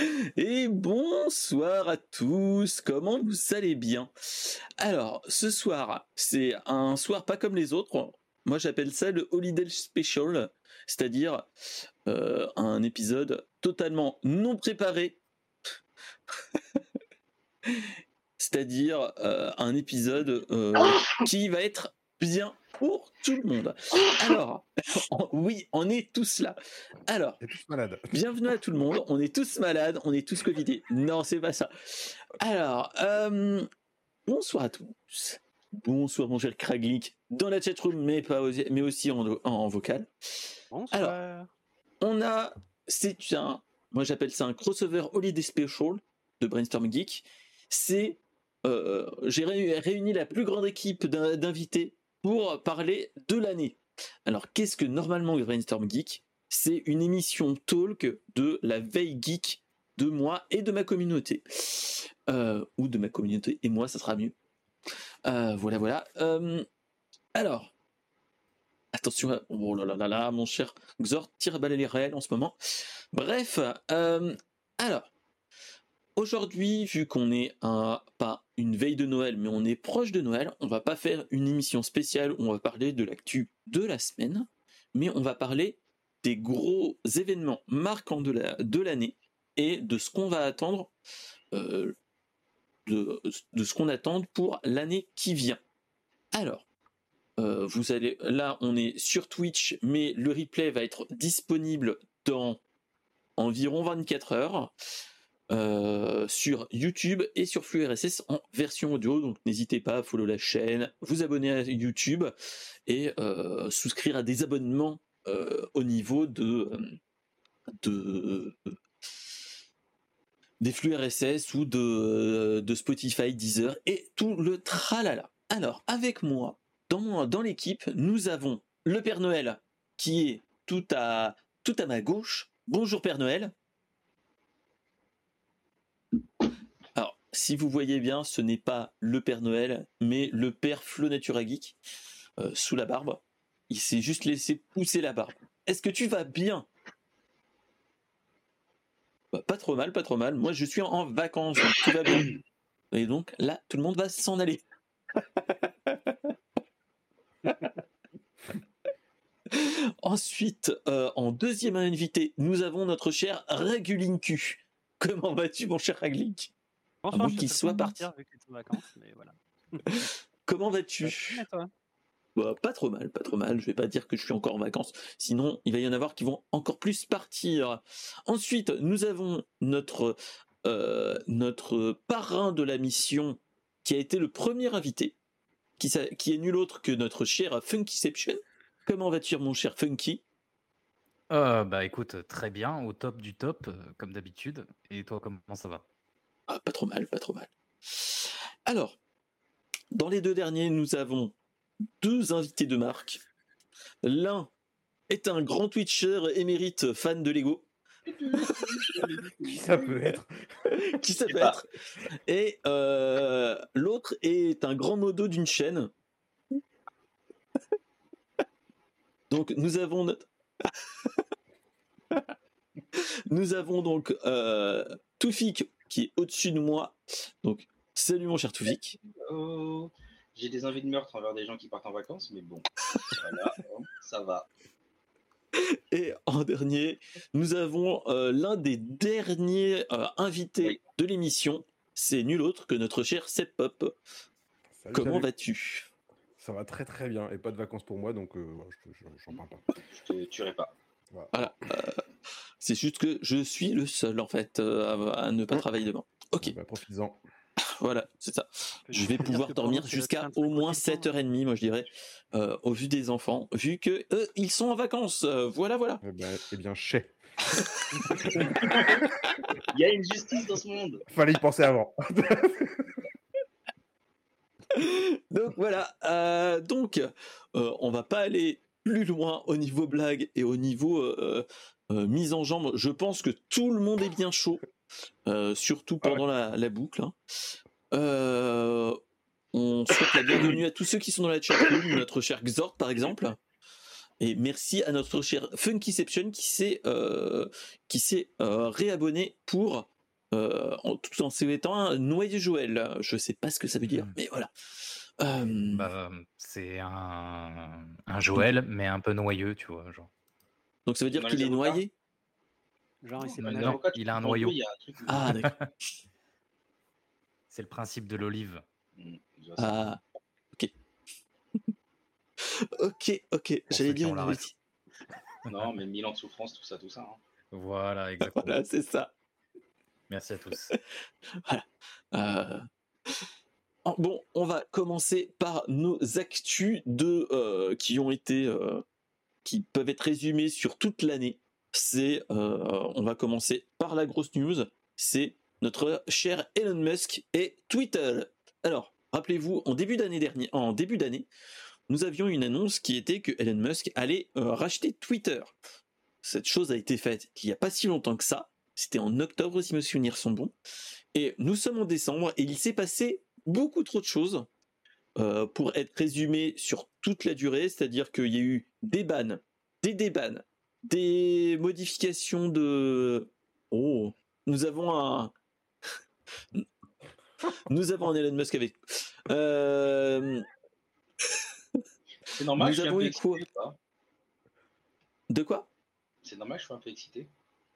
Et bonsoir à tous, comment vous allez bien? Alors, ce soir, c'est un soir pas comme les autres. Moi, j'appelle ça le Holiday Special, c'est-à-dire un épisode totalement non préparé, c'est-à-dire un épisode qui va être bien pour tout le monde. Alors, oui, on est tous là. Alors, Et tous malades. bienvenue à tout le monde, on est tous malades, on est tous covidés. Non, c'est pas ça. Alors, bonsoir à tous. Bonsoir mon cher Kraglink, dans la chatroom, mais aussi en vocal. Bonsoir. Alors, moi j'appelle ça un crossover Holiday Special de Brainstorm Geek. C'est, j'ai réuni la plus grande équipe d'invités pour parler de l'année. Alors, qu'est-ce que normalement Brainstorm Geek? C'est une émission talk de la veille geek de moi et de ma communauté. Ou de ma communauté et moi, ça sera mieux. Voilà. Alors, attention, oh là là, mon cher Xor, tire à balai les réels en ce moment. Bref, alors, aujourd'hui, vu qu'on est pas une veille de Noël, mais on est proche de Noël, on va pas faire une émission spéciale où on va parler de l'actu de la semaine, mais on va parler des gros événements marquants de l'année et de ce qu'on va attendre, de ce qu'on attend pour l'année qui vient. Alors, là, on est sur Twitch, mais le replay va être disponible dans environ 24 heures sur YouTube et sur flux RSS en version audio. Donc, n'hésitez pas à follow la chaîne, vous abonner à YouTube et souscrire à des abonnements au niveau des flux RSS ou de Spotify, Deezer et tout le tralala. Alors, avec moi, dans l'équipe, nous avons le Père Noël qui est tout à ma gauche. Bonjour Père Noël. Alors, si vous voyez bien, ce n'est pas le Père Noël, mais le Père Flo Natura Geek, sous la barbe. Il s'est juste laissé pousser la barbe. Est-ce que tu vas bien? Pas trop mal. Moi, je suis en vacances, donc tout va bien. Et donc, là, tout le monde va s'en aller. Ensuite, en deuxième invité, nous avons notre cher Ragulinku. Comment vas-tu, mon cher Raglink? Bonsoir, qu'il soit parti. Vu que tu es en vacances, mais voilà. Comment vas-tu? Pas trop mal. Je vais pas dire que je suis encore en vacances. Sinon, il va y en avoir qui vont encore plus partir. Ensuite, nous avons notre parrain de la mission, qui a été le premier invité, qui est nul autre que notre cher Funkyception. Comment vas-tu, mon cher Funky? Bah écoute, très bien, au top du top, comme d'habitude. Et toi, comment ça va? Pas trop mal. Alors, dans les deux derniers, nous avons deux invités de marque. L'un est un grand Twitcher émérite fan de Lego. Qui ça peut être? Et l'autre est un grand modo d'une chaîne. Donc nous avons donc Toufik qui est au-dessus de moi. Donc salut mon cher Toufik. Oh, j'ai des envies de meurtre envers des gens qui partent en vacances, mais bon, voilà, ça va. Et en dernier, nous avons l'un des derniers invités de l'émission. C'est nul autre que notre cher Seth Pop. Comment vas-tu? Ça va très très bien et pas de vacances pour moi, donc j'en parle pas. Je te tuerai pas. Voilà. C'est juste que je suis le seul en fait à ne pas travailler demain. Ok. Bah, profites-en. Voilà, c'est ça. Je vais pouvoir dormir jusqu'à au moins 7h30, moi je dirais, au vu des enfants, vu que ils sont en vacances. Voilà. Eh bien, chais. Il y a une justice dans ce monde. Fallait y penser avant. Donc voilà. On va pas aller plus loin au niveau blague et au niveau mise en jambe. Je pense que tout le monde est bien chaud, surtout pendant la boucle. Hein. On souhaite la bienvenue à tous ceux qui sont dans la chatroom, notre cher Xort par exemple. Et merci à notre cher Funkyception qui s'est réabonné pour tout en souhaitant un noyé Joël. Je sais pas ce que ça veut dire, mais voilà. Bah, c'est un Joël, mais un peu noyeux, tu vois. Genre. Donc ça veut dire Dans qu'il les est avocats noyé? Genre, il s'est Non, pas Les nagé. avocats, tu il a un comprends noyau. que Il y a un truc. Ah, d'accord. C'est le principe de l'olive. Je vois ça. Ah, ok. Ok. Pour J'allais ceux qui dire ont une la ref. bêtise. Non, mais 1000 ans de souffrance, tout ça. Hein. Voilà, exactement. Voilà, c'est ça. Merci à tous. Voilà. Bon, on va commencer par nos actus qui peuvent être résumées sur toute l'année. On va commencer par la grosse news. C'est notre cher Elon Musk et Twitter. Alors, rappelez-vous, en début d'année, nous avions une annonce qui était que Elon Musk allait racheter Twitter. Cette chose a été faite il n'y a pas si longtemps que ça. C'était en octobre, si mes souvenirs sont bons. Et nous sommes en décembre et il s'est passé beaucoup trop de choses pour être résumé sur toute la durée. C'est-à-dire qu'il y a eu des bans, des débans, des modifications de... Oh, nous avons un Elon Musk avec... C'est normal, Nous je suis un avons peu eu quoi? excité. Pas De quoi? C'est normal, je suis un peu excité.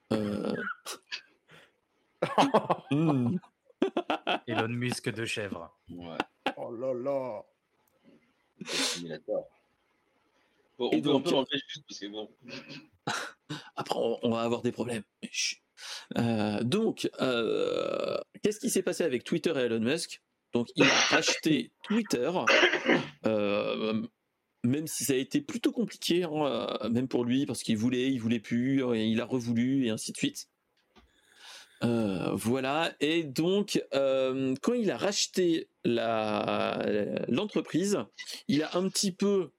Elon Musk de chèvre. Ouais. Oh là là. Simulator. Bon, Et on peut donc- l'enlever juste parce que bon. Après, on va avoir des problèmes. Chut. Qu'est-ce qui s'est passé avec Twitter et Elon Musk? Donc, il a racheté Twitter, même si ça a été plutôt compliqué, même pour lui, parce qu'il voulait plus, et il a revoulu, et ainsi de suite. Voilà. Et donc, quand il a racheté l'entreprise, il a un petit peu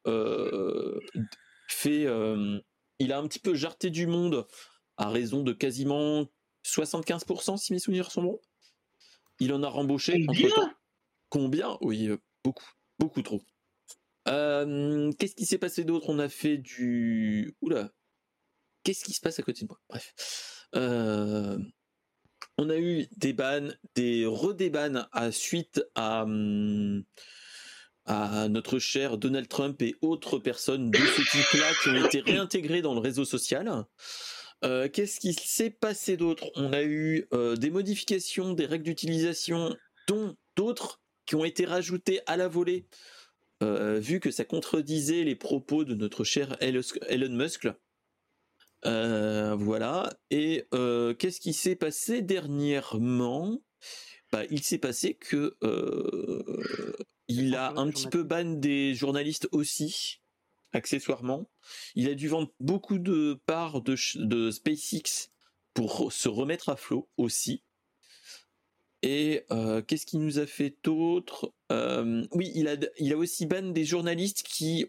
il a un petit peu jarté du monde à raison de quasiment 75%, si mes souvenirs sont bons. Il en a rembauché entre-temps. Combien? Oui, beaucoup trop. Qu'est-ce qui s'est passé d'autre? On a fait du... Oula. Qu'est-ce qui se passe à côté de moi? Bref. On a eu des bans, des redébans suite à notre cher Donald Trump et autres personnes de ce type-là qui ont été réintégrées dans le réseau social. Qu'est-ce qui s'est passé d'autre? On a eu des modifications des règles d'utilisation, dont d'autres qui ont été rajoutées à la volée, vu que ça contredisait les propos de notre cher Elon Musk. Voilà. Et qu'est-ce qui s'est passé dernièrement? Il s'est passé que il a un petit peu ban des journalistes aussi, accessoirement. Il a dû vendre beaucoup de parts de SpaceX pour se remettre à flot aussi. Et qu'est-ce qu'il nous a fait d'autre? Oui, il a aussi ban des journalistes qui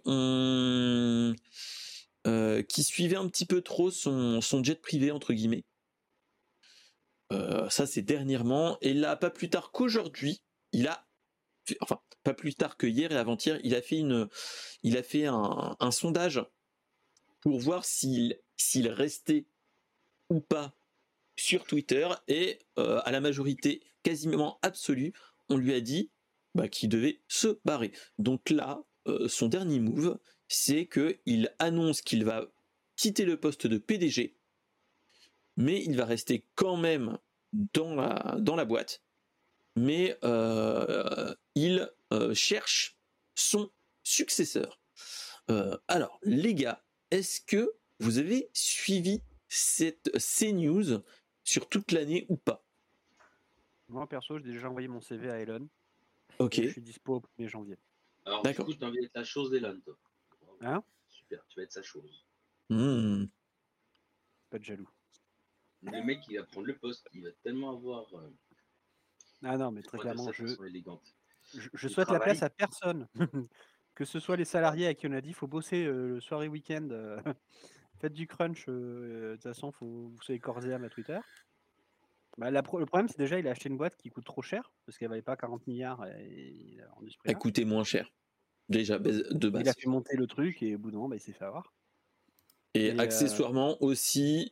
suivaient un petit peu trop son jet privé, entre guillemets. Ça, c'est dernièrement. Et là, pas plus tard qu'aujourd'hui, pas plus tard que hier et avant-hier, il a fait un sondage pour voir s'il restait ou pas sur Twitter, et à la majorité quasiment absolue, on lui a dit qu'il devait se barrer. Donc là, son dernier move, c'est qu'il annonce qu'il va quitter le poste de PDG, mais il va rester quand même dans la boîte. Mais il cherche son successeur. Alors, les gars, est-ce que vous avez suivi ces news sur toute l'année ou pas? Moi, perso, j'ai déjà envoyé mon CV à Elon. Ok. Et je suis dispo au 1er janvier. Alors, D'accord. du coup, je t'ai envie d'être la chose d'Elon, toi. Hein? Super, tu vas être sa chose. Pas de jaloux. Le mec, il va prendre le poste, il va tellement avoir. Ah non, mais très clairement, je souhaite travail. la place à personne. Que ce soit les salariés à qui on a dit il faut bosser le soir et week-end, faites du crunch, de toute façon, vous soyez corps et âme à Twitter. Le problème, c'est déjà il a acheté une boîte qui coûte trop cher, parce qu'elle valait pas 40 milliards et il a rendu ce prix-là. Elle coûtait moins cher, déjà, de base. Il a fait monter le truc et au bout d'un moment, il s'est fait avoir. Et accessoirement aussi,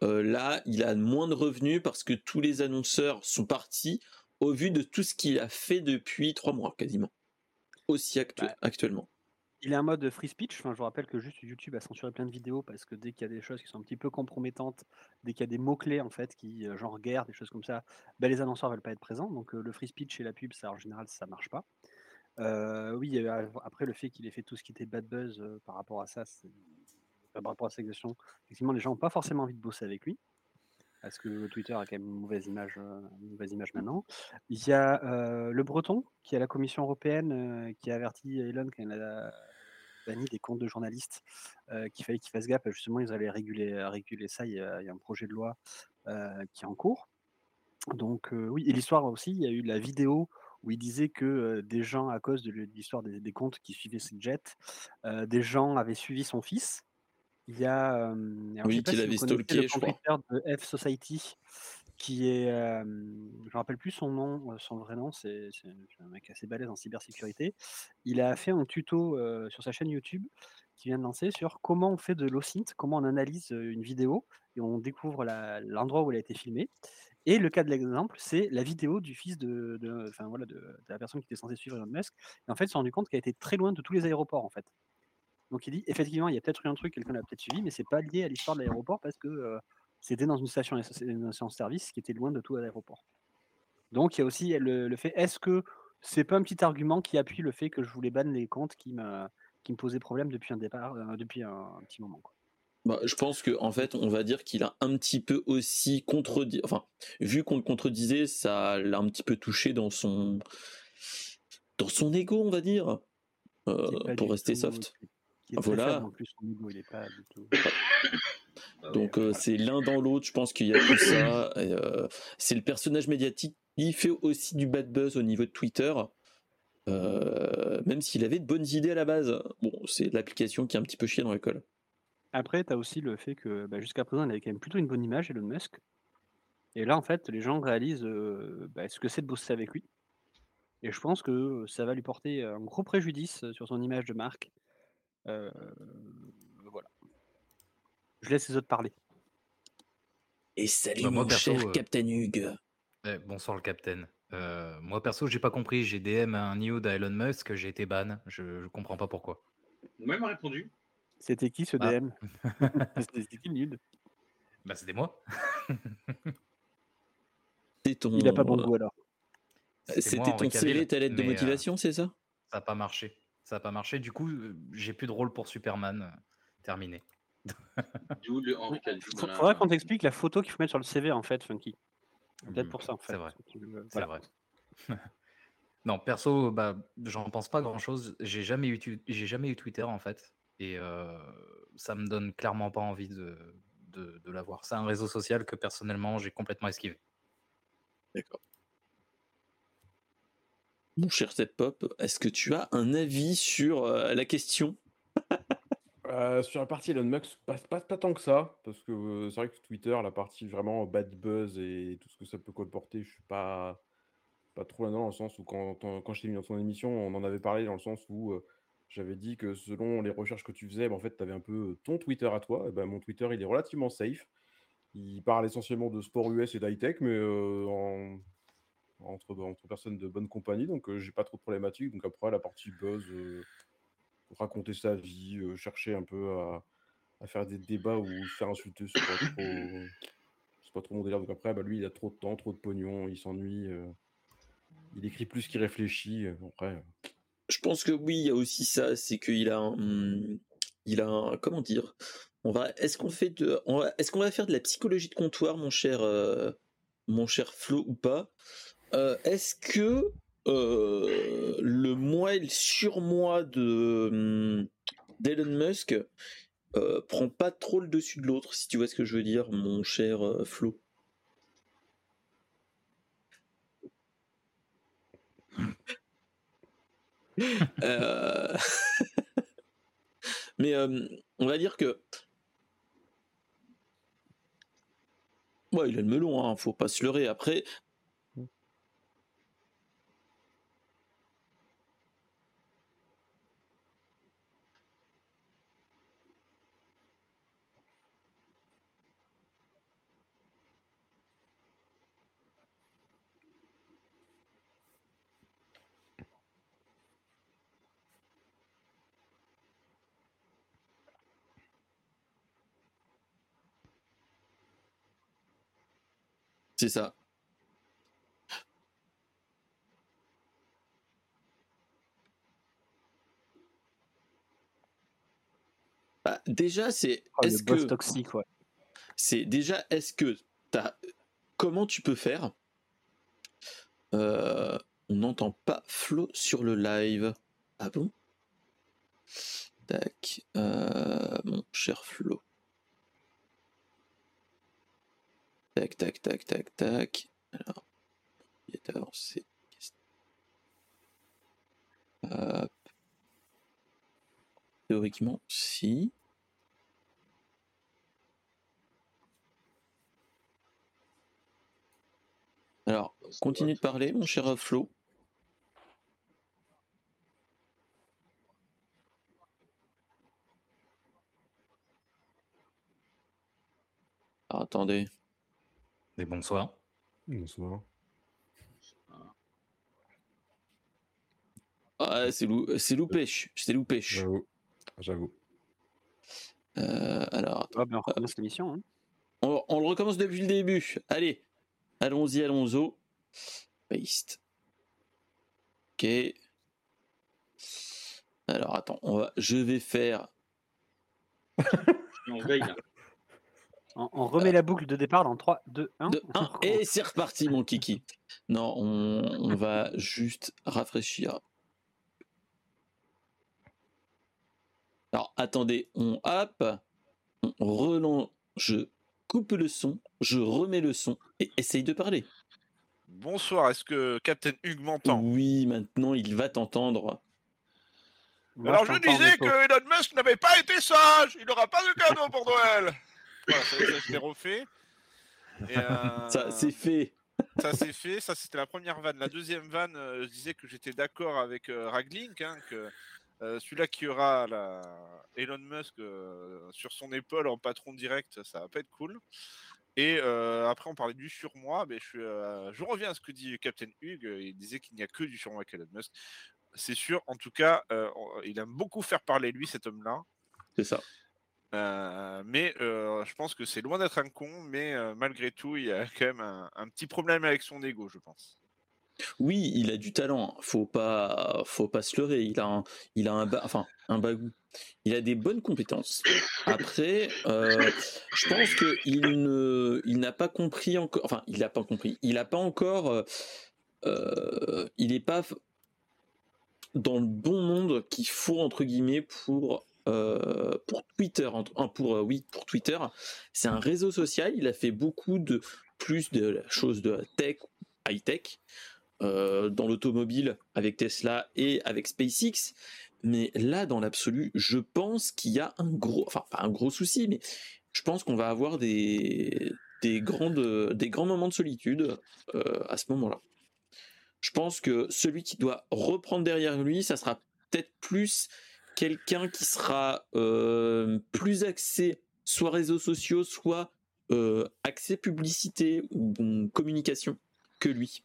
là, il a moins de revenus parce que tous les annonceurs sont partis au vu de tout ce qu'il a fait depuis 3 mois quasiment. Aussi Bah, actuellement. il a un mode free speech. Enfin, je vous rappelle que juste YouTube a censuré plein de vidéos parce que dès qu'il y a des choses qui sont un petit peu compromettantes, dès qu'il y a des mots-clés en fait, qui genre guerre, des choses comme ça, bah, les annonceurs veulent pas être présents. Donc le free speech et la pub, ça en général, ça marche pas. Oui, après le fait qu'il ait fait tout ce qui était bad buzz par rapport à ça, par rapport à cette question, effectivement, les gens n'ont pas forcément envie de bosser avec lui. Parce que Twitter a quand même une mauvaise image maintenant. Il y a le Breton, qui est à la Commission européenne, qui a averti Elon quand il a banni des comptes de journalistes, qu'il fallait qu'il fasse gaffe. Justement, ils allaient réguler ça. Il y a un projet de loi qui est en cours. Donc oui, et l'histoire aussi, il y a eu la vidéo où il disait que des gens, à cause de l'histoire des comptes qui suivaient ce jet, des gens avaient suivi son fils. Il y a, alors je sais Oui, pas qu'il si vous avait connaissez le stalké, je compte crois. Twitter de F Society, qui est, je me rappelle plus son nom, son vrai nom, c'est un mec assez balèze en cybersécurité. Il a fait un tuto sur sa chaîne YouTube qu'il vient de lancer sur comment on fait de l'OSINT, comment on analyse une vidéo et on découvre l'endroit où elle a été filmée. Et le cas de l'exemple, c'est la vidéo du fils enfin, voilà, de la personne qui était censée suivre Elon Musk. Et en fait, il s'est rendu compte qu'elle était très loin de tous les aéroports en fait. Donc il dit effectivement, il y a peut-être eu un truc, quelqu'un l'a peut-être suivi, mais c'est pas lié à l'histoire de l'aéroport parce que c'était dans une station-service qui était loin de tout l'aéroport. Donc il y a aussi le fait, est-ce que c'est pas un petit argument qui appuie le fait que je voulais ban les comptes qui me posaient problème depuis un départ, depuis un petit moment, quoi. Bah, je pense que en fait, on va dire qu'il a un petit peu aussi contredit. Enfin, vu qu'on le contredisait, ça l'a un petit peu touché dans son ego, on va dire, Qui est pas pour du rester tout, soft. qui est très faible Voilà. en plus, son ego, il est pas du tout. Donc c'est l'un dans l'autre. Je pense qu'il y a tout ça. Et, c'est le personnage médiatique qui fait aussi du bad buzz au niveau de Twitter. Même s'il avait de bonnes idées à la base. Bon, c'est l'application qui est un petit peu chiée dans l'école. Après, tu as aussi le fait que jusqu'à présent, il avait quand même plutôt une bonne image, Elon Musk. Et là, en fait, les gens réalisent ce que c'est de bosser avec lui. Et je pense que ça va lui porter un gros préjudice sur son image de marque. Voilà. Je laisse les autres parler. Et salut Bah, moi, mon perso, cher Captain Hugh. bonsoir le capitaine. Moi perso, j'ai pas compris. J'ai DM un nude à Elon Musk, j'ai été ban. Je comprends pas pourquoi. Moi, il m'a répondu. C'était qui ce Ah. DM? C'était qui le nude? Bah, c'était moi. C'est ton... Il a pas bon goût alors. C'était moi, C'était Henri ton CV, Cavill, ta lettre de mais motivation, c'est ça? ça a pas marché. Ça a pas marché. Du coup, j'ai plus de rôle pour Superman. Terminé. D'où le Henri Cavill. Voilà. Faudra qu'on t'explique la photo qu'il faut mettre sur le CV en fait, Funky. Peut-être pour ça en fait. C'est vrai. C'est Voilà. vrai. Non, perso, bah, j'en pense pas grand-chose. J'ai jamais eu Twitter en fait, et ça me donne clairement pas envie de l'avoir. C'est un réseau social que personnellement j'ai complètement esquivé. D'accord. Mon cher Seth Pop, est-ce que tu as un avis sur la question? Sur la partie Elon Musk, pas tant que ça, parce que c'est vrai que Twitter, la partie vraiment bad buzz et tout ce que ça peut comporter, je suis pas trop là-dedans, dans le sens où quand je t'ai mis dans ton émission, on en avait parlé dans le sens où j'avais dit que selon les recherches que tu faisais, bah, en fait, tu avais un peu ton Twitter à toi. Et ben, mon Twitter, il est relativement safe. Il parle essentiellement de sport US et d'high-tech, mais entre personnes de bonne compagnie, donc j'ai pas trop de problématiques. Donc après, la partie buzz, raconter sa vie, chercher un peu à faire des débats ou se faire insulter, c'est pas trop mon délire. Donc après, bah, lui, il a trop de temps, trop de pognon, il s'ennuie, il écrit plus qu'il réfléchit. Après, Je pense que oui, il y a aussi ça, c'est qu'il a comment dire, est-ce qu'on va faire de la psychologie de comptoir, mon cher Flo, ou pas? Est-ce que le moi et le surmoi d'Elon Musk prend pas trop le dessus de l'autre, si tu vois ce que je veux dire, mon cher Flo? Euh, Mais on va dire que ouais, il a le melon, hein, faut pas se leurrer. Après, C'est ça. Bah, déjà, c'est Oh, le est-ce boss que toxique, ouais. comment tu peux faire On n'entend pas Flo sur le live. Ah bon? Tac, mon cher Flo. Tac, tac, tac, tac, tac. Alors, c'est... Théoriquement, si. Alors, continue de parler, mon cher Flo. Alors, attendez. Et bonsoir. Bonsoir. Ah, c'est loupé. C'est loupé. J'avoue. Alors, Ah, ben, on recommence l'émission. Hein. on le recommence depuis le début. Allez, allons-y. Paste. Ok. Alors, attends, je vais faire... On veille là. On remet la boucle de départ dans 3, 2, 1. Et c'est reparti, mon kiki. Non, on va juste rafraîchir. Alors, attendez, on relance, je coupe le son, je remets le son et essaye de parler. Bonsoir, est-ce que Captain Hugh m'entend? Oui, maintenant il va t'entendre. Alors je disais que Elon Musk n'avait pas été sage, il n'aura pas de cadeau pour Noël. Voilà, ça je l'ai refait. Et Ça, c'est fait. Ça c'est fait, ça c'était la première vanne. La deuxième vanne, je disais que j'étais d'accord avec Raglink, hein, que celui-là qui aura Elon Musk sur son épaule en patron direct, ça va pas être cool. Et après on parlait du surmoi, mais je reviens à ce que dit Captain Hugh, il disait qu'il n'y a que du surmoi avec Elon Musk. C'est sûr, en tout cas, il aime beaucoup faire parler lui, cet homme-là. C'est ça. Mais je pense que c'est loin d'être un con, mais malgré tout, il y a quand même un petit problème avec son ego, je pense. Oui, il a du talent. Faut pas se leurrer. Il a un bagou. Il a des bonnes compétences. Après, je pense que il n'a pas compris encore. Enfin, il n'a pas compris. Il n'a pas encore. Il n'est pas dans le bon monde qu'il faut entre guillemets pour Twitter. Pour Twitter. C'est un réseau social. Il a fait beaucoup de choses de tech, high tech. Dans l'automobile avec Tesla et avec SpaceX, mais là dans l'absolu je pense qu'il y a un gros, enfin pas un gros souci, mais je pense qu'on va avoir des grands moments de solitude à ce moment-là. Je pense que celui qui doit reprendre derrière lui, ça sera peut-être plus quelqu'un qui sera plus axé soit réseaux sociaux, soit axé publicité ou communication que lui.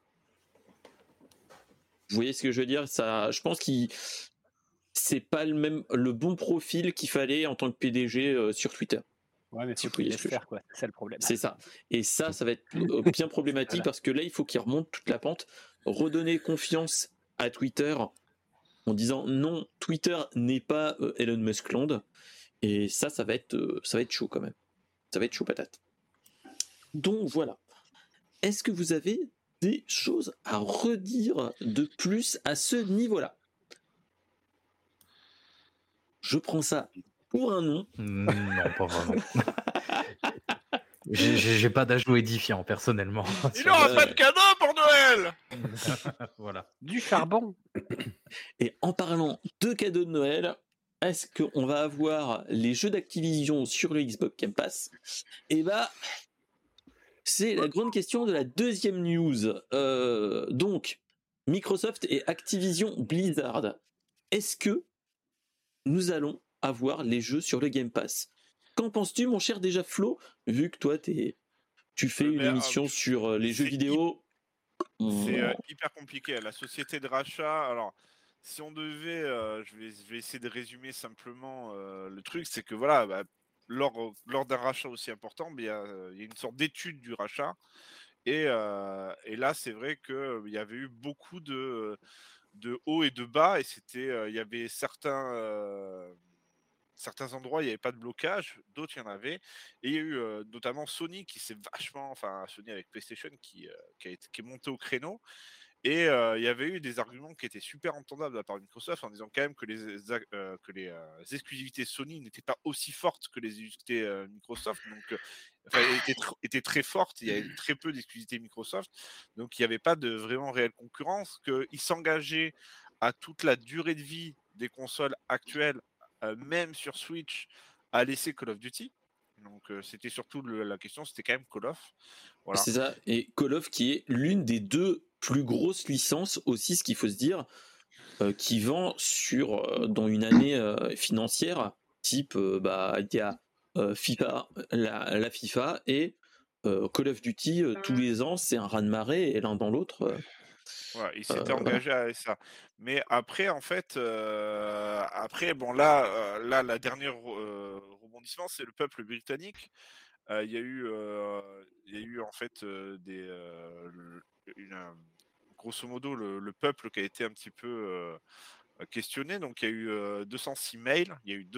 Vous voyez ce que je veux dire? Ça, je pense qu'il c'est pas le bon profil qu'il fallait en tant que PDG sur Twitter. Ouais, mais faut qu'il laisse faire, quoi. C'est ça le problème. C'est ça. Et ça va être bien problématique Voilà. parce que là, il faut qu'il remonte toute la pente, redonner confiance à Twitter en disant non, Twitter n'est pas Elon Musk Land. Et ça va être chaud quand même. Ça va être chaud patate. Donc voilà. Est-ce que vous avez des choses à redire de plus à ce niveau-là? Je prends ça pour un non. Non, pas vraiment. J'ai pas d'ajout édifiant, personnellement. Il n'aura pas de cadeau pour Noël. Voilà. Du charbon. Et en parlant de cadeaux de Noël, est-ce qu'on va avoir les jeux d'Activision sur le Xbox Game Pass? Eh bah, c'est la grande question de la deuxième news. Donc, Microsoft et Activision Blizzard. Est-ce que nous allons avoir les jeux sur le Game Pass? Qu'en penses-tu, mon cher déjà Flo, vu que toi tu fais une émission sur les jeux vidéo? C'est hyper compliqué. La société de rachat, alors si on devait, je vais essayer de résumer simplement le truc, c'est que voilà, lors d'un rachat aussi important, il y a une sorte d'étude du rachat. Et là, c'est vrai qu'il y avait eu beaucoup de hauts et de bas, et il y avait certains endroits, il n'y avait pas de blocage, d'autres, il y en avait. Et il y a eu notamment Sony qui s'est vachement, enfin Sony avec PlayStation qui est monté au créneau. Et il y avait eu des arguments qui étaient super entendables de la part de Microsoft en disant quand même que les exclusivités Sony n'étaient pas aussi fortes que les exclusivités Microsoft, donc enfin étaient très fortes. Il y avait très peu d'exclusivités Microsoft, donc il n'y avait pas de vraiment réelle concurrence. Qu'ils s'engageaient à toute la durée de vie des consoles actuelles, même sur Switch, à laisser Call of Duty. Donc c'était surtout la question, c'était quand même Call of. Voilà. C'est ça. Et Call of qui est l'une des 2 plus grosses licences aussi, ce qu'il faut se dire, qui vend dans une année financière, type il y a FIFA, la FIFA et Call of Duty tous les ans, c'est un raz-de-marée et l'un dans l'autre. Ouais, il s'était Voilà. engagé à ça. Mais après, en fait, bon, là, la dernière rebondissement, c'est le peuple britannique. Il y a eu en fait grosso modo le peuple qui a été un petit peu questionné. Donc, il y a eu 206 mails, il y a eu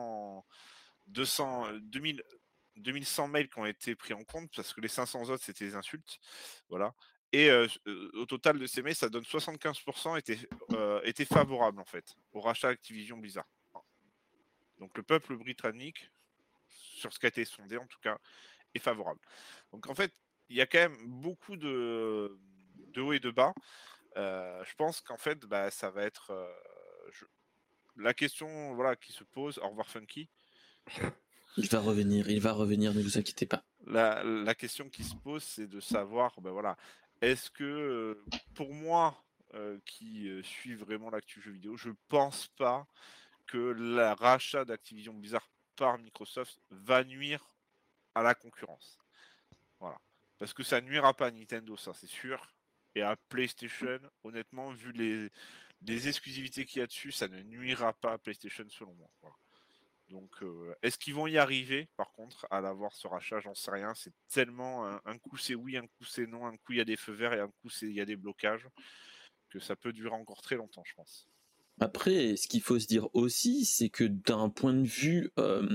2100 mails qui ont été pris en compte parce que les 500 autres, c'était des insultes. Voilà. Et au total de ces mails, ça donne 75% étaient favorables en fait au rachat Activision Blizzard. Donc le peuple britannique, sur ce qui a été sondé en tout cas, est favorable. Donc en fait, il y a quand même beaucoup de hauts et de bas. Je pense qu'en fait, ça va être la question voilà, qui se pose. Au revoir Funky. Il va revenir, ne vous inquiétez pas. La question qui se pose, c'est de savoir, voilà, est-ce que, pour moi, qui suis vraiment l'actu jeu vidéo, je pense pas que le rachat d'Activision Blizzard par Microsoft va nuire à la concurrence. Voilà. Parce que ça nuira pas à Nintendo, ça c'est sûr. Et à PlayStation, honnêtement, vu les exclusivités qu'il y a dessus, ça ne nuira pas à PlayStation selon moi. Voilà. Donc, est-ce qu'ils vont y arriver, par contre, à l'avoir ce rachat? J'en sais rien. C'est tellement un coup c'est oui, un coup c'est non, un coup il y a des feux verts et un coup il y a des blocages, que ça peut durer encore très longtemps, je pense. Après, ce qu'il faut se dire aussi, c'est que d'un point de vue,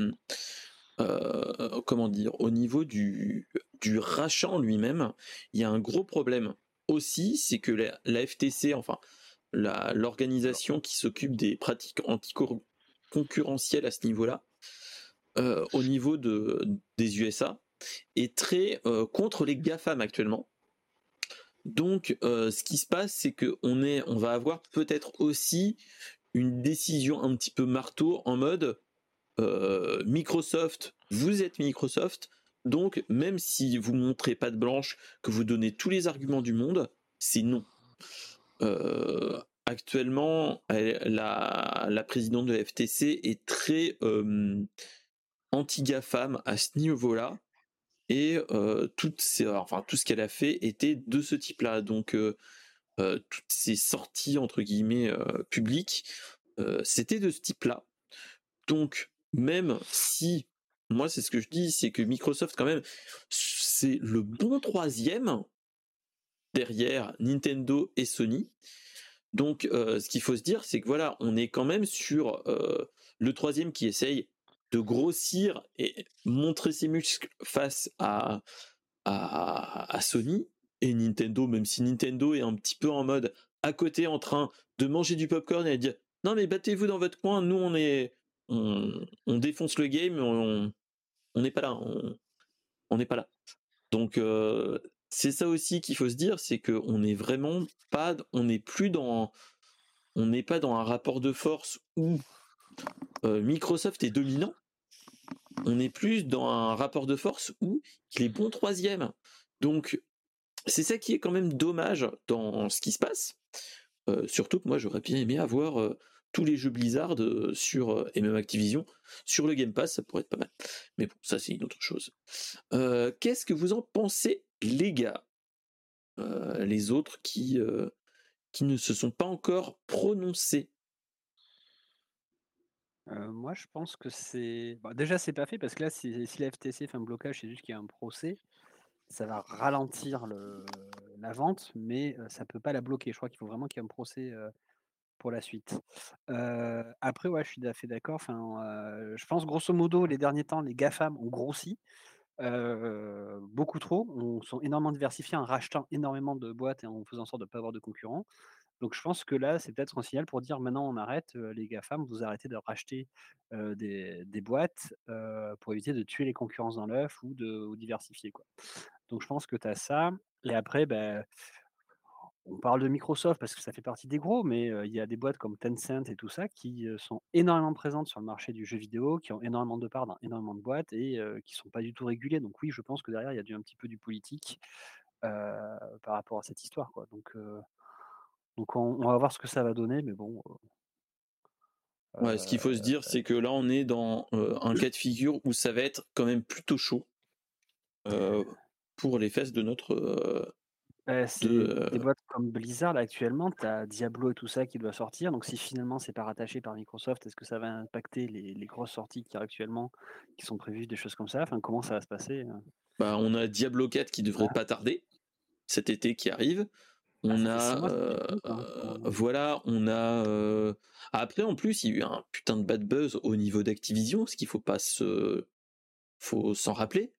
comment dire, au niveau du rachat en lui-même, il y a un gros problème aussi, c'est que la FTC, enfin l'organisation qui s'occupe des pratiques anticoncurrentielles à ce niveau-là, au niveau des USA, est très contre les GAFAM actuellement. Donc, ce qui se passe, c'est on va avoir peut-être aussi une décision un petit peu marteau en mode Microsoft, vous êtes Microsoft, donc même si vous montrez pas de blanche, que vous donnez tous les arguments du monde, c'est non. Actuellement, la présidente de la FTC est très anti-GAFAM à ce niveau-là. Et tout ce qu'elle a fait était de ce type-là. Donc, toutes ces sorties, entre guillemets, publiques, c'était de ce type-là. Donc, même si, moi, c'est ce que je dis, c'est que Microsoft, quand même, c'est le bon troisième derrière Nintendo et Sony. Donc, ce qu'il faut se dire, c'est que voilà, on est quand même sur le troisième qui essaye de grossir et montrer ses muscles face à Sony et Nintendo, même si Nintendo est un petit peu en mode à côté en train de manger du popcorn et de dire non mais battez-vous dans votre coin, nous on défonce le game, on n'est pas là, on n'est pas là. Donc c'est ça aussi qu'il faut se dire, c'est que on est vraiment pas, on n'est pas dans un rapport de force où Microsoft est dominant. On est plus dans un rapport de force où il est bon troisième. Donc c'est ça qui est quand même dommage dans ce qui se passe. Surtout que moi j'aurais bien aimé avoir tous les jeux Blizzard et même Activision sur le Game Pass, ça pourrait être pas mal. Mais bon, ça c'est une autre chose. Qu'est-ce que vous en pensez, les gars? Les autres qui ne se sont pas encore prononcés. Moi, je pense que c'est. Déjà, c'est pas fait parce que là, si la FTC fait un blocage, c'est juste qu'il y a un procès. ça va ralentir la vente, mais ça peut pas la bloquer. Je crois qu'il faut vraiment qu'il y ait un procès pour la suite. Après, ouais, je suis tout à fait d'accord. Enfin, je pense grosso modo, les derniers temps, les GAFAM ont grossi. Beaucoup trop. On sont énormément diversifiés en rachetant énormément de boîtes et en faisant en sorte de ne pas avoir de concurrents. Donc je pense que là, c'est peut-être un signal pour dire maintenant on arrête, les GAFAM, vous arrêtez de racheter des boîtes pour éviter de tuer les concurrences dans l'œuf ou diversifier, quoi. Donc je pense que tu as ça. Et après, ben, on parle de Microsoft parce que ça fait partie des gros, mais il y a des boîtes comme Tencent et tout ça qui sont énormément présentes sur le marché du jeu vidéo, qui ont énormément de parts dans énormément de boîtes et qui sont pas du tout régulées. Donc oui, je pense que derrière, il y a un petit peu du politique par rapport à cette histoire, quoi. Donc on va voir ce que ça va donner, mais bon. Ouais, ce qu'il faut se dire, c'est que là, on est dans un cas de figure où ça va être quand même plutôt chaud pour les fesses de notre. C'est des boîtes comme Blizzard là, actuellement, tu as Diablo et tout ça qui doit sortir. Donc si finalement c'est pas rattaché par Microsoft, est-ce que ça va impacter les grosses sorties qu'il y a actuellement, qui sont prévues, des choses comme ça? Enfin, comment ça va se passer? Bah, on a Diablo 4 qui devrait pas tarder cet été qui arrive. On Ça fait 6 a mois, ça fait beaucoup, hein. voilà, on a après en plus il y a eu un putain de bad buzz au niveau d'Activision, ce qu'il faut s'en rappeler.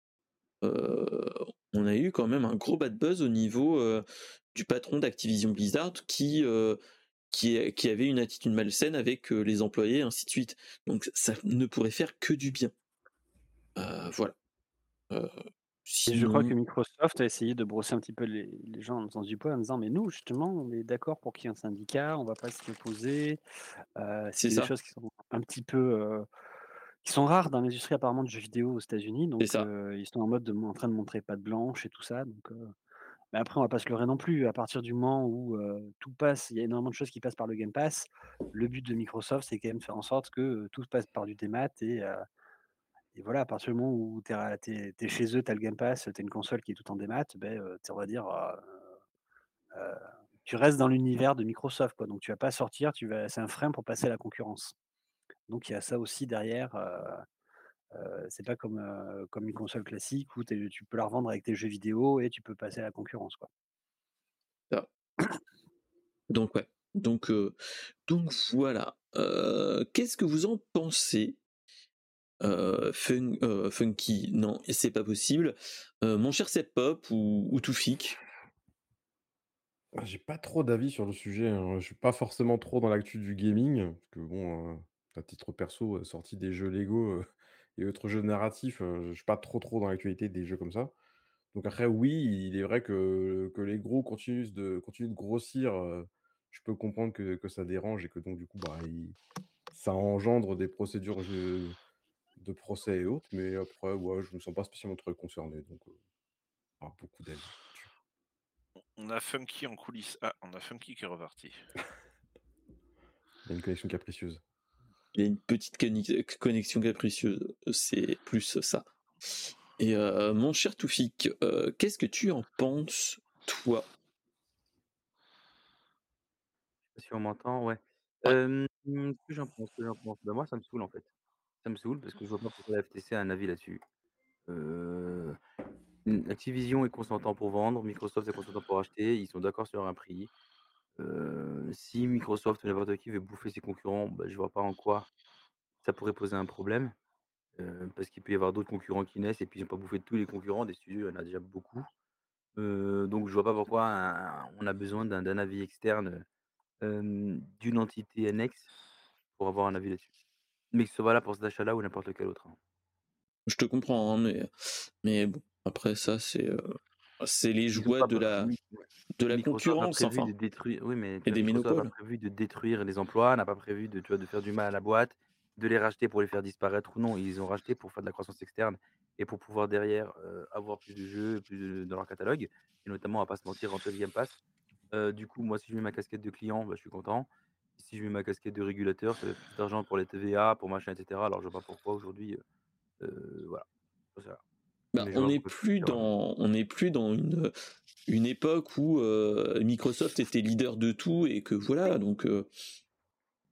On a eu quand même un gros bad buzz au niveau du patron d'Activision Blizzard qui avait une attitude malsaine avec les employés et ainsi de suite. Donc ça ne pourrait faire que du bien. Voilà. Et je crois que Sinon, Microsoft a essayé de brosser un petit peu les gens dans le sens du poil en disant: «Mais nous, justement, on est d'accord pour qu'il y ait un syndicat, on va pas s'y opposer». c'est C'est des ça, choses qui sont un petit peu, qui sont rares dans l'industrie apparemment du jeu vidéo aux États-Unis. c'est Donc ça. ils sont en train de montrer patte blanche et tout ça. Donc mais après, on va pas se leurrer non plus. À partir du moment où tout passe, il y a énormément de choses qui passent par le Game Pass. Le but de Microsoft, c'est quand même de faire en sorte que tout passe par du démat. Et voilà, à partir du moment où tu es chez eux, tu as le Game Pass, tu as une console qui est tout en démat, ben, on va dire, tu restes dans l'univers de Microsoft, quoi. Donc tu vas pas sortir, c'est un frein pour passer à la concurrence. Donc il y a ça aussi derrière. C'est pas comme une console classique où tu peux la revendre avec tes jeux vidéo et tu peux passer à la concurrence, quoi. Ça. Donc ouais. Donc voilà. Qu'est-ce que vous en pensez? Funky, non, c'est pas possible. Mon cher Pop ou Toufik. J'ai pas trop d'avis sur le sujet, hein. Je suis pas forcément trop dans l'actu du gaming, parce que bon, à titre perso, sortie des jeux Lego, et autres jeux narratifs, je suis pas trop dans l'actualité des jeux comme ça. Donc après, oui, il est vrai que les gros continuent de grossir, je peux comprendre que ça dérange et que donc du coup, bah, ça engendre des procédures de procès et autres, mais après, ouais, je me sens pas spécialement très concerné, donc pas beaucoup d'avis là-dessus. On a Funky en coulisses. Ah, on a Funky qui est reparti. Il y a une connexion capricieuse. Il y a une petite connexion capricieuse, c'est plus ça. Et mon cher Toufik, qu'est-ce que tu en penses, toi? Si on m'entend, ouais. Ouais. Ce que j'en pense, bah, moi, ça me saoule, en fait. Ça me saoule parce que je vois pas pourquoi la FTC a un avis là-dessus. Heu, Activision est consentant pour vendre, Microsoft est consentant pour acheter, ils sont d'accord sur un prix. Si Microsoft ou n'importe qui veut bouffer ses concurrents, bah, je vois pas en quoi ça pourrait poser un problème, parce qu'il peut y avoir d'autres concurrents qui naissent et puis ils ont pas bouffé tous les concurrents, des studios, il y en a déjà beaucoup. Donc je vois pas pourquoi on a besoin d'un avis externe, d'une entité annexe pour avoir un avis là-dessus. Mais que ce soit valable pour cet achat-là ou n'importe lequel autre, hein. Je te comprends, hein, mais bon, après ça, c'est les Ils ont joies pas de pr la, Mi de la Microsoft a concurrence, prévu de enfin, détruire oui, mais tu et vois, des Microsoft a monopoles. prévu de détruire les emplois, n'a pas prévu de, tu vois, de faire du mal à la boîte, de les racheter pour les faire disparaître ou non. Ils les ont rachetés pour faire de la croissance externe et pour pouvoir derrière, avoir plus de jeux, plus dans leur catalogue et notamment, on va pas se mentir, rentrer le Game Pass. Du coup, moi, si je mets ma casquette de client, bah, je suis content. Si je mets ma casquette de régulateur, ça fait plus d'argent pour les TVA, pour machin et cetera. Alors je vois pas pourquoi aujourd'hui, voilà, ça Bah, mais je on vois n'est pourquoi plus dans une époque où Microsoft était leader de tout et que voilà, donc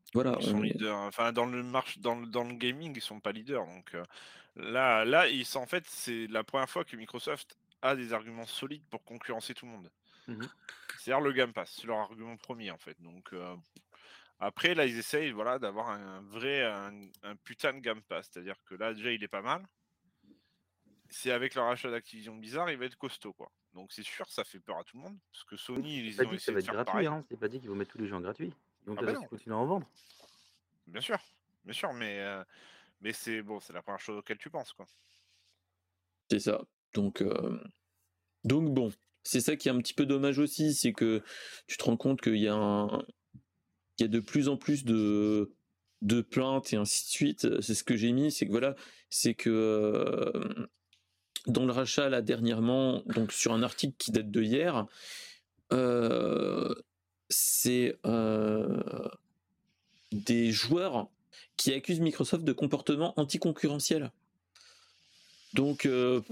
Voilà, Ils sont on est- leaders. Enfin, dans le gaming, ils sont pas leaders. Donc là, en fait, c'est la première fois que Microsoft a des arguments solides pour concurrencer tout le monde. Mhm. C'est-à-dire le Game Pass, c'est leur argument premier en fait. Donc après, là, ils essayent d'avoir un putain de Game Pass. C'est-à-dire que là, déjà, il est pas mal. C'est avec leur achat d'Activision Blizzard, il va être costaud, quoi. Donc c'est sûr, ça fait peur à tout le monde. Parce que Sony, C'est ils pas ont dit que ça essayé va de être faire gratuit, pareil. hein. C'est pas dit qu'ils vont mettre tous les jeux en gratuit. Ils vont Ah bah peut-être aussi non, continuer à en vendre. bien sûr, mais c'est bon, c'est la première chose auquel tu penses, quoi. c'est ça. Donc bon, c'est ça qui est un petit peu dommage aussi, c'est que tu te rends compte qu'il y a de plus en plus de plaintes et ainsi de suite. C'est ce que j'ai mis, c'est que voilà, c'est que dans le rachat là dernièrement, donc sur un article qui date de hier, c'est des joueurs qui accusent Microsoft de comportement anticoncurrentiel. Donc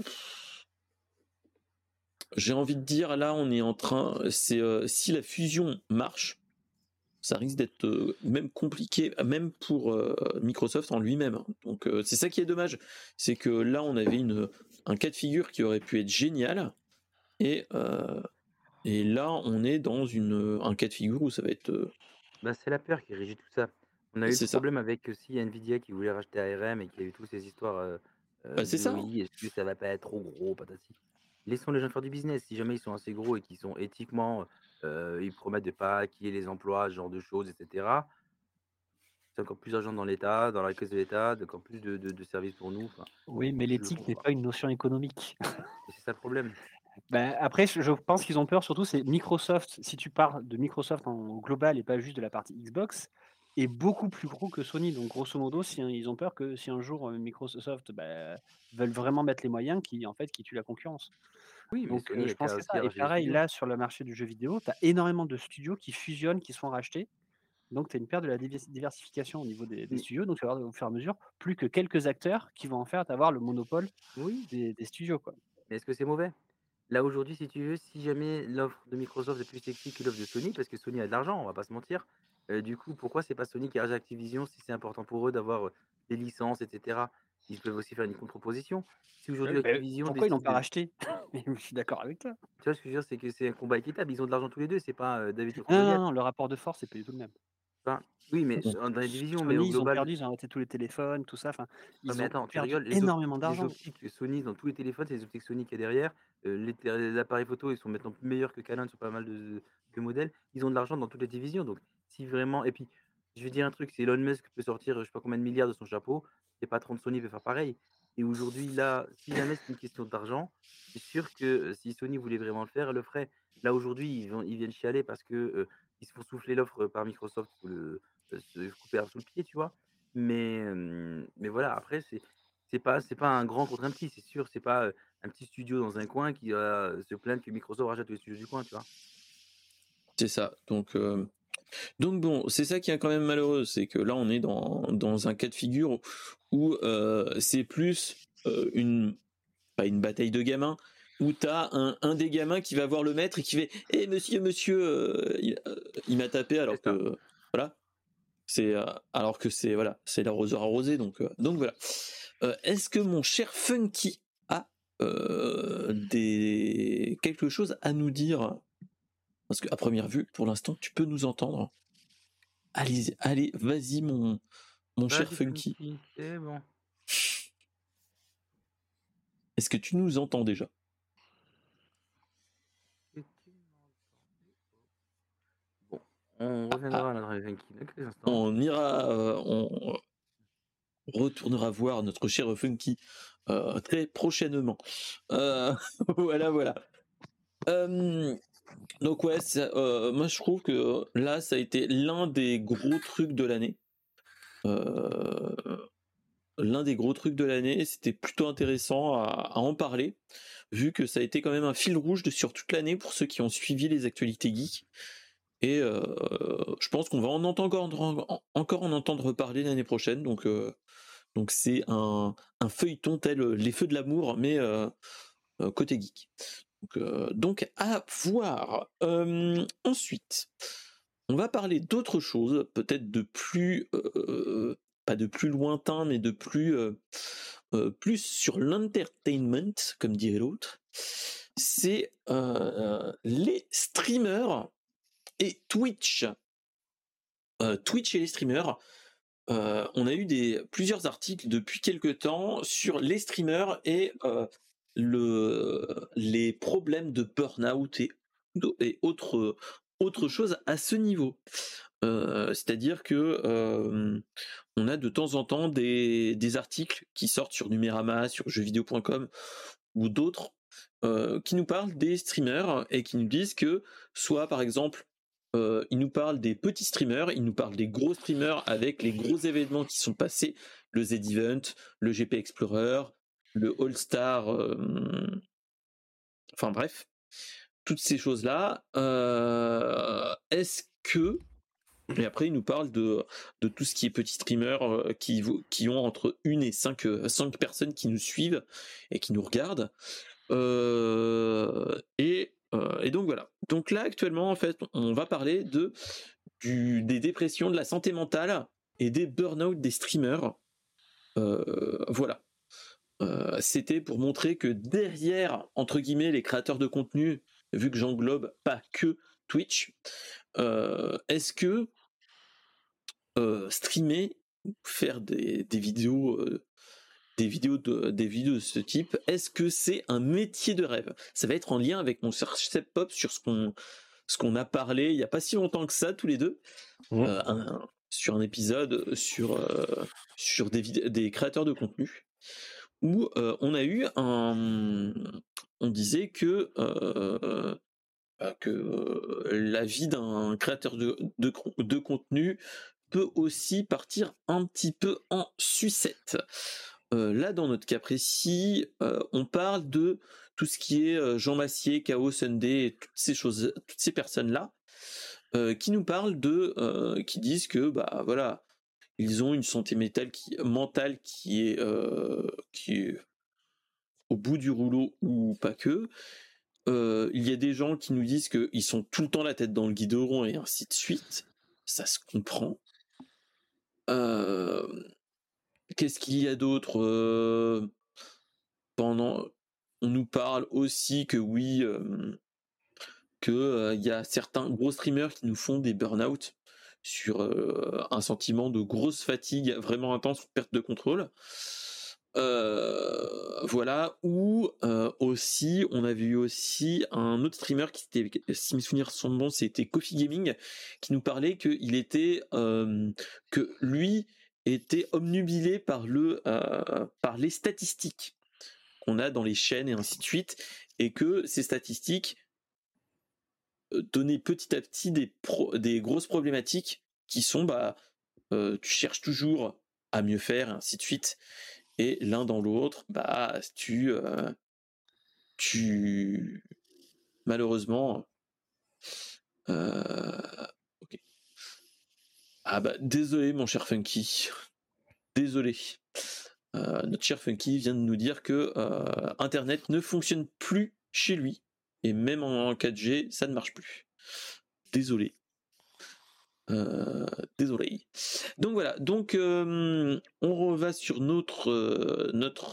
j'ai envie de dire, là on est en train, si la fusion marche, ça risque d'être même compliqué, même pour Microsoft en lui-même. Donc c'est ça qui est dommage, c'est que là on avait un cas de figure qui aurait pu être génial, et là on est dans un cas de figure où ça va être... Bah, c'est la peur qui régit tout ça. On a eu le c'est ça. problème avec aussi Nvidia qui voulait racheter ARM et qui a eu toutes ces histoires C'est de ça. oui, est-ce que ça va pas être trop gros, patati. Laissons les gens faire du business. Si jamais ils sont assez gros et qu'ils sont éthiquement, ils promettent de pas qu'il les emplois, ce genre de choses, etc. C'est encore plus d'argent dans l'État, dans la caisse de l'État, encore plus de services pour nous. Enfin, Oui, mais je le l'éthique trouve n'est pas. pas une notion économique. Et c'est ça le problème. Bah, après, je pense qu'ils ont peur surtout, c'est Microsoft, si tu parles de Microsoft en global et pas juste de la partie Xbox, est beaucoup plus gros que Sony. Donc grosso modo, ils ont peur que si un jour Microsoft veulent vraiment mettre les moyens, qui tuent la concurrence. Oui, mais Donc Sony je a pense qu'à que c'est aussi ça. Et racheter des pareil, studios. là, sur le marché du jeu vidéo, tu as énormément de studios qui fusionnent, qui se font racheter. Donc tu as une perte de la diversification au niveau des Mais studios. Donc tu vas avoir au fur et à mesure plus que quelques acteurs qui vont en faire avoir le monopole oui, des studios, quoi. mais est-ce que c'est mauvais? Là, aujourd'hui, si tu veux, si jamais l'offre de Microsoft est plus sexy que l'offre de Sony, parce que Sony a de l'argent, on va pas se mentir, du coup, pourquoi c'est pas Sony qui rachète Activision si c'est important pour eux d'avoir, des licences et cetera? Ils peuvent aussi faire une contre-proposition. Si aujourd'hui Activision Pourquoi ils l'ont décide pas de racheté? Je suis d'accord avec toi. tu vois ce que je veux dire? C'est que c'est un combat équitable, ils ont de l'argent tous les 2, c'est pas, David contre Non, Goliath. non, le rapport de force est pas du tout le même. Enfin, oui, mais dans les divisions, mais au Sony, ils ont global perdu, ils ont arrêté tous les téléphones, tout ça. Enfin, ouais, ils mais ont attends, tu perdu rigoles, énormément les d'argent. optiques Sony dans tous les téléphones, c'est les optiques Sony qu'il y a derrière. Les appareils photo, ils sont maintenant meilleurs que Canon sur pas mal de modèles. Ils ont de l'argent dans toutes les divisions, donc si vraiment et puis, je vais dire un truc, si Elon Musk peut sortir, je sais pas combien de milliards de son chapeau, les patrons de Sony peuvent faire pareil et aujourd'hui, là, si jamais c'est une question d'argent, c'est sûr que, si Sony voulait vraiment le faire, elle le ferait. Là, aujourd'hui, ils viennent chialer parce que, ils se font souffler l'offre par Microsoft pour se couper l'herbe sous le pied, tu vois? Mais voilà, après c'est pas un grand contre un petit, c'est sûr, c'est pas, un petit studio dans un coin qui va, se plaindre que Microsoft rachète tous les studios du coin, tu vois? C'est ça. Donc bon, c'est ça qui est quand même malheureux, c'est que là on est dans un cas de figure où c'est plus pas une bataille de gamins, où t'as un des gamins qui va voir le maître et qui fait « Eh monsieur, il m'a tapé » alors C'est ça. que voilà, c'est voilà, c'est l'arroseur arrosé, donc voilà. Est-ce que mon cher Funky a quelque chose à nous dire? Parce qu'à première vue, pour l'instant, tu peux nous entendre. Allez, vas-y, mon cher Vas-y Funky. Funky, c'est bon. Est-ce que tu nous entends déjà? Est-ce que tu m'entends? Bon, on reviendra à notre ami Funky dans quelques instants. On retournera voir notre cher Funky très prochainement. Voilà. Donc ouais, moi je trouve que là, ça a été l'un des gros trucs de l'année. C'était plutôt intéressant à en parler, vu que ça a été quand même un fil rouge sur toute l'année pour ceux qui ont suivi les actualités geeks. Et je pense qu'on va encore en entendre parler l'année prochaine. Donc c'est un feuilleton tel les feux de l'amour, mais côté geek. Donc à voir. Ensuite, on va parler d'autre chose, peut-être de plus, pas de plus lointain, mais de plus, plus sur l'entertainment, comme dirait l'autre. C'est les streamers et Twitch. Twitch et les streamers. On a eu plusieurs articles depuis quelques temps sur les streamers et les problèmes de burn-out et autre chose à ce niveau. C'est-à-dire que on a de temps en temps des articles qui sortent sur Numérama, sur jeuxvideo.com ou d'autres qui nous parlent des streamers et qui nous disent que soit par exemple ils nous parlent des petits streamers, ils nous parlent des gros streamers avec les gros événements qui sont passés, le Z-Event, le GP Explorer, le All-Star, enfin bref, toutes ces choses-là. Est-ce que... Et après, ils nous parlent de tout ce qui est petits streamers qui ont entre 1 et 5 personnes qui nous suivent et qui nous regardent. Et donc voilà. Donc là, actuellement, en fait, on va parler des dépressions, de la santé mentale et des burn-out des streamers. Voilà. C'était pour montrer que derrière, entre guillemets, les créateurs de contenu, vu que j'englobe pas que Twitch, est-ce que streamer, faire des vidéos... des vidéos de ce type, est-ce que c'est un métier de rêve? Ça va être en lien avec mon cher Seb Pop sur ce qu'on a parlé il n'y a pas si longtemps que ça, tous les deux, sur un épisode sur des créateurs de contenu, où on a eu on disait que la vie d'un créateur de contenu peut aussi partir un petit peu en sucette. Là, dans notre cas précis, on parle de tout ce qui est Jean Massier, Chaos Sunday et toutes ces choses, toutes ces personnes-là, qui nous parlent qui disent que bah voilà, ils ont une santé mentale qui est au bout du rouleau ou pas que. Il y a des gens qui nous disent qu'ils sont tout le temps la tête dans le guidon et ainsi de suite. Ça se comprend. Qu'est-ce qu'il y a d'autre on nous parle aussi que oui, il y a certains gros streamers qui nous font des burn-out sur un sentiment de grosse fatigue vraiment intense, perte de contrôle. Voilà. Ou aussi, on avait eu aussi un autre streamer qui était, si mes souvenirs sont bons, c'était Coffee Gaming, qui nous parlait que lui était obnubilé par les statistiques qu'on a dans les chaînes et ainsi de suite, et que ces statistiques donnaient petit à petit des grosses problématiques qui sont tu cherches toujours à mieux faire et ainsi de suite, et l'un dans l'autre tu malheureusement ok. Désolé mon cher Funky, désolé. Notre cher Funky vient de nous dire que Internet ne fonctionne plus chez lui, et même en 4G, ça ne marche plus. Désolé. Désolé. Donc voilà. Donc on reva sur notre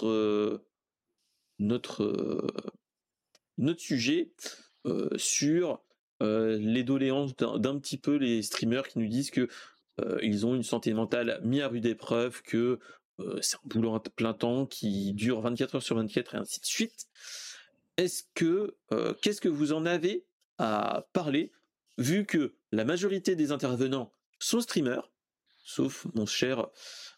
sujet sur les doléances d'un petit peu les streamers qui nous disent que ils ont une santé mentale mis à rude épreuve, que c'est un boulot à plein temps qui dure 24 heures sur 24 et ainsi de suite. Qu'est-ce que vous en avez à parler, vu que la majorité des intervenants sont streamers, sauf mon cher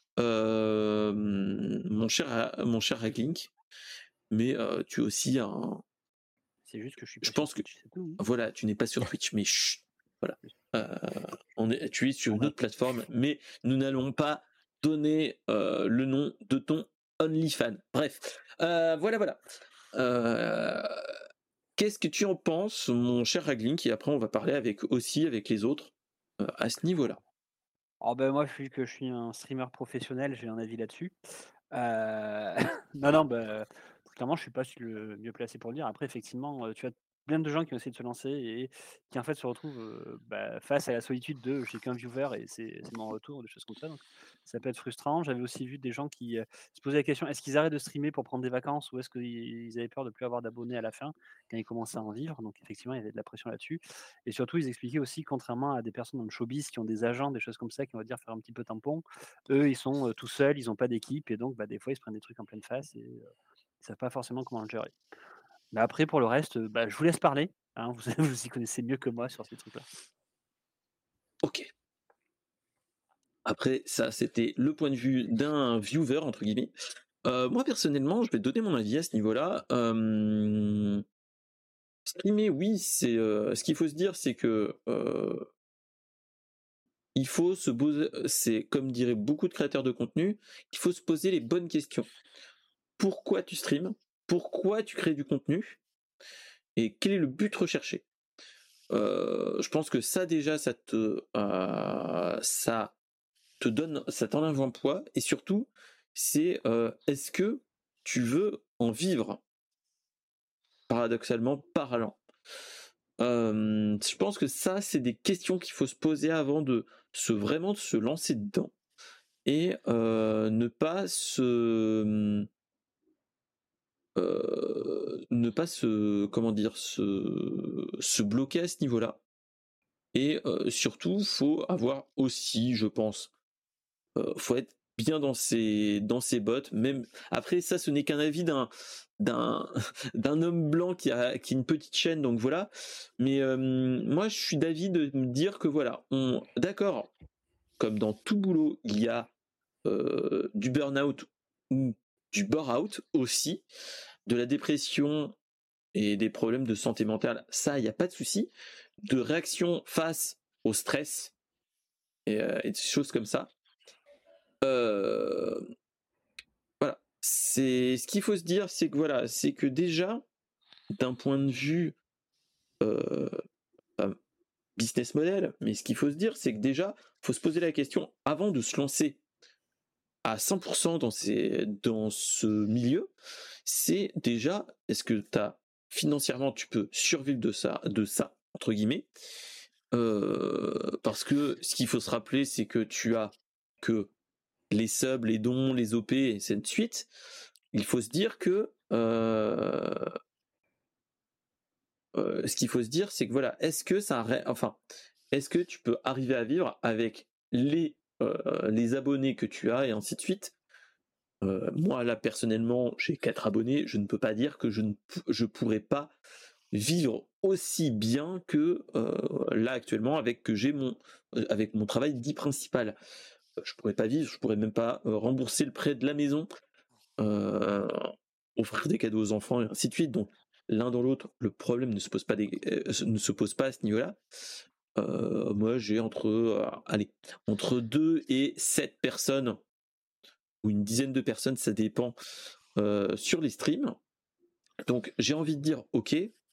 Hacklink, mais tu es aussi un... C'est juste que je suis pas Je sur pense Twitch, c'est tout. Voilà, tu n'es pas sur Twitch, mais chut, voilà. Tu es sur une autre plateforme, mais nous n'allons pas donner le nom de ton OnlyFans. Bref, voilà. Qu'est-ce que tu en penses, mon cher Haglink, et après on va parler avec les autres à ce niveau-là. Moi, vu que je suis un streamer professionnel, j'ai un avis là-dessus. Non, clairement, je suis pas le mieux placé pour le dire. Après, effectivement, tu as plein de gens qui ont essayé de se lancer et qui en fait se retrouvent face à la solitude de j'ai qu'un viewer et c'est mon retour, des choses comme ça. Donc ça peut être frustrant. J'avais aussi vu des gens qui se posaient la question est-ce qu'ils arrêtent de streamer pour prendre des vacances ou est-ce qu'ils avaient peur de plus avoir d'abonnés à la fin quand ils commençaient à en vivre. Donc effectivement, il y avait de la pression là-dessus. Et surtout, ils expliquaient aussi, contrairement à des personnes dans le showbiz qui ont des agents, des choses comme ça, qui on va dire faire un petit peu tampon, eux, ils sont tout seuls, ils n'ont pas d'équipe et donc des fois, ils se prennent des trucs en pleine face et ils ne savent pas forcément comment le gérer. Mais après, pour le reste, je vous laisse parler. Hein, vous, vous y connaissez mieux que moi sur ces trucs-là. Ok. Après, ça, c'était le point de vue d'un viewer, entre guillemets. Moi, personnellement, je vais donner mon avis à ce niveau-là. Streamer, oui, c'est ce qu'il faut se dire, c'est que il faut se poser, c'est comme diraient beaucoup de créateurs de contenu, il faut se poser les bonnes questions. Pourquoi tu streames? Pourquoi tu crées du contenu? Et quel est le but recherché? Je pense que ça déjà, ça te donne, ça t'enlève un poids, et surtout, c'est est-ce que tu veux en vivre, paradoxalement parlant. Je pense que ça, c'est des questions qu'il faut se poser avant de vraiment se lancer dedans et ne pas se comment dire se bloquer à ce niveau-là. Et surtout, faut avoir aussi, je pense, faut être bien dans ses bottes. Même après, ça, ce n'est qu'un avis d'un d'un homme blanc qui a une petite chaîne, donc voilà. Mais moi, je suis d'avis de me dire que voilà, d'accord, comme dans tout boulot, il y a du burn-out ou du bore-out aussi, de la dépression et des problèmes de santé mentale, ça, il n'y a pas de souci. De réaction face au stress et des choses comme ça. Voilà. C'est ce qu'il faut se dire, c'est que voilà, c'est que déjà, d'un point de vue business model, mais ce qu'il faut se dire, c'est que déjà, faut se poser la question avant de se lancer à 100% dans ce milieu, c'est déjà, est-ce que financièrement tu peux survivre de ça entre guillemets, parce que ce qu'il faut se rappeler, c'est que tu as que les subs, les dons, les OP et ainsi de suite. Il faut se dire que ce qu'il faut se dire, c'est que voilà, est-ce que tu peux arriver à vivre avec les abonnés que tu as et ainsi de suite. Moi là personnellement, j'ai 4 abonnés, je ne peux pas dire que je pourrais pas vivre aussi bien que là actuellement avec mon travail dit principal. Je pourrais pas vivre, je pourrais même pas rembourser le prêt de la maison, offrir des cadeaux aux enfants et ainsi de suite. Donc l'un dans l'autre, le problème ne se pose pas à ce niveau-là. Moi j'ai entre 2 et 7 personnes ou une dizaine de personnes, ça dépend, sur les streams. Donc j'ai envie de dire ok,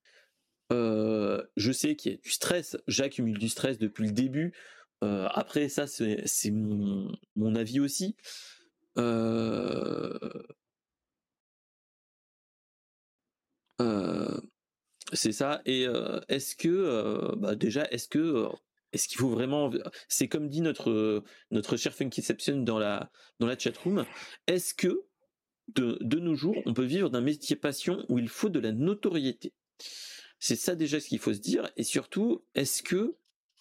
je sais qu'il y a du stress, j'accumule du stress depuis le début. Après ça, c'est mon avis aussi. C'est ça. Et est-ce que est-ce qu'il faut vraiment, c'est comme dit notre cher Funkyception dans la chatroom, est-ce que de nos jours on peut vivre d'un métier passion où il faut de la notoriété? C'est ça déjà ce qu'il faut se dire. Et surtout, est-ce que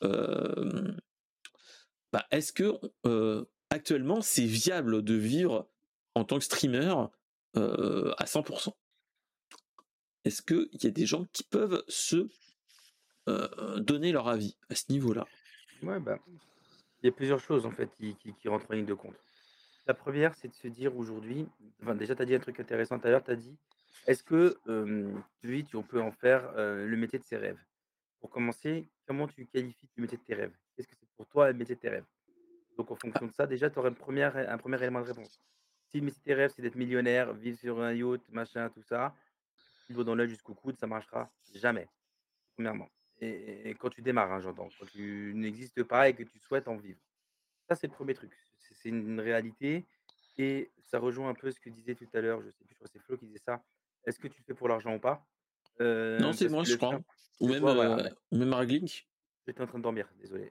actuellement c'est viable de vivre en tant que streamer à 100%? Est-ce qu'il y a des gens qui peuvent se donner leur avis à ce niveau-là? Ouais, il y a plusieurs choses en fait qui rentrent en ligne de compte. La première, c'est de se dire aujourd'hui, enfin, déjà, tu as dit un truc intéressant tout à l'heure, tu as dit, est-ce que lui, on peut en faire le métier de ses rêves? Pour commencer, comment tu qualifies le métier de tes rêves? Qu'est-ce que c'est pour toi le métier de tes rêves? Donc, en fonction de ça, déjà, tu auras un premier élément de réponse. Si le métier de tes rêves, c'est d'être millionnaire, vivre sur un yacht, machin, tout ça, le doigt dans l'œil jusqu'au coude, ça marchera jamais, premièrement. Et quand tu démarres, hein, j'entends, quand tu n'existes pas et que tu souhaites en vivre. Ça, c'est le premier truc. C'est une réalité et ça rejoint un peu ce que disait tout à l'heure, je sais plus, je crois que c'est Flo qui disait ça. Est-ce que tu le fais pour l'argent ou pas? Non, c'est parce moi, que je le crois. faire, Ou je même, vois, voilà. ou même Raglink. J'étais en train de dormir, désolé.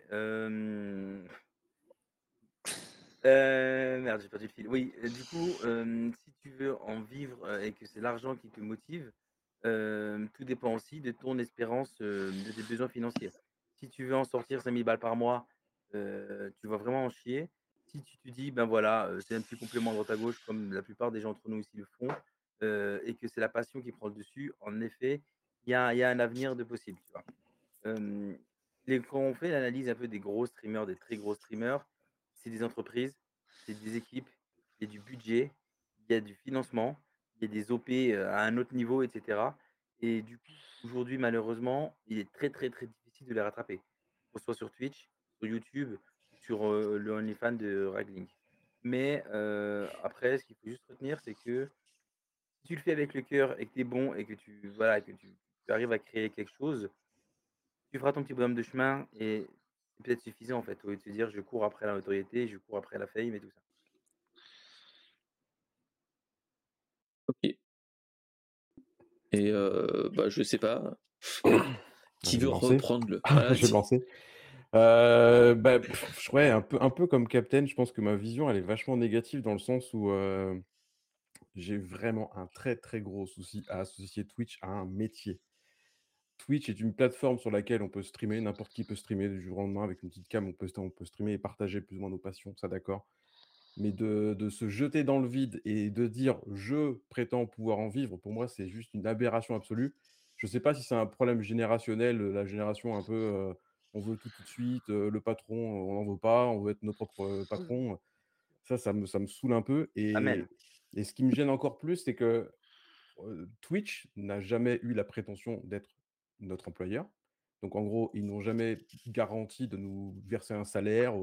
Merde, j'ai perdu le fil. Oui, du coup, si tu veux en vivre et que c'est l'argent qui te motive, tout dépend aussi de ton espérance, de tes besoins financiers. Si tu veux en sortir 5 000 balles par mois, tu vas vraiment en chier. Si tu te dis, ben voilà, c'est un petit complément à droite à gauche, comme la plupart des gens entre nous ici le font, et que c'est la passion qui prend le dessus, en effet, il y a un avenir de possible, tu vois. Hem, quand on fait l'analyse un peu des gros streamers, des très gros streamers, c'est des entreprises, c'est des équipes, il y a du budget, il y a du financement, il y a des OP, à un autre niveau et cetera et du coup, aujourd'hui, malheureusement, il est très, très, très difficile de les rattraper. Que ce soit sur Twitch, sur YouTube, sur, le OnlyFans de Ragling. Mais, après, ce qu'il faut juste retenir, c'est que si tu le fais avec le cœur et que tu es bon et que tu voilà, que tu arrives à créer quelque chose, tu feras ton petit bonhomme de chemin et c'est peut-être suffisant en fait, au lieu de se dire: «Je cours après la notoriété, je cours après la fame et tout ça». Ok. Et bah, je sais pas. Qui Je vais veut me lancer. reprendre le. Voilà, Je vais me lancer. Ouais, un peu comme Captain, je pense que ma vision, elle est vachement négative dans le sens où j'ai vraiment un très très gros souci à associer Twitch à un métier. Twitch est une plateforme sur laquelle on peut streamer, n'importe qui peut streamer du jour au lendemain avec une petite cam, on peut streamer et partager plus ou moins nos passions, ça d'accord. Mais de se jeter dans le vide et de dire: «Je prétends pouvoir en vivre», pour moi, c'est juste une aberration absolue. Je ne sais pas si c'est un problème générationnel, la génération un peu, on veut tout, tout de suite, le patron, on n'en veut pas, on veut être nos propres, patrons. Ça me saoule un peu Amen. et ce qui me gêne encore plus, c'est que, Twitch n'a jamais eu la prétention d'être notre employeur. Donc en gros, ils n'ont jamais garanti de nous verser un salaire,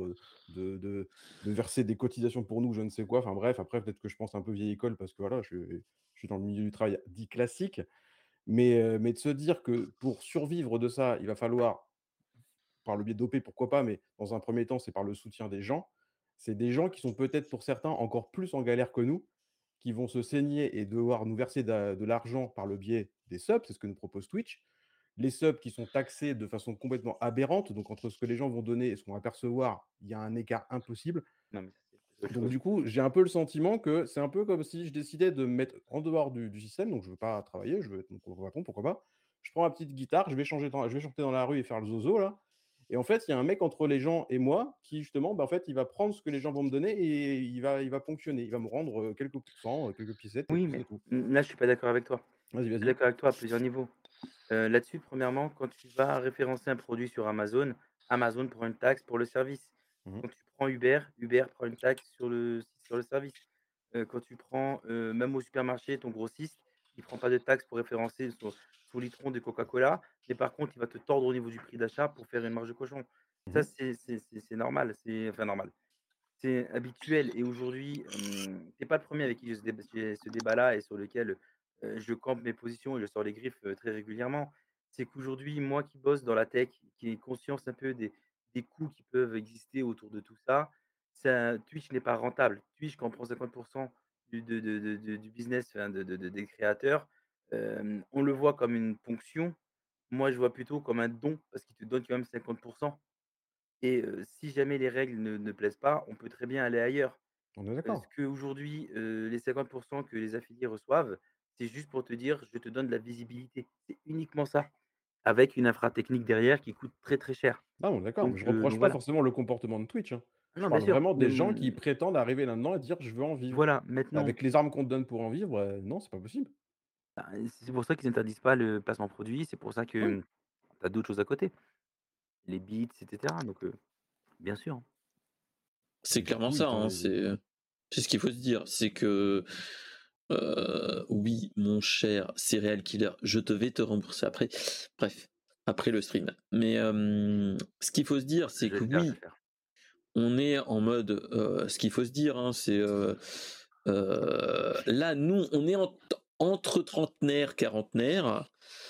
de verser des cotisations pour nous, je ne sais quoi. Enfin bref, après peut-être que je pense un peu vieille école parce que voilà, je suis dans le milieu du travail dit classique. Mais de se dire que pour survivre de ça, il va falloir par le biais d'OP, pourquoi pas, mais dans un premier temps, c'est par le soutien des gens. C'est des gens qui sont peut-être pour certains encore plus en galère que nous, qui vont se saigner et devoir nous verser de l'argent par le biais des subs, c'est ce que nous propose Twitch. Les subs qui sont taxés de façon complètement aberrante, donc entre ce que les gens vont donner et ce qu'on va percevoir, il y a un écart impossible. Non, mais ça, c'est autre Donc chose. du coup, j'ai un peu le sentiment que c'est un peu comme si je décidais de me mettre en dehors du système, donc je ne veux pas travailler, je veux être mon propre patron, pourquoi pas. Je prends ma petite guitare, je vais chanter dans la rue et faire le zozo là. Et en fait, il y a un mec entre les gens et moi qui justement, bah, en fait, il va prendre ce que les gens vont me donner et il va ponctionner. Il va me rendre, quelques pourcents, quelques piécettes et Oui, puis mais c'est tout. là, je suis pas d'accord avec toi. Vas-y, Je suis vas-y. d'accord avec toi à plusieurs niveaux. Là-dessus, premièrement, quand tu vas référencer un produit sur Amazon, Amazon prend une taxe pour le service. Mmh. Quand tu prends Uber, Uber prend une taxe sur le service. Quand tu prends, même au supermarché, ton grossiste, il prend pas de taxe pour référencer son litron de Coca-Cola, mais par contre, il va te tordre au niveau du prix d'achat pour faire une marge de cochon. Ça, Mmh. c'est normal, enfin normal. C'est habituel et aujourd'hui, tu pas le premier avec qui j'ai ce débat-là et sur lequel, je campe mes positions et je sors les griffes, très régulièrement. C'est qu'aujourd'hui, moi qui bosse dans la tech, qui ai conscience un peu des coûts qui peuvent exister autour de tout ça, Twitch n'est pas rentable. Twitch, quand on prend 50 du business, enfin des créateurs, on le voit comme une ponction. Moi, je vois plutôt comme un don parce qu'il te donne quand même 50 et si jamais les règles ne plaisent pas, on peut très bien aller ailleurs. On est Parce d'accord. qu'aujourd'hui, les 50 que les affiliés reçoivent, c'est juste pour te dire: «Je te donne de la visibilité». C'est uniquement ça, avec une infra technique derrière qui coûte très, très cher. Ah, on est d'accord, mais je Donc reproche pas voilà. forcément le comportement de Twitch, hein. Je Non, bien parle sûr, vraiment mais des gens qui prétendent arriver là-dedans et dire: «Je veux en vivre». voilà, maintenant, Avec les armes qu'on te donne pour en vivre, non, c'est pas possible. bah, c'est pour ça qu'ils interdisent pas le placement produit, c'est pour ça que, Oui. tu as d'autres choses à côté, les beats et cetera, donc bien sûr, hein. C'est Du clairement coup, ça, ils t'en hein, c'est ce qu'il faut se dire. C'est que oui, mon cher serial killer, je te vais te rembourser après. Bref, après le stream. Mais ce qu'il faut se dire, c'est Je vais que le faire, je vais oui, le faire. on est en mode. Ce qu'il faut se dire, hein, c'est là, nous, on est entre trentenaires, quarantenaires.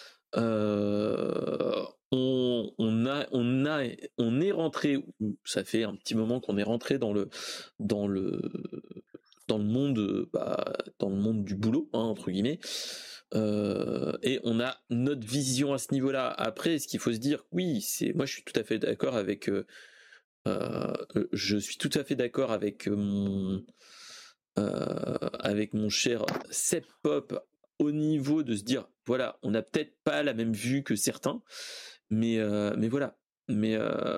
On est rentré. Ça fait un petit moment qu'on est rentré dans le dans le monde, dans le monde du boulot, hein, entre guillemets. Et on a notre vision à ce niveau-là. Après, ce qu'il faut se dire, oui, moi je suis tout à fait d'accord avec je suis tout à fait d'accord avec mon cher Seb Pop au niveau de se dire, voilà, on n'a peut-être pas la même vue que certains, mais voilà. Mais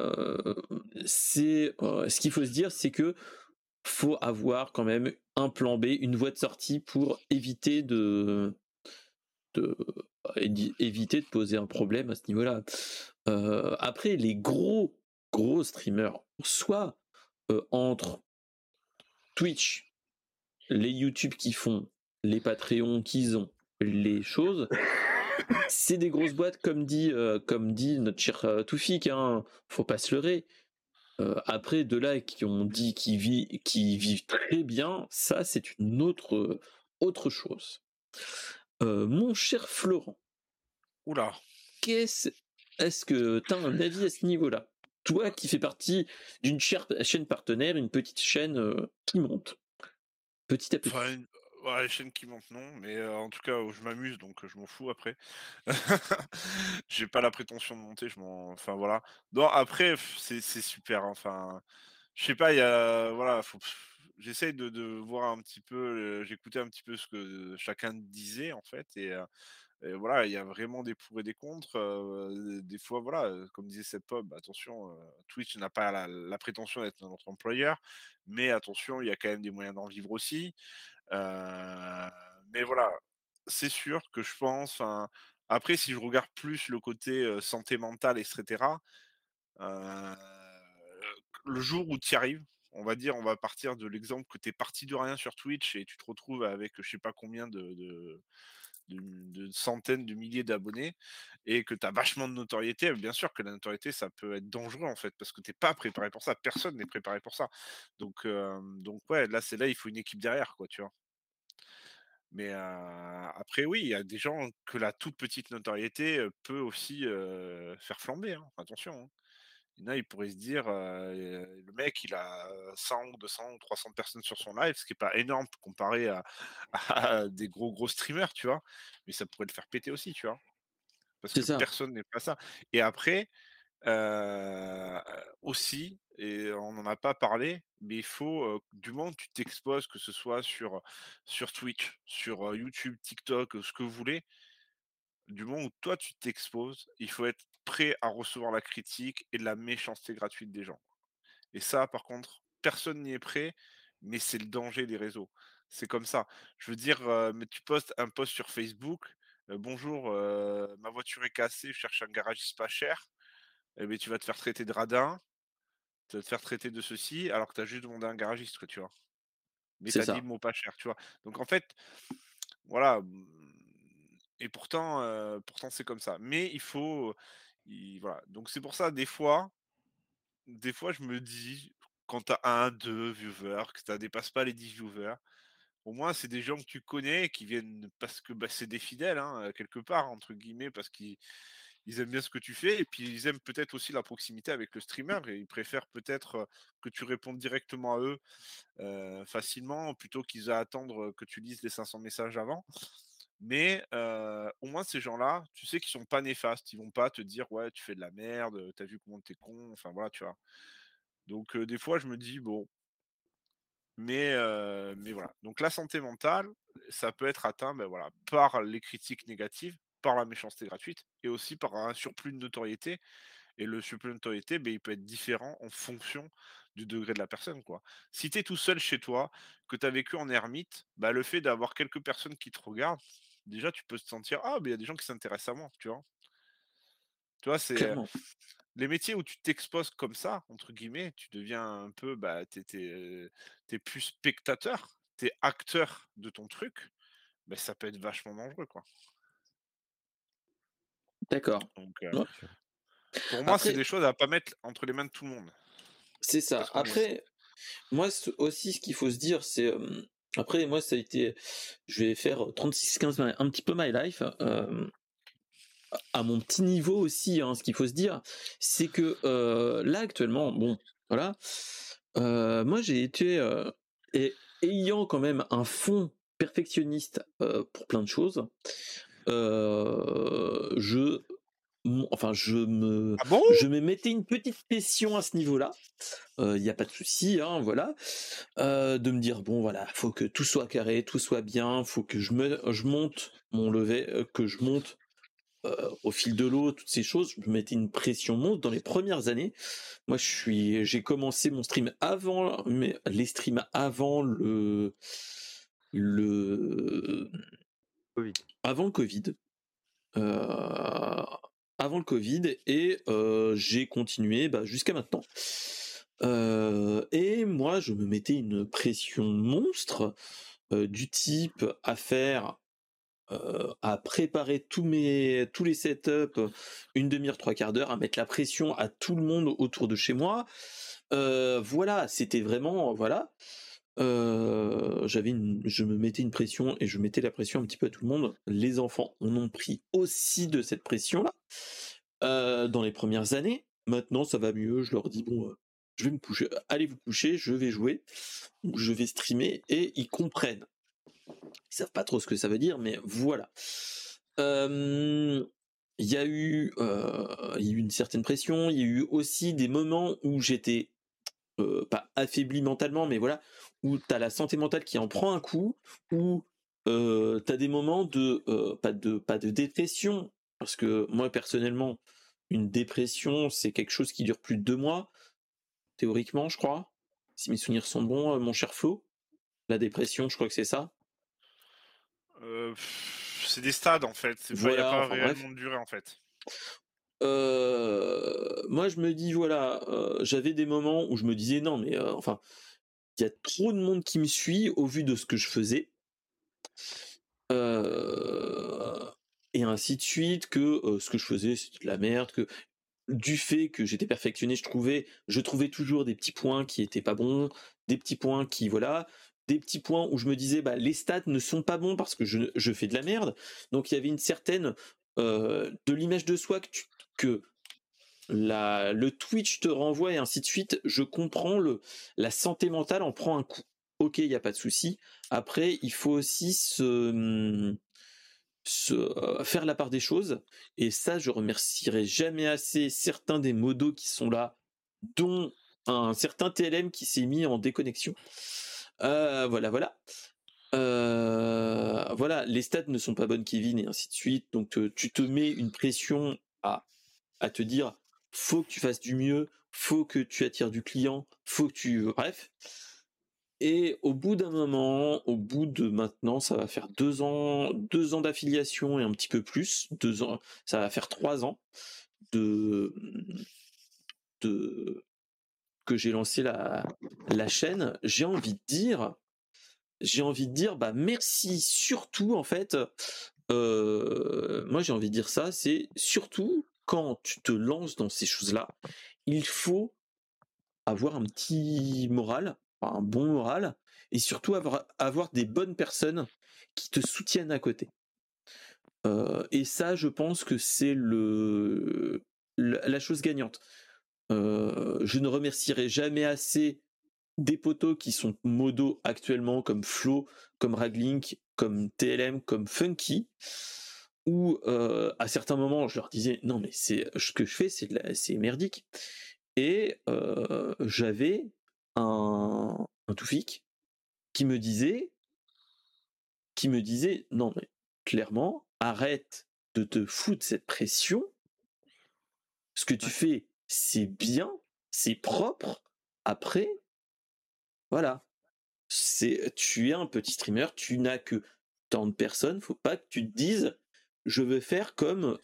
ce qu'il faut se dire, c'est que faut avoir quand même un plan B, une voie de sortie pour éviter de poser un problème à ce niveau-là. Après, les gros streamers, soit entre Twitch, les YouTube qui font, les Patreons qu'ils ont, les choses, c'est des grosses boîtes comme dit notre cher Toufik, hein, faut pas se leurrer. Après, de là qui ont dit qu'ils vivent très bien, ça c'est une autre chose. Mon cher Florent, Oula. est-ce que tu as un avis à ce niveau-là? Toi qui fais partie d'une chaîne partenaire, une petite chaîne qui monte petit à petit. Enfin, les chaînes qui montent, non, mais en tout cas, je m'amuse, donc je m'en fous après. J'ai pas la prétention de monter, enfin voilà. Non, après, c'est super, hein, enfin, je sais pas, il y a voilà, j'essaye de voir un petit peu, j'écoutais un petit peu ce que chacun disait en fait et voilà, il y a vraiment des pour et des contre, des fois voilà, comme disait cette pop, attention, Twitch n'a pas la prétention d'être notre employeur, mais attention, il y a quand même des moyens d'en vivre aussi. Mais voilà, c'est sûr que je pense, après si je regarde plus le côté, santé mentale et cetera, heu, le jour où tu y arrives, on va dire, on va partir de l'exemple que tu es parti de rien sur Twitch et tu te retrouves avec je sais pas combien de centaines de milliers d'abonnés et que tu as vachement de notoriété, bien sûr que la notoriété, ça peut être dangereux en fait, parce que tu pas préparé pour ça, personne n'est préparé pour ça. Donc ouais, là il faut une équipe derrière quoi, tu vois? Mais après oui, il y a des gens que la toute petite notoriété, peut aussi, faire flamber, hein, attention, hein. Il y en a, ils pourraient se dire, le mec il a 100 ou 200 ou 300 personnes sur son live, ce qui est pas énorme comparé à à des gros streamers, tu vois? Mais ça pourrait le faire péter aussi, tu vois? Parce C'est que ça. personne n'est pas ça et après, aussi et on n'en a pas parlé, mais il faut, du moment que tu t'exposes, que ce soit sur Twitch, sur, YouTube, TikTok, ce que vous voulez, du moment où toi tu t'exposes, il faut être prêt à recevoir la critique et de la méchanceté gratuite des gens. Et ça, par contre, personne n'y est prêt, mais c'est le danger des réseaux. C'est comme ça. Je veux dire, mais tu postes un post sur Facebook, «Bonjour, ma voiture est cassée, je cherche un garagiste pas cher». Et beh, tu vas te faire traiter de radin, tu vas te faire traiter de ceci, alors que tu as juste demandé un garagiste, quoi, tu vois? Mais tu C'est as dit ça. le mot pas cher, tu vois? Donc en fait, voilà, et pourtant c'est comme ça. Mais il faut, voilà. Donc c'est pour ça, des fois je me dis, quand tu as 1-2 viewers, que ça dépasse pas les 10 viewers, au moins c'est des gens que tu connais qui viennent parce que, bah, c'est des fidèles, hein, quelque part, entre guillemets, parce qu'ils aiment bien ce que tu fais et puis ils aiment peut-être aussi la proximité avec le streamer et ils préfèrent peut-être, que tu répondes directement à eux, facilement plutôt qu'ils à attendre, que tu lises les 500 messages avant. Mais au moins ces gens-là, tu sais qu'ils sont pas néfastes. Ils vont pas te dire: «Ouais, tu fais de la merde, tu vu comment tu con», enfin voilà, tu vois? Donc des fois je me dis: «Bon», mais voilà. Donc la santé mentale, ça peut être atteint, ben voilà, par les critiques négatives, par la méchanceté gratuite et aussi par un surplus de notoriété et le surplus de notoriété, beh, il peut être différent en fonction du degré de la personne, quoi. Si tu es tout seul chez toi, que tu as vécu en ermite, bah, le fait d'avoir quelques personnes qui te regardent, déjà tu peux te sentir: «Ah, beh, il y a des gens qui s'intéressent à moi», tu vois? Tu vois, Clairement. les métiers où tu «t'exposes comme ça», entre guillemets, tu deviens un peu, bah, tu es plus spectateur, tu es acteur de ton truc, bah, ça peut être vachement dangereux, quoi. D'accord. Donc Ouais. Sûr. pour moi, c'est Après, des choses à pas mettre entre les mains de tout le monde. c'est ça. Parce qu'on est Après, moi aussi, ce qu'il faut se dire, c'est après moi ça a été, je vais faire 36-15, un petit peu my life. À mon petit niveau aussi, hein, ce qu'il faut se dire, c'est que là actuellement, bon, voilà, moi j'ai été ayant quand même un fond perfectionniste pour plein de choses. Ah bon? Je me mettais une petite pression à ce niveau-là. Il n'y a pas de souci, hein, voilà. De me dire bon voilà, faut que tout soit carré, tout soit bien, faut que je monte mon lever, que je monte au fil de l'eau, toutes ces choses. Je me mettais une pression monstre dans les premières années. Moi, j'ai commencé mon stream avant, les streams avant le Covid. avant le Covid. Avant le Covid et j'ai continué jusqu'à maintenant. Et moi, je me mettais une pression monstre du type à préparer tous les setups, une demi-heure, 3/4 d'heure, à mettre la pression à tout le monde autour de chez moi. Voilà, c'était vraiment voilà. Je me mettais une pression et je mettais la pression un petit peu à tout le monde. Les enfants en ont pris aussi de cette pression-là dans les premières années. Maintenant, ça va mieux. Je leur dis bon, je vais me coucher. Allez vous coucher, je vais jouer, je vais streamer et ils comprennent. Ils savent pas trop ce que ça veut dire, mais voilà. Il y a eu une certaine pression. Il y a eu aussi des moments où j'étais pas affaibli mentalement, mais voilà, où t'as la santé mentale qui en prend un coup, où t'as des moments de pas de dépression, parce que moi personnellement, une dépression c'est quelque chose qui dure plus de 2 mois, théoriquement, je crois, si mes souvenirs sont bons, mon cher Flo. La dépression, je crois que c'est ça. C'est des stades en fait. Il n'y a Voilà, pas enfin, réellement de durée en fait. Moi je me dis voilà, j'avais des moments où je me disais non mais enfin il y a trop de monde qui me suit au vu de ce que je faisais. Et ainsi de suite, que ce que je faisais c'était de la merde, que du fait que j'étais perfectionné, je trouvais toujours des petits points qui étaient pas bons, des petits points qui voilà, des petits points où je me disais les stats ne sont pas bons parce que je fais de la merde. Donc il y avait une certaine de l'image de soi que le Twitch te renvoie et ainsi de suite. Je comprends la santé mentale en prend un coup. Ok, il y a pas de souci. Après, il faut aussi faire la part des choses, et ça je remercierai jamais assez certains des modos qui sont là, dont un certain TLM qui s'est mis en déconnexion. Voilà, les stats ne sont pas bonnes, Kevin, et ainsi de suite, donc tu te mets une pression à te dire faut que tu fasses du mieux, faut que tu attires du client, faut que tu bref. Et au bout d'un moment, au bout de maintenant, ça va faire 2 ans d'affiliation et un petit peu plus, 2 ans, ça va faire 3 ans de que j'ai lancé la chaîne. J'ai envie de dire merci, surtout en fait. Moi j'ai envie de dire ça, c'est surtout quand tu te lances dans ces choses-là, il faut avoir un petit moral, un bon moral, et surtout avoir des bonnes personnes qui te soutiennent à côté. Et ça, je pense que c'est la chose gagnante. Je ne remercierai jamais assez des potos qui sont modos actuellement, comme Flo, comme Raglink, comme TLM, comme Funky, où à certains moments je leur disais non mais ce que je fais c'est merdique. Et j'avais un Toufik qui me disait non mais clairement arrête de te foutre cette pression, ce que tu fais c'est bien, c'est propre, après voilà, tu es un petit streamer, tu n'as que tant de personnes, faut pas que tu te dises je veux faire comme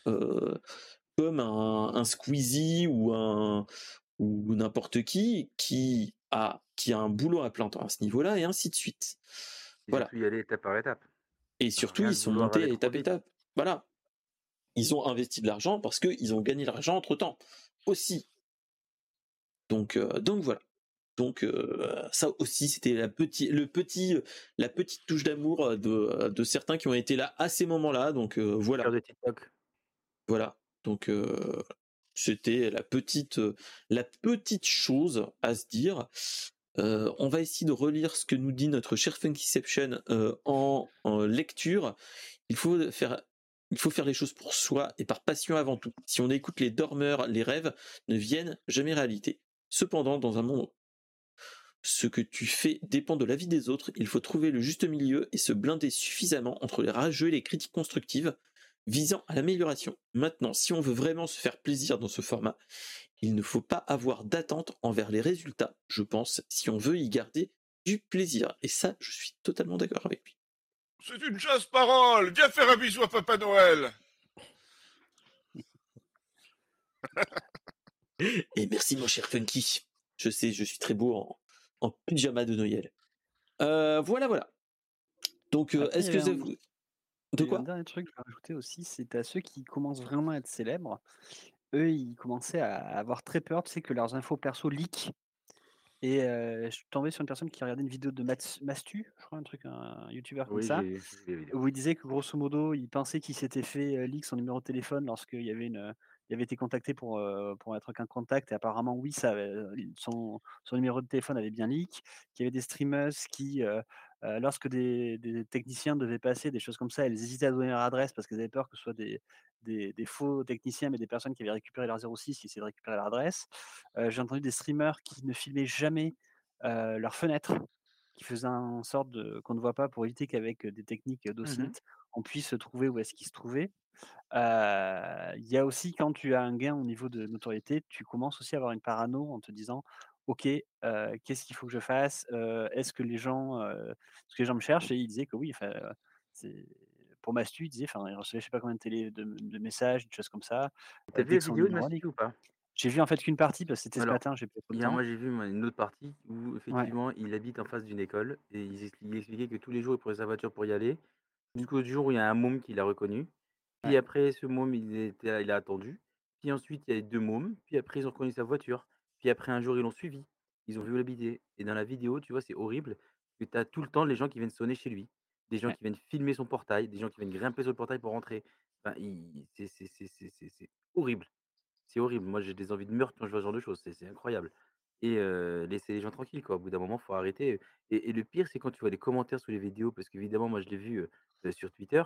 un Squeezie ou n'importe qui a un boulot à plein temps à ce niveau-là, et ainsi de suite. Et Voilà. surtout y aller étape par étape. Et surtout, Rien ils de sont vouloir montés aller trop étape vite. étape. Voilà. Ils ont investi de l'argent parce qu'ils ont gagné de l'argent entre temps aussi. Donc voilà. Donc ça aussi, c'était la petite touche d'amour de certains qui ont été là à ces moments-là. Donc voilà. Cœur de TikTok. Voilà. Donc c'était la petite chose à se dire. On va essayer de relire ce que nous dit notre cher Funkyception en lecture. Il faut faire les choses pour soi et par passion avant tout. Si on écoute les dormeurs, les rêves ne viennent jamais réalité. Cependant, dans un monde ce que tu fais dépend de l'avis des autres, il faut trouver le juste milieu et se blinder suffisamment entre les rageux et les critiques constructives visant à l'amélioration. Maintenant, si on veut vraiment se faire plaisir dans ce format, il ne faut pas avoir d'attente envers les résultats, je pense, si on veut y garder du plaisir. Et ça, je suis totalement d'accord avec lui. C'est une chasse-parole. Viens faire un bisou à Papa Noël. Et merci mon cher Funky. Je sais, je suis très beau en pyjama de Noël. Voilà. Donc, Après, est-ce que ça vous... De il y a un quoi dernier truc que je vais rajouter aussi, c'est à ceux qui commencent vraiment à être célèbres. Eux, ils commençaient à avoir très peur, tu sais, que leurs infos perso leak. Et je suis tombé sur une personne qui regardait une vidéo de Mastu, je crois, un youtubeur comme Oui, ça, j'ai vu la vidéo. où il disait que grosso modo, il pensait qu'il s'était fait leak son numéro de téléphone lorsqu'il y avait il avait été contacté pour être qu'un contact. Et apparemment, oui, son numéro de téléphone avait bien leak. Qu'il y avait des streamers qui, lorsque des techniciens devaient passer, des choses comme ça, elles hésitaient à donner leur adresse parce qu'elles avaient peur que ce soit des faux techniciens, mais des personnes qui avaient récupéré leur 06, qui essayaient de récupérer leur adresse. J'ai entendu des streamers qui ne filmaient jamais leurs fenêtres, qui faisaient en sorte qu'on ne voit pas pour éviter qu'avec des techniques Mmh. d'OSINT, on puisse trouver où est-ce qu'ils se trouvaient. Il y a aussi quand tu as un gain au niveau de notoriété, tu commences aussi à avoir une parano en te disant: «OK, qu'est-ce qu'il faut que je fasse? Est-ce que les gens me cherchent?» Et il disait que oui, enfin, c'est pour Mastu, il disait, enfin, il recevait je sais pas combien de messages, de choses comme ça, Tu as vu dès la que son vidéo de numéro leak. Mastu ou pas? J'ai vu en fait qu'une partie parce que c'était ce Alors, matin, j'ai pas trop il le y a temps. moi j'ai vu une autre partie où Ouais, effectivement il habite en face d'une école et il expliquait que tous les jours il prenait sa voiture pour y aller, jusqu'au jour où il y a un môme qui l'a reconnu. Puis ouais, après ce môme il a attendu, puis ensuite il y a eu 2 mômes, puis après ils ont reconnu sa voiture, puis après un jour ils l'ont suivi. Ils ont vu l'habiter et dans la vidéo, tu vois, c'est horrible que tu as tout le temps les gens qui viennent sonner chez lui, des gens ouais. qui viennent filmer son portail, des gens qui viennent grimper sur le portail pour rentrer. Enfin, il c'est horrible. C'est horrible. Moi, j'ai des envies de meurtre quand je vois ce genre de choses. C'est incroyable et laisser les gens tranquilles, quoi. Au bout d'un moment, faut arrêter, et le pire, c'est quand tu vois les commentaires sous les vidéos parce qu'évidemment, moi, je l'ai vu, sur Twitter.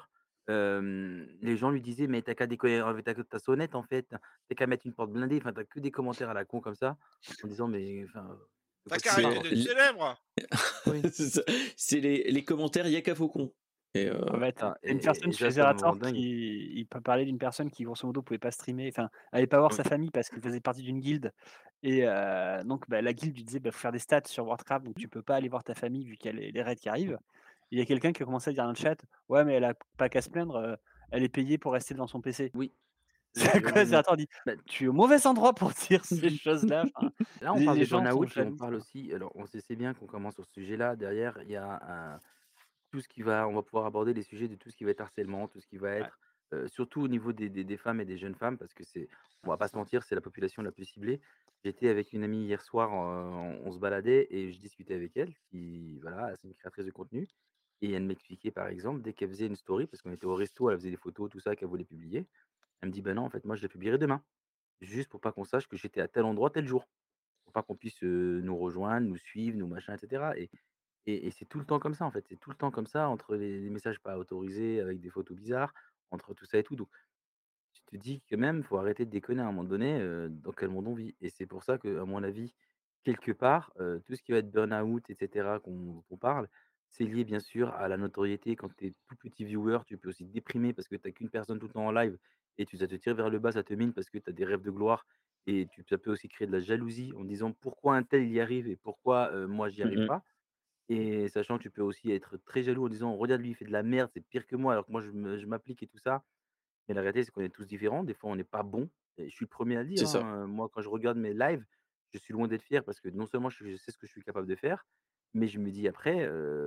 Les gens lui disaient: «Mais t'as qu'à décoller avec ta sonnette, en fait. Tu qu'à mettre une porte blindée». Enfin, t'as que des commentaires à la con comme ça, en disant: «Mais enfin, de T'as quoi qu'à tu me arrêter parles, C'est en d'être fait?» célèbre. Oui, c'est ça. C'est les commentaires Yaka Faucon. Et Ah bah, tu ça une personne ça, chez ça me rend Zerator dingue. il peut parler d'une personne qui grosso modo pouvait pas streamer, enfin, allait pas voir Oui. sa famille parce qu'il faisait partie d'une guilde et donc bah, la guilde lui disait: «Bah, faut faire des stats sur Warcraft, donc tu peux pas aller voir ta famille vu qu'il y a les raids qui arrivent». Il y a quelqu'un qui a commencé à dire dans le chat: «Ouais, mais elle a pas qu'à se plaindre, elle est payée pour rester devant son PC». Oui, C'est à quoi mais Zerator dit: bah, «Tu es au mauvais endroit pour dire ces choses-là». Enfin, là, on les parle les de gens sont burn-out et on jaloux, parle quoi. aussi, alors on sait c'est bien qu'on commence sur ce sujet-là. Derrière, il y a un tout ce qui va on va pouvoir aborder les sujets de tout ce qui va être harcèlement, tout ce qui va Ouais, être, surtout au niveau des femmes et des jeunes femmes parce que on va c'est pas se ça. mentir, c'est la population la plus ciblée. J'étais avec une amie hier soir, on se baladait et je discutais avec elle qui voilà, c'est une créatrice de contenu et elle m'expliquait par exemple, dès qu'elle faisait une story, parce qu'on était au resto, elle faisait des photos, tout ça qu'elle voulait publier. Elle me dit: «Ben non, en fait, moi je la publierai demain, juste pour pas qu'on sache que j'étais à tel endroit, tel jour, pour pas qu'on puisse, nous rejoindre, nous suivre, nous machin et cetera». Et c'est tout le temps comme ça, en fait. C'est tout le temps comme ça entre les messages pas autorisés avec des photos bizarres, entre tout ça et tout. Donc tu te dis que même, faut arrêter de déconner à un moment donné, dans quel monde on vit? Et c'est pour ça que à mon avis, quelque part, tout ce qui va être burn-out et cetera dont on parle, c'est lié bien sûr à la notoriété. Quand tu es tout petit viewer, tu peux aussi te déprimer parce que tu as qu'une personne tout le temps en live et ça te tire vers le bas, ça te mine parce que tu as des rêves de gloire et ça peut aussi créer de la jalousie en disant: «Pourquoi un tel il y arrive et pourquoi, moi j'y arrive Mhm. pas?» Et sachant que tu peux aussi être très jaloux en disant: «Regarde lui, il fait de la merde, c'est pire que moi alors que moi je m'applique et tout ça». Mais la réalité, c'est qu'on est tous différents. Des fois, on n'est pas bon et je suis le premier à le dire, C'est ça. hein, moi, quand je regarde mes lives, je suis loin d'être fier parce que non seulement je sais ce que je suis capable de faire, mais je me dis après,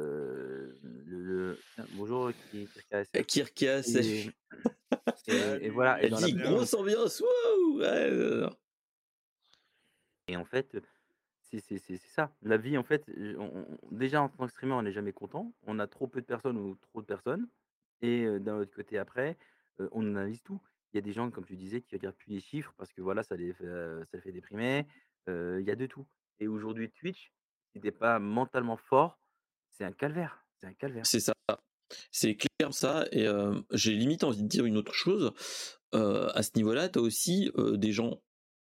tiens, bonjour KSF Kirkia, et salut. et voilà et Salut, Elle dans la dit Julien. grosse ambiance. Wouh ouais, et en fait, c'est ça. La vie, en fait, déjà en tant que streamer, on n'est jamais content. On a trop peu de personnes ou trop de personnes et d'un autre côté après, on analyse tout. Il y a des gens, comme tu disais, qui regardent plus les chiffres parce que voilà, ça les fait déprimer. Il y a de tout et aujourd'hui Twitch, si t'es pas mentalement fort, c'est un calvaire. C'est un calvaire. C'est ça. C'est clair ça et j'ai limite envie de dire une autre chose, à ce niveau-là, tu as aussi, des gens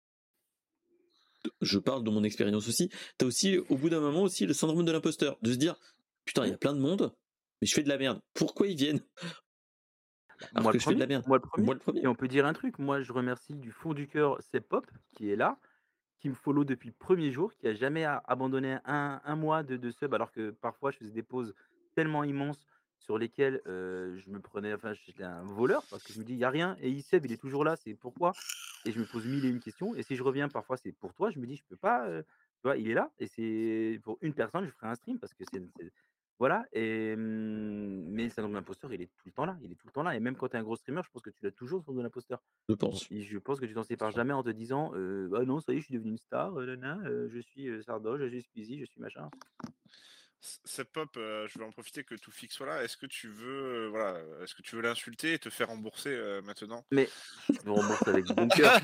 je parle de mon expérience aussi, tu as aussi, au bout d'un moment aussi, le syndrome de l'imposteur, de se dire: «Putain, il y a plein de monde, mais je fais de la merde. Pourquoi ils viennent alors Moi que le je fais de la 1er, merde?» moi le Moi 1er le premier. et on peut dire un truc, moi je remercie du fond du cœur Seb Pop qui est là, qui me follow depuis le premier jour, qui a jamais abandonné un mois de sub, alors que parfois je faisais des pauses tellement immenses sur lesquelles je me prenais, enfin j'étais un voleur parce que je me dis: «Il y a rien» et Seb il est toujours là, c'est pourquoi? Et je me pose mille et une questions et si je reviens parfois c'est pour toi, je me dis: «Je peux pas, tu vois? Il est là et c'est pour une personne, je ferai un stream parce que c'est voilà et mais le syndrome de l'imposteur, il est tout le temps là, il est tout le temps là et même quand tu es un gros streamer, je pense que tu l'as toujours le syndrome de l'imposteur. Je pense. Et je pense que tu t'en sépares sûr. jamais en te disant, «Ah non, ça y est, je suis devenu une star, je suis, Sardoche, je suis Squeezie, je suis machin». Cette pop, je vais en profiter que Toufik soit là. Est-ce que tu veux, voilà, est-ce que tu veux l'insulter et te faire rembourser maintenant? Mais je me rembourse avec bon cœur.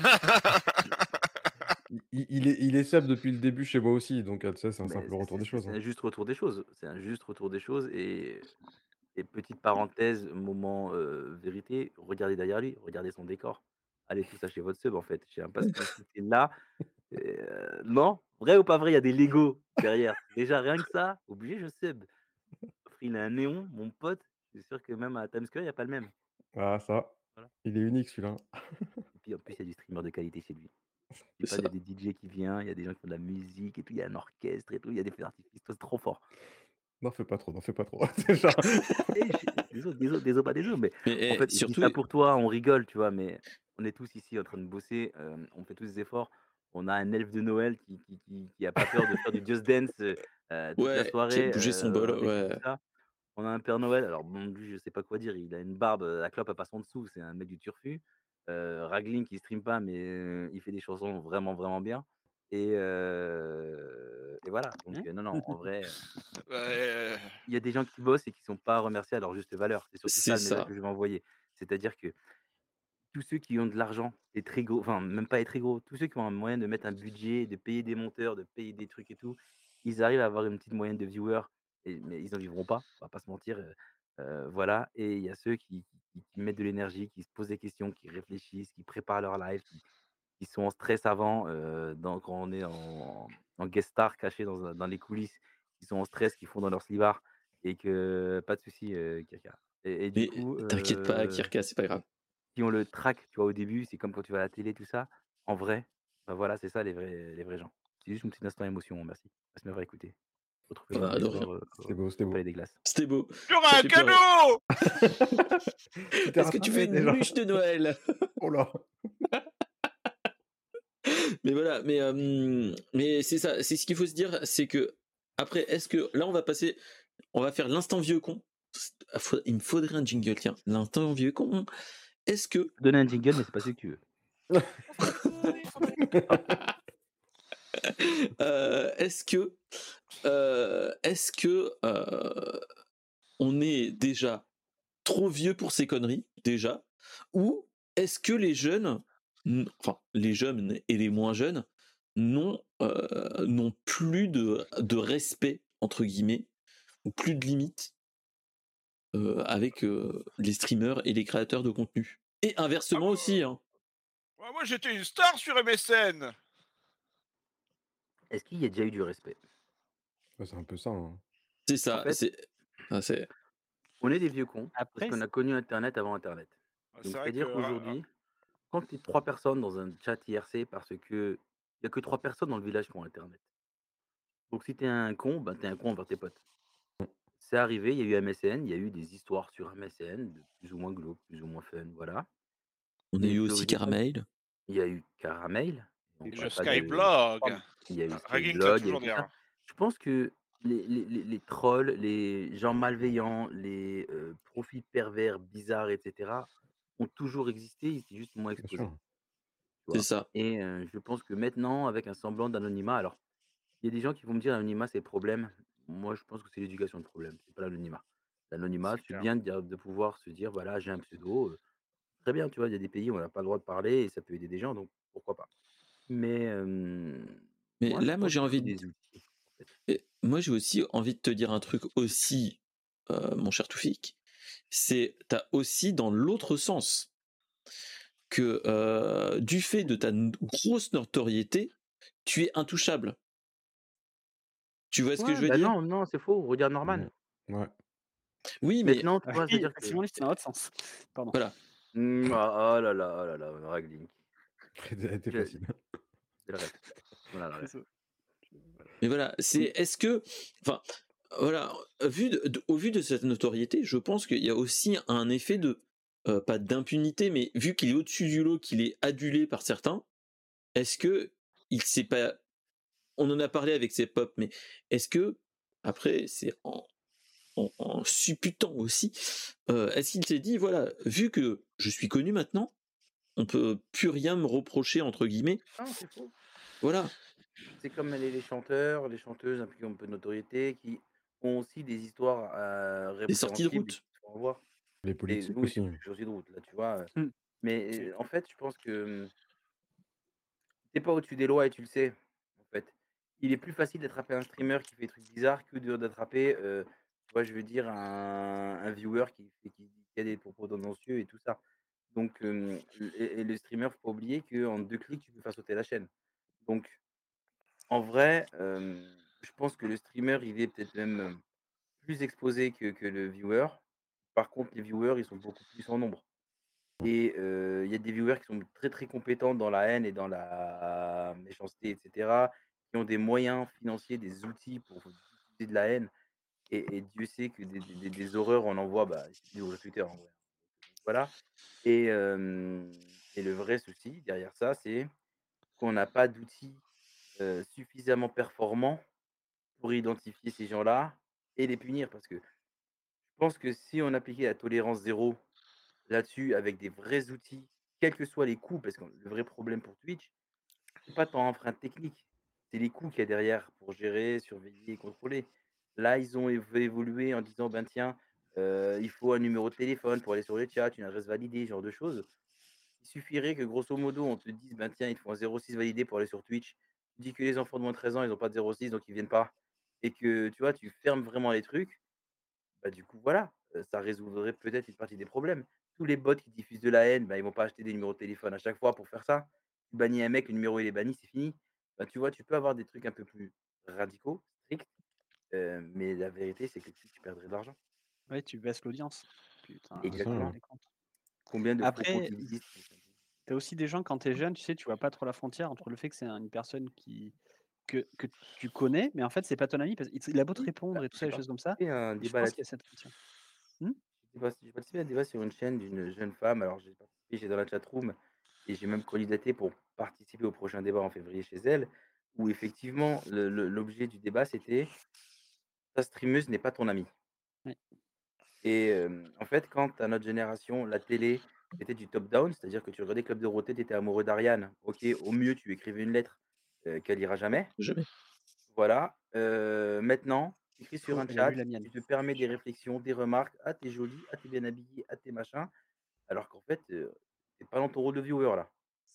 Il est sub depuis le début chez moi aussi, donc tu sais, c'est un Mais simple retour des choses, c'est hein. un juste retour des choses. C'est un juste retour des choses et petite parenthèse, moment, vérité, regardez derrière lui, regardez son décor. Allez tous acheter votre sub, en fait. Je sais même pas ce que c'était là. Non? Vrai ou pas vrai? Il y a des Lego derrière. Déjà rien que ça, obligé, je sub. Après, il a un néon, mon pote, c'est sûr que même à Times Square, il y a pas le même. Ah ça, Voilà. il est unique celui-là. Et puis en plus, il y a du streamer de qualité chez lui. Je dis C'est pas, il y ça. a des DJ qui viennent, il y a des gens qui font de la musique et tout, il y a un orchestre et tout, il y a des feux d'artifice, c'est trop fort. N'en fais pas trop, n'en fais pas trop. Déjà. Et désolé, pas désolé, mais en Mais fait, je dis surtout ça pour toi, on rigole, tu vois, mais on est tous ici en train de bosser, on fait tous des efforts. On a un elfe de Noël qui a pas peur de faire du Just Dance, toute la ouais, qui a soirée, bougé son bol, et tout ouais. ça. On a un Père Noël, alors bon, lui, je sais pas quoi dire, il a une barbe, la clope elle passe en dessous, c'est un mec du turfu. Ragling qui stream pas, mais il fait des chansons vraiment, vraiment bien et voilà, donc non, non, en vrai, Ouais, il y a des gens qui bossent et qui sont pas remerciés à leur juste valeur. C'est surtout ça C'est le message ça. que je vais envoyer. C'est-à-dire que tous ceux qui ont de l'argent et très gros, enfin même pas être très gros, tous ceux qui ont un moyen de mettre un budget, de payer des monteurs, de payer des trucs et tout, ils arrivent à avoir une petite moyenne de viewers, mais ils en vivront pas, on va pas se mentir. Voilà. Et il y a ceux qui mettent de l'énergie, qui se posent des questions, qui réfléchissent, qui préparent leur live, qui sont en stress avant, quand on est en guest star caché dans les coulisses, qui sont en stress, qui font dans leur slibard et que pas de souci, Kirka. Et du Mais coup, t'inquiète pas, Kirka, c'est pas grave. qui ont le track, tu vois, au début, c'est comme quand tu vas à la télé, tout ça. En vrai, bah, voilà, c'est ça les vrais gens. C'est juste une petite instant émotion, merci. Merci de m'avoir écouté. Retrouvez-moi Ah, demain de rien. soir, C'était beau, c'était au beau. Palais des Glaces. C'était beau. tu auras Ça un fait pleurer. cadeau! Tu t'es Est-ce que tu fais rattrapé une déjà. bûche de Noël? Oh là. Mais voilà, mais c'est ça, c'est ce qu'il faut se dire, c'est que après, est-ce que là on va faire l'instant vieux con. Il me faudrait un jingle, tiens, l'instant vieux con. Est-ce que, Donner un jingle, mais c'est pas celui que tu veux. est-ce que on est déjà trop vieux pour ces conneries déjà, ou est-ce que les jeunes, enfin les jeunes et les moins jeunes n'ont plus de respect entre guillemets ou plus de limites avec les streamers et les créateurs de contenu et inversement aussi hein. Ouais, moi, j'étais une star sur MSN! Est-ce qu'il y a déjà eu du respect? Ouais, c'est un peu ça, hein. C'est En ça, fait, c'est on est des vieux cons parce Après, qu'on a connu internet avant internet. Ouais, Donc c'est vrai que. c'est-à-dire qu'aujourd'hui, quand tu es 3 personnes dans un chat IRC parce que il y a que 3 personnes dans le village qui ont internet. Donc si tu es un con, ben, tu es un con envers tes potes. C'est arrivé, il y a eu MSN, il y a eu des histoires sur MSN, de plus ou moins glauques, plus ou moins fun, voilà. on a Mais eu une aussi pluralité Caramel. il y a eu Caramel, on Et le parle pas de Skyblog! il y a eu Ragging, t'as Skyblog, il y a eu toujours tout des ça. Je pense que les trolls, les gens malveillants, les, profils pervers, bizarres et cetera, ont toujours existé, ils étaient juste moins Bien exposés, sûr. tu C'est vois? ça. Et je pense que maintenant, avec un semblant d'anonymat alors, il y a des gens qui vont me dire: «L'anonymat, c'est le problème». Moi, je pense que c'est l'éducation le problème, c'est pas l'anonymat. L'anonymat, C'est c'est clair. bien de pouvoir se dire: «Voilà, j'ai un pseudo», très bien, tu vois? Il y a des pays où on n'a pas le droit de parler et ça peut aider des gens, donc pourquoi pas? Mais Mais moi, je là moi pense j'ai qu'il faut envie de des outils. fait. Et moi, j'ai aussi envie de te dire un truc aussi, mon cher Toufik, c'est t'as aussi dans l'autre sens que du fait de ta grosse notoriété, tu es intouchable. Tu vois ce que je Ouais, veux bah dire? non, non, c'est faux. Regarde Norman. Ouais. Oui, mais Maintenant, tu vois, Oui, c'est-à-dire que Simon, c'est dans l'autre sens. Pardon. voilà. oh là là, oh là là, Raglink. Elle était Je facile. c'est le ref. Voilà le C'est ref. ça. Mais voilà, c'est est-ce que, enfin, voilà, au vu de cette notoriété, je pense qu'il y a aussi un effet de, pas d'impunité, mais vu qu'il est au-dessus du lot, qu'il est adulé par certains, est-ce que il s'est pas, on en a parlé avec ses pop, mais est-ce que, après, c'est en supputant aussi, est-ce qu'il s'est dit, voilà, vu que je suis connu maintenant, on peut plus rien me reprocher, entre guillemets, Non, c'est faux. voilà, C'est comme les chanteurs, les chanteuses impliquées un peu de notoriété qui ont aussi des histoires des sorties de répréhensibles et route. qu'il faut revoir. Les Et politiques oui, aussi. c'est aussi de route, là, tu vois. Hmm. Mais C'est- en fait, je pense que t'es pas au-dessus des lois et tu le sais, en fait. Il est plus facile d'attraper un streamer qui fait des trucs bizarres que d'attraper, tu vois, je veux dire, un viewer qui a des propos tendancieux et tout ça. Donc, et le streamer, faut pas oublier qu'en 2 clics, tu peux faire sauter la chaîne. Donc, en vrai, je pense que le streamer, il est peut-être même, plus exposé que le viewer. Par contre, les viewers, ils sont beaucoup plus en nombre et il y a des viewers qui sont très, très compétents dans la haine et dans la méchanceté et cetera, qui ont des moyens financiers, des outils pour diffuser de la haine et Dieu sait que des horreurs, on en voit, bah, il suffit d'ouvrir Twitter en vrai. Donc voilà et le vrai souci derrière ça, c'est qu'on n'a pas d'outils, suffisamment performants pour identifier ces gens-là et les punir. Parce que je pense que si on appliquait la tolérance zéro là-dessus avec des vrais outils, quels que soient les coûts, parce que le vrai problème pour Twitch, c'est pas tant l'empreinte technique, c'est les coûts qu'il y a derrière pour gérer, surveiller et contrôler. Là, ils ont évolué en disant, ben tiens, il faut un numéro de téléphone pour aller sur le chat, une adresse validée, ce genre de choses. Il suffirait que grosso modo, on te dise, ben tiens, il faut un 06 validé pour aller sur Twitch. Tu dis que les enfants de moins de 13 ans, ils n'ont pas de 06, donc ils viennent pas. Et que tu vois, tu fermes vraiment les trucs, bah, du coup, voilà, ça résoudrait peut-être une partie des problèmes. Tous les bots qui diffusent de la haine, bah, ils vont pas acheter des numéros de téléphone à chaque fois pour faire ça. Tu bannis un mec, le numéro il est banni, c'est fini. Bah, tu vois, tu peux avoir des trucs un peu plus radicaux, stricts, mais la vérité, c'est que tu perdrais de l'argent. Ouais, tu baisses l'audience. Putain, C'est ça, tu te rends ouais. Exactement. compte. Combien de faux comptes Après, existent? t'as aussi des gens, quand t'es jeune, tu sais, tu vois pas trop la frontière entre le fait que c'est une personne que tu connais, mais en fait, c'est pas ton ami, parce qu'il a beau te Oui, bah, répondre et tout ça, j'ai des choses comme ça, participé à un et je débat pense qu'il y a là-dessus. cette frontière. Hmm. J'ai participé à un débat sur une chaîne d'une jeune femme. Alors, j'ai participé, j'étais dans la chatroom et j'ai même candidaté pour participer au prochain débat en février chez elle, où effectivement, l'objet du débat, c'était ta streameuse n'est pas ton amie. Ouais. Et en fait, quand à notre génération, la télé était du top-down, c'est-à-dire que tu regardais Club Dorothée, tu étais amoureux d'Ariane. Ok, au mieux, tu écrivais une lettre qu'elle lira jamais. Jamais. Voilà. Maintenant, tu écris sur Oh, un elle a lu chat, la mienne. tu te permets des réflexions, des remarques. Ah, t'es jolie, ah, t'es bien habillée, ah, t'es machin. Alors qu'en fait, tu pas dans ton rôle de viewer là.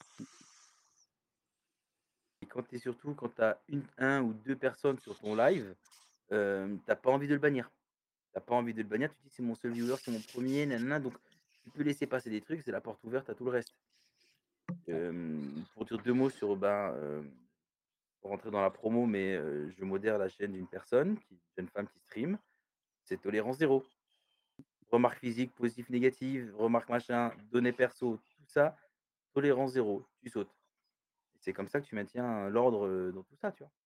Et quand tu as 1 ou 2 personnes sur ton live, tu pas envie de le bannir. T'as pas envie de le bannir, tu te dis: «C'est mon seul viewer, c'est mon premier nin donc tu peux laisser passer des trucs, c'est la porte ouverte à tout le reste. Pour dire 2 mots sur, pour rentrer dans la promo, mais je modère la chaîne d'une personne, une jeune femme qui stream, c'est tolérance zéro. Remarques physiques, positives, négatives, remarques machin, données perso, tout ça, tolérance zéro, tu sautes. Et c'est comme ça que tu maintiens l'ordre, dans tout ça, tu vois?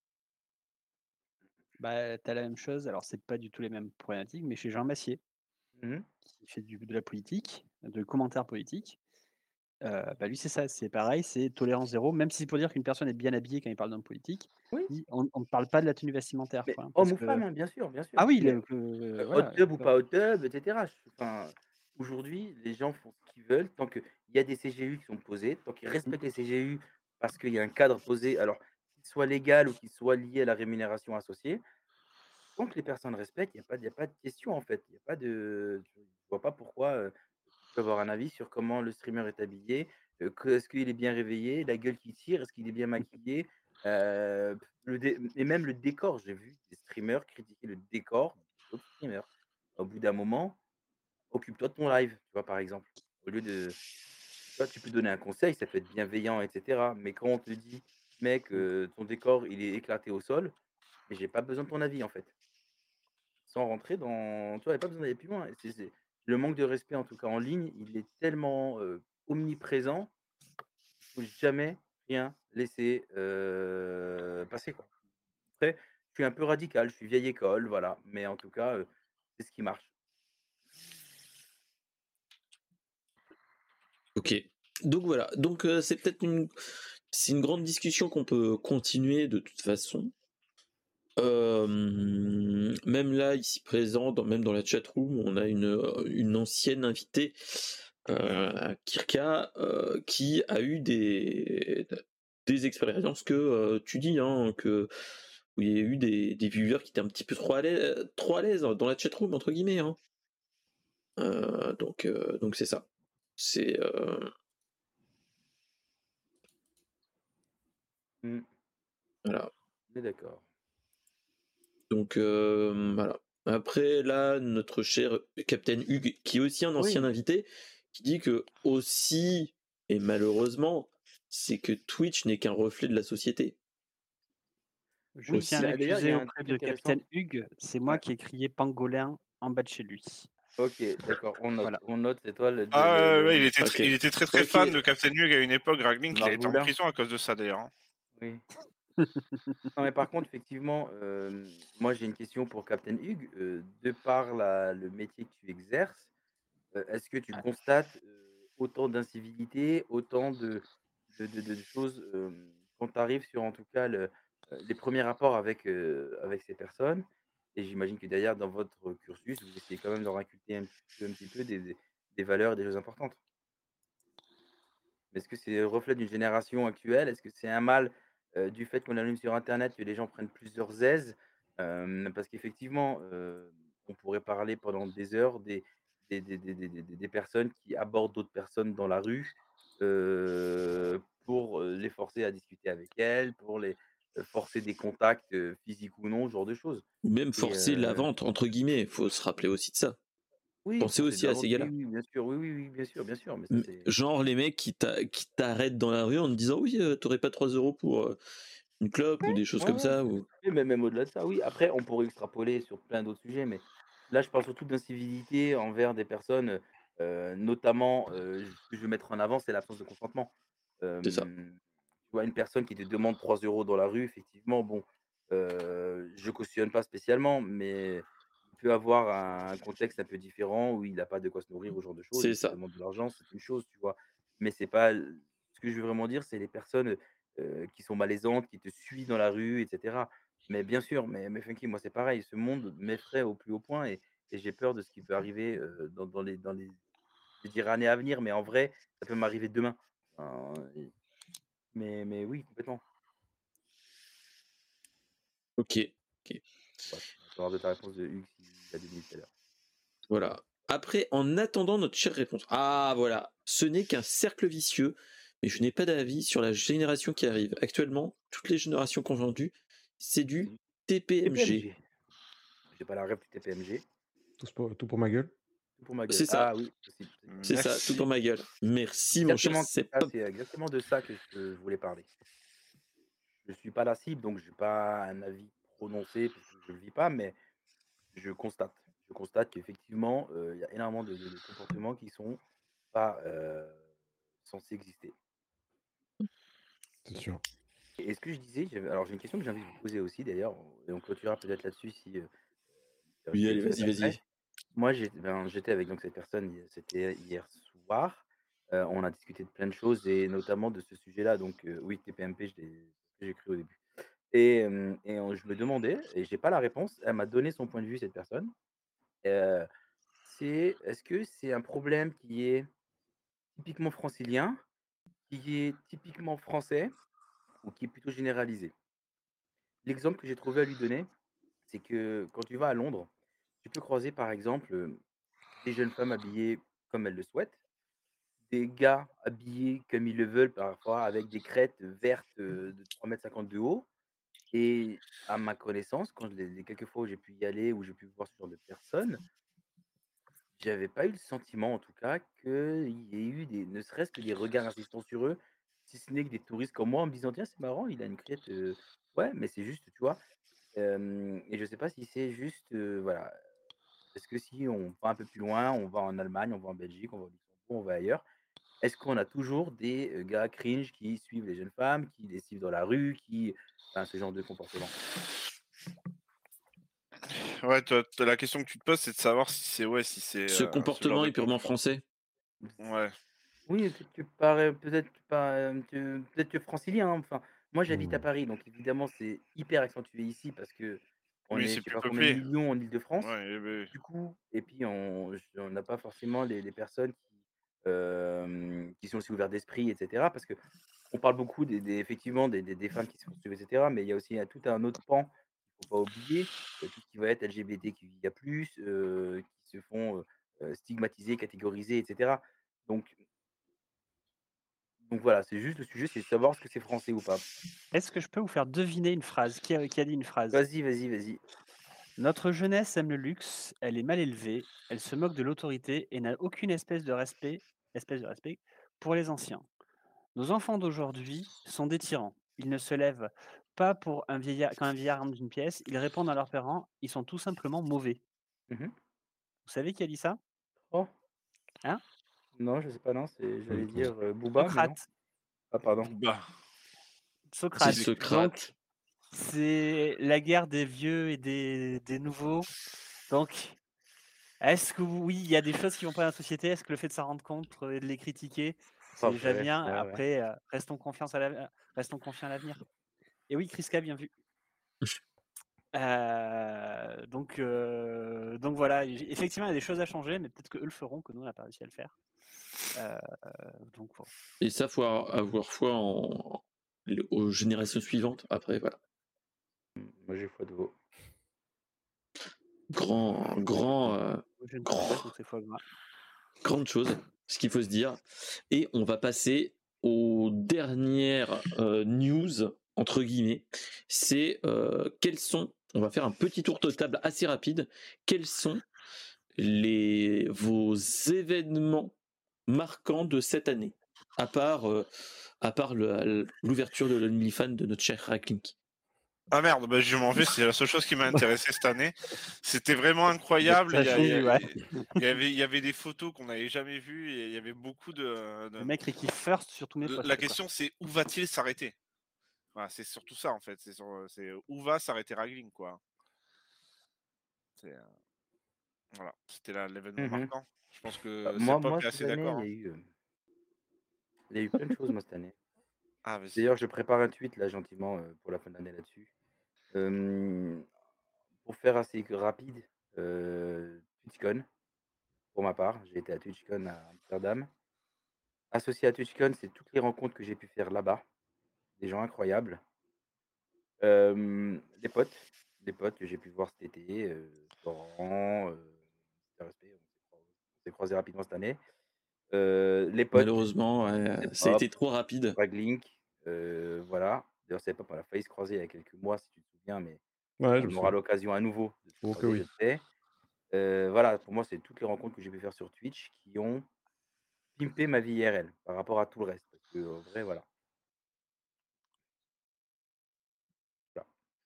Bah, tu as la même chose, alors c'est pas du tout les mêmes problématiques, mais chez Jean Massier, Mmh. qui fait de la politique, de commentaires politiques, bah, lui, c'est ça, c'est pareil, c'est tolérance zéro, même si c'est pour dire qu'une personne est bien habillée quand il parle d'homme politique, Oui, on ne parle pas de la tenue vestimentaire, mais quoi, hein, homme parce ou que femme, hein, bien ah sûr, oui, mais hot voilà, tub ou pas hot tub, et cetera. Enfin, aujourd'hui, les gens font ce qu'ils veulent tant qu'il y a des CGU qui sont posés, tant qu'ils respectent les CGU parce qu'il y a un cadre posé, alors qu'il soit légal ou qu'il soit lié à la rémunération associée. Tant que les personnes respectent, il y a pas de question, en fait. Il y a pas de je vois pas pourquoi, tu peux avoir un avis sur comment le streamer est habillé, que est-ce qu'il est bien réveillé, la gueule qui tire, est-ce qu'il est bien maquillé? Et même le décor, j'ai vu des streamers critiquer le décor d'autres streamers. Au bout d'un moment, occupe-toi de ton live, tu vois, par exemple. Au lieu de tu vois, tu peux donner un conseil, ça peut être bienveillant, et cetera. Mais quand on te dit: «Mec, ton décor, il est éclaté au sol», mais j'ai pas besoin de ton avis, en fait. Sans rentrer dans tu vois, il y a pas besoin d'aller plus loin. C'est le manque de respect, en tout cas en ligne, il est tellement, omniprésent, il faut jamais rien laisser, passer, quoi. Après, je suis un peu radical, je suis vieille école, voilà, mais en tout cas, c'est ce qui marche. Ok. Donc voilà. Donc c'est peut-être c'est une grande discussion qu'on peut continuer de toute façon. Même là, ici présent, même dans la chatroom, on a une ancienne invitée, Kirka, qui a eu des expériences que tu dis, hein, où il y a eu des viewers qui étaient un petit peu trop à l'aise dans la chatroom, entre guillemets. Hein. Donc c'est ça. C'est voilà. On est d'accord. Donc voilà. Après là, notre cher Captain Hugues, qui est aussi un ancien Oui. invité, qui dit que aussi, et malheureusement, c'est que Twitch n'est qu'un reflet de la société. Je Oui, tiens à d'ailleurs, il y a m'excuser un auprès truc de intéressant. Captain Hugues, c'est moi Ouais. qui ai crié pangolin en bas de chez lui. OK, d'accord, on note. Voilà. On note, c'est toi Ah ouais, il était, Ok. il était très très Ok. fan de Captain Hugh à une époque. Raglink, il a été en Margoulin. prison à cause de ça d'ailleurs. Hein. Oui. Non, mais par contre, effectivement, moi, j'ai une question pour Captain Hugues. De par le métier que tu exerces, est-ce que tu constates, autant d'incivilités, autant de choses, quand tu arrives sur, en tout cas, les premiers rapports avec ces personnes? Et j'imagine que derrière, dans votre cursus, vous essayez quand même de leur inculquer un petit peu des valeurs et des choses importantes. Est-ce que c'est le reflet d'une génération actuelle? Est-ce que c'est un mal, du fait qu'on allume sur internet, que les gens prennent plusieurs aises? Parce qu'effectivement, on pourrait parler pendant des heures des personnes qui abordent d'autres personnes dans la rue, pour, les forcer à discuter avec elles, pour les, forcer des contacts, physiques ou non, ce genre de choses. Ou même Et forcer la vente, entre guillemets. Il faut se rappeler aussi de ça. oui, Pensez forcer de aussi la à vente, ces oui, gars-là. oui, bien sûr, oui, oui, oui, bien sûr, mais ça c'est Genre les mecs qui t'arrêtent dans la rue en te disant oui, t'aurais pas 3 euros pour une clope ou des choses ouais, comme ouais. ça. Ou... Et même au-delà de ça, oui. Après, on pourrait extrapoler sur plein d'autres sujets, mais là, je parle surtout d'incivilité envers des personnes, notamment, ce que je veux mettre en avant, c'est l'absence de consentement. C'est ça. Tu vois, une personne qui te demande 3 euros dans la rue, effectivement, bon, je cautionne pas spécialement, mais il peut avoir un contexte un peu différent où il n'a pas de quoi se nourrir, ou ce genre de choses, C'est il te ça. demande de l'argent, c'est une chose, tu vois? Mais c'est pas ce que je veux vraiment dire, c'est les personnes, qui sont malaisantes, qui te suivent dans la rue, et cetera. Mais bien sûr, mais Funky, moi, c'est pareil, ce monde m'effraie au plus haut point, et j'ai peur de ce qui peut arriver, dans les je dirais années à venir, mais en vrai, ça peut m'arriver demain. Et mais oui, complètement. Ok. Ok. Bref, on va avoir de ta réponse de Hugues il y a 2 minutes tout à l'heure. Voilà. Après, en attendant notre chère réponse. Ah voilà. Ce n'est qu'un cercle vicieux, mais je n'ai pas d'avis sur la génération qui arrive. Actuellement, toutes les générations confondues, c'est du TPMG. TPMG. J'ai pas la rêve du TPMG. Tout pour ma gueule. Tout pour ma gueule. C'est ça. Ah oui, possible, possible. C'est ça, tout Merci. pour ma gueule. Merci mon cher Exactement, Sepp. c'est exactement de ça que je voulais parler. Je suis pas la cible, donc j'ai pas un avis prononcé parce que je le vis pas, mais je constate. Je constate qu'effectivement, il y a énormément de comportements qui sont pas, censés exister. C'est sûr. Et ce que je disais, alors j'ai une question que j'ai envie de vous poser aussi d'ailleurs, et on clôturera peut-être là-dessus si, Oui, je allez, le souhaite vas-y, après. vas-y. Moi, j'étais avec donc cette personne, c'était hier soir. On a discuté de plein de choses et notamment de ce sujet-là. Donc, oui, TPMP, c'est ce que j'ai cru au début. Je me demandais, et j'ai pas la réponse. Elle m'a donné son point de vue, cette personne. Euh, est-ce que c'est un problème qui est typiquement francilien, qui est typiquement français, ou qui est plutôt généralisé? L'exemple que j'ai trouvé à lui donner, c'est que quand tu vas à Londres, tu peux croiser par exemple des jeunes femmes habillées comme elles le souhaitent, des gars habillés comme ils le veulent, parfois avec des crêtes vertes de 3,50 m de haut. Et à ma connaissance, quand les quelques fois où j'ai pu y aller, où j'ai pu voir ce genre de personnes, j'avais pas eu le sentiment, en tout cas, qu'il y ait eu ne serait-ce que des regards insistants sur eux, si ce n'est que des touristes comme moi en me disant: «Tiens, c'est marrant, il a une crête, ouais, mais c'est juste», tu vois? Et je sais pas si c'est juste, voilà, est-ce que si on va un peu plus loin, on va en Allemagne, on va en Belgique, on va au Luxembourg, on va ailleurs, est-ce qu'on a toujours des, gars cringe qui suivent les jeunes femmes, qui les suivent dans la rue, enfin, ce genre de comportement? Ouais, la question que tu te poses, c'est de savoir si c'est Ce ce genre comportement de est purement français. Ouais. Oui, peut-être que francilien, hein, enfin, moi j'habite à Paris, donc évidemment c'est hyper accentué ici parce qu'on Oui, est c'est je sais plus pas combien de peuplé. millions en Île-de-France. Ouais, oui. Du coup et puis on n'a pas forcément les personnes qui sont aussi ouvertes d'esprit et cetera. Parce qu'on parle beaucoup des effectivement des femmes qui se font suivre et cetera, mais il y a aussi tout un autre pan qu'il faut pas oublier, tout ce qui va être LGBTQIA+, qui se font, stigmatiser, catégoriser et cetera. Donc donc voilà, c'est juste le sujet, c'est de savoir ce que c'est français ou pas. Est-ce que je peux vous faire deviner une phrase? Qui a dit une phrase? Vas-y, vas-y, vas-y. Notre jeunesse aime le luxe, elle est mal élevée, elle se moque de l'autorité et n'a aucune espèce de respect pour les anciens. Nos enfants d'aujourd'hui sont des tyrans. Ils ne se lèvent pas pour un vieillard, quand un vieillard rentre d'une pièce, ils répondent à leurs parents, ils sont tout simplement mauvais. Mmh. Vous savez qui a dit ça? Oh, Hein? non, je sais pas, non, j'allais dire, Booba, mais non. Socrate. Ah pardon. Booba. C'est Socrate. Donc, Socrate. c'est la guerre des vieux et des nouveaux. Donc, est-ce que oui, il y a des choses qui vont pas dans la société? Est-ce que le fait de s'en rendre compte et de les critiquer, c'est Oh déjà ouais, bien? ouais, ouais. Après, restons confiants à l'avenir. Et oui, Kriska, bien vu. Donc voilà, effectivement, il y a des choses à changer, mais peut-être qu'eux le feront, que nous, on n'a pas réussi à le faire. Donc voilà. Et ça, faut avoir foi aux générations suivantes. Après, voilà. Moi j'ai foi de veau. Grand, Je ne sais pas, donc c'est foie gras. grande chose, ce qu'il faut se dire. Et on va passer aux dernières news, entre guillemets. C'est on va faire un petit tour de table assez rapide. Quels sont vos événements marquants de cette année, à part l'ouverture de l'OnlyFans de notre cher Racklink. Ah merde, bah, je m'en vais, c'est la seule chose qui m'a intéressé cette année. C'était vraiment incroyable. Il y avait des photos qu'on n'avait jamais vues et il y avait beaucoup Le mec qui kiffe first sur tous mes posts. La question, c'est où va-t-il s'arrêter? Voilà, c'est surtout ça en fait. C'est où va s'arrêter Ragling, quoi. Voilà, c'était l'événement marquant. Je pense que Moi Pop est cette assez année, d'accord. il y a eu plein de choses moi cette année. Ah, vas-y. D'ailleurs, je prépare un tweet là gentiment, pour la fin de l'année là-dessus. Pour faire assez rapide, TwitchCon, pour ma part, j'ai été à TwitchCon à Amsterdam. Associé à TwitchCon, c'est toutes les rencontres que j'ai pu faire là-bas, des gens incroyables. Des potes que j'ai pu voir cet été, Florent, Respect, on s'est croisés rapidement cette année. Les potes, Malheureusement, c'est ça a Pop, été trop rapide. Raglink, voilà. D'ailleurs, c'est Pop, on a failli se croiser il y a quelques mois, si tu te souviens, mais Ouais, je me on aura souviens. l'occasion à nouveau de se Oh que croiser, je oui. sais. Voilà, pour moi, c'est toutes les rencontres que j'ai pu faire sur Twitch qui ont pimpé ma vie IRL par rapport à tout le reste. Parce que, en vrai, voilà. Voilà.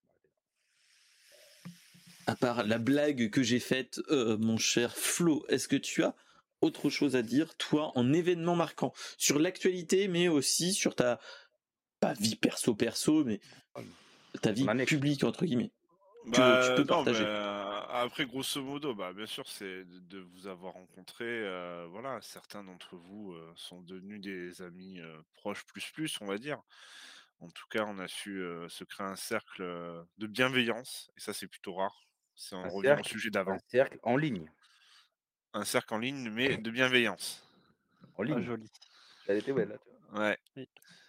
À part la blague que j'ai faite, mon cher Flo, est-ce que tu as autre chose à dire, toi, en événement marquant, sur l'actualité, mais aussi sur pas vie perso, mais ta Ton vie année, quoi. publique, entre guillemets, que tu peux Non, partager. après, grosso modo, bien sûr, c'est de vous avoir rencontré. Voilà, certains d'entre vous sont devenus des amis proches plus, on va dire. En tout cas, on a su se créer un cercle de bienveillance, et ça, c'est plutôt rare. Si on revient au sujet Un d'avant. cercle en ligne. Un cercle en ligne, mais de bienveillance. En Ah, ligne. joli. Elle était belle, là, tu vois. Ouais. Oui.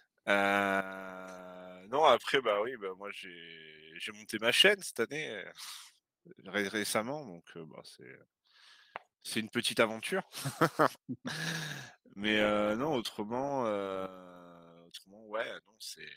Non, après, oui, moi, j'ai monté ma chaîne cette année, récemment, donc c'est une petite aventure. Mais non, autrement, ouais, non, c'est.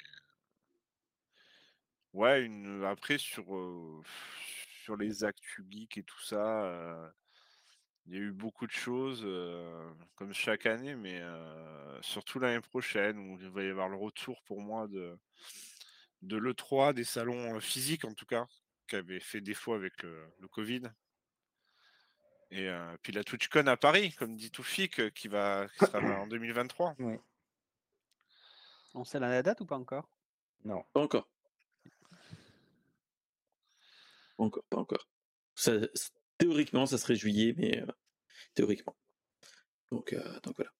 Ouais, après, sur les actus geeks et tout ça, il y a eu beaucoup de choses, comme chaque année, mais surtout l'année prochaine, où il va y avoir le retour pour moi de l'E3, des salons physiques en tout cas, qui avaient fait défaut avec le Covid. Et puis la TwitchCon à Paris, comme dit Toufik, qui sera là en 2023. Ouais. On sait la date ou pas encore? Non. Pas encore. Pas encore. Théoriquement, ça serait juillet, mais théoriquement. Donc voilà.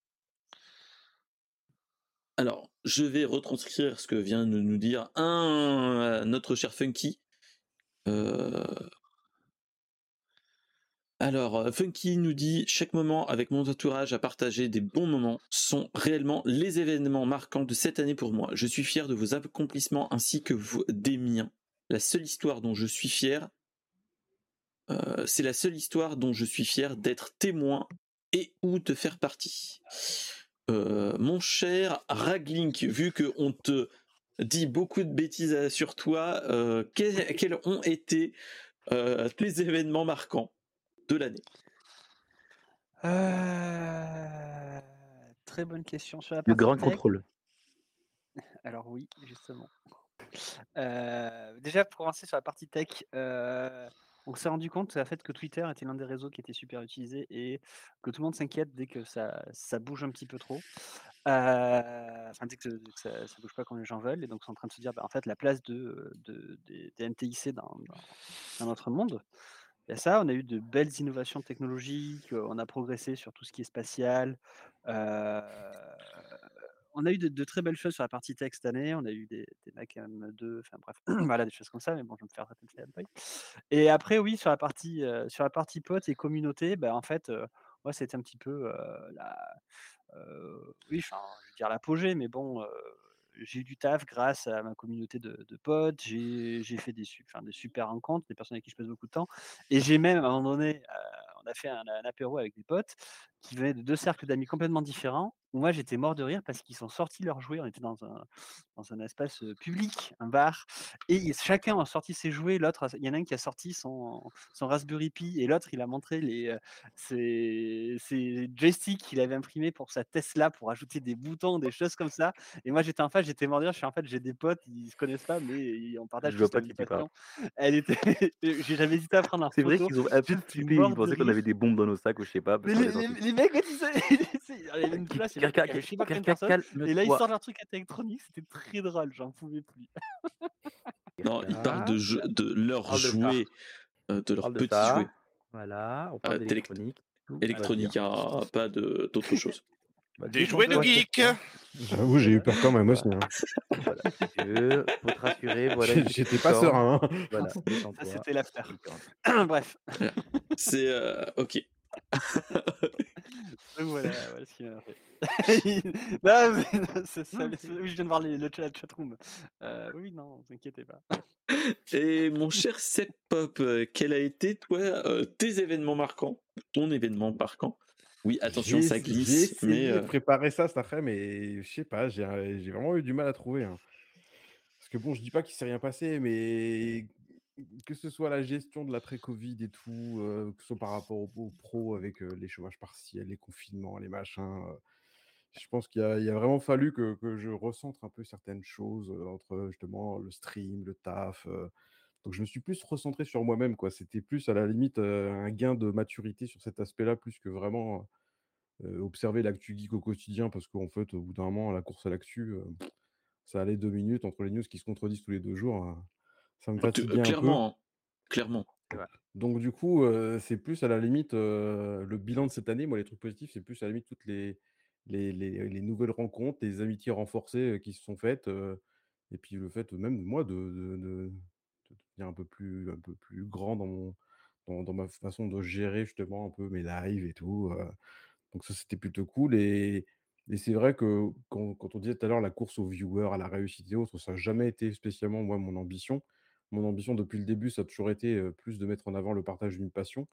Alors, je vais retranscrire ce que vient de nous dire notre cher Funky. Alors, Funky nous dit « Chaque moment avec mon entourage à partager des bons moments sont réellement les événements marquants de cette année pour moi. Je suis fier de vos accomplissements ainsi que des miens. La seule histoire dont je suis fier, c'est la seule histoire dont je suis fier d'être témoin et ou de faire partie. Mon cher Raglink, vu qu'on te dit beaucoup de bêtises sur toi, quels ont été tes événements marquants de l'année? Très bonne question sur la Le partie grand tech. contrôle. Alors oui, justement. Déjà, pour commencer sur la partie tech, on s'est rendu compte en fait, que Twitter était l'un des réseaux qui était super utilisé et que tout le monde s'inquiète dès que ça bouge un petit peu trop. Enfin, dès que ça bouge pas comme les gens veulent. Et donc, c'est en train de se dire, en fait, la place des NTIC dans notre monde. Il y a ça, on a eu de belles innovations technologiques, on a progressé sur tout ce qui est spatial. On a eu de très belles choses sur la partie tech cette année. On a eu des Mac M2, enfin bref, voilà, des choses comme ça, mais bon, je vais me faire rater le fanboy. Et après, oui, sur la partie potes et communauté, en fait, moi, c'était un petit peu oui, enfin, je veux dire l'apogée, mais bon, j'ai eu du taf grâce à ma communauté de potes. J'ai fait des super rencontres, des personnes avec qui je passe beaucoup de temps. Et j'ai même, à un moment donné, on a fait un apéro avec des potes qui venaient de 2 cercles d'amis complètement différents, où moi, j'étais mort de rire parce qu'ils sont sortis leurs jouets. On était dans un espace, public, un bar, et chacun a sorti ses jouets. L'autre, il y en a un qui a sorti son Raspberry Pi et l'autre, il a montré ses joysticks qu'il avait imprimés pour sa Tesla pour ajouter des boutons, des choses comme ça. Et moi, j'étais en face, j'étais mort de rire. Je suis en fait, j'ai des potes, ils se connaissent pas, mais on partage Je vois tous pas la de même qui tu parles. passion. Elle était j'ai jamais hésité à prendre en C'est vrai photo. qu'ils ont un peu J'étais flippé, ils mort de pensaient qu'on rire. avait des bombes dans nos sacs ou je sais pas, Mais parce qu'on est sortis. les mecs, quand il y avait une classe, il y avait je sais pas combien de personnes, et là, ils sortent leur truc électronique, c'était très drôle, j'en pouvais plus. Non, ils parlent de leurs jouets, de leurs petits ça. jouets. Voilà, on parle d'électronique. Électronique, pas d'autre chose. Des jouets de geek. J'avoue, j'ai eu peur quand même aussi. Voilà, Dieu, faut te rassurer, voilà. J'étais pas serein. Voilà, Ça, détends-toi. c'était l'after. Bref. C'est ok. Donc voilà ce qui m'a fait. Non, mais oui, je viens de voir le chatroom. Oui, non, vous inquiétez pas. Et mon cher Sep Pop, quel a été, toi, tes événements marquants? Ton événement marquant? Oui, attention, ça glisse. J'ai essayé mais de préparer ça cet après, mais je sais pas, j'ai vraiment eu du mal à trouver. Parce que bon, je dis pas qu'il s'est rien passé, mais que ce soit la gestion de l'après-Covid et tout, que ce soit par rapport aux pros avec les chômages partiels, les confinements, les machins, je pense qu'il y a vraiment fallu que je recentre un peu certaines choses entre justement le stream, le taf. Donc je me suis plus recentré sur moi-même, quoi. C'était plus à la limite un gain de maturité sur cet aspect-là, plus que vraiment observer l'actu geek au quotidien, parce qu'en fait, au bout d'un moment, la course à l'actu, ça allait 2 minutes entre les news qui se contredisent tous les 2 jours, ça me fatiguait un peu. Clairement, hein. Clairement. Donc du coup, c'est plus à la limite, le bilan de cette année, moi les trucs positifs, c'est plus à la limite toutes les nouvelles rencontres, les amitiés renforcées, qui se sont faites, et puis le fait même moi de devenir un peu plus grand dans ma façon de gérer justement un peu mes lives et tout, donc ça, c'était plutôt cool. Et c'est vrai que quand on disait tout à l'heure la course aux viewers, à la réussite et autres, ça n'a jamais été spécialement moi mon ambition. Mon ambition depuis le début, ça a toujours été, plus de mettre en avant le partage d'une passion.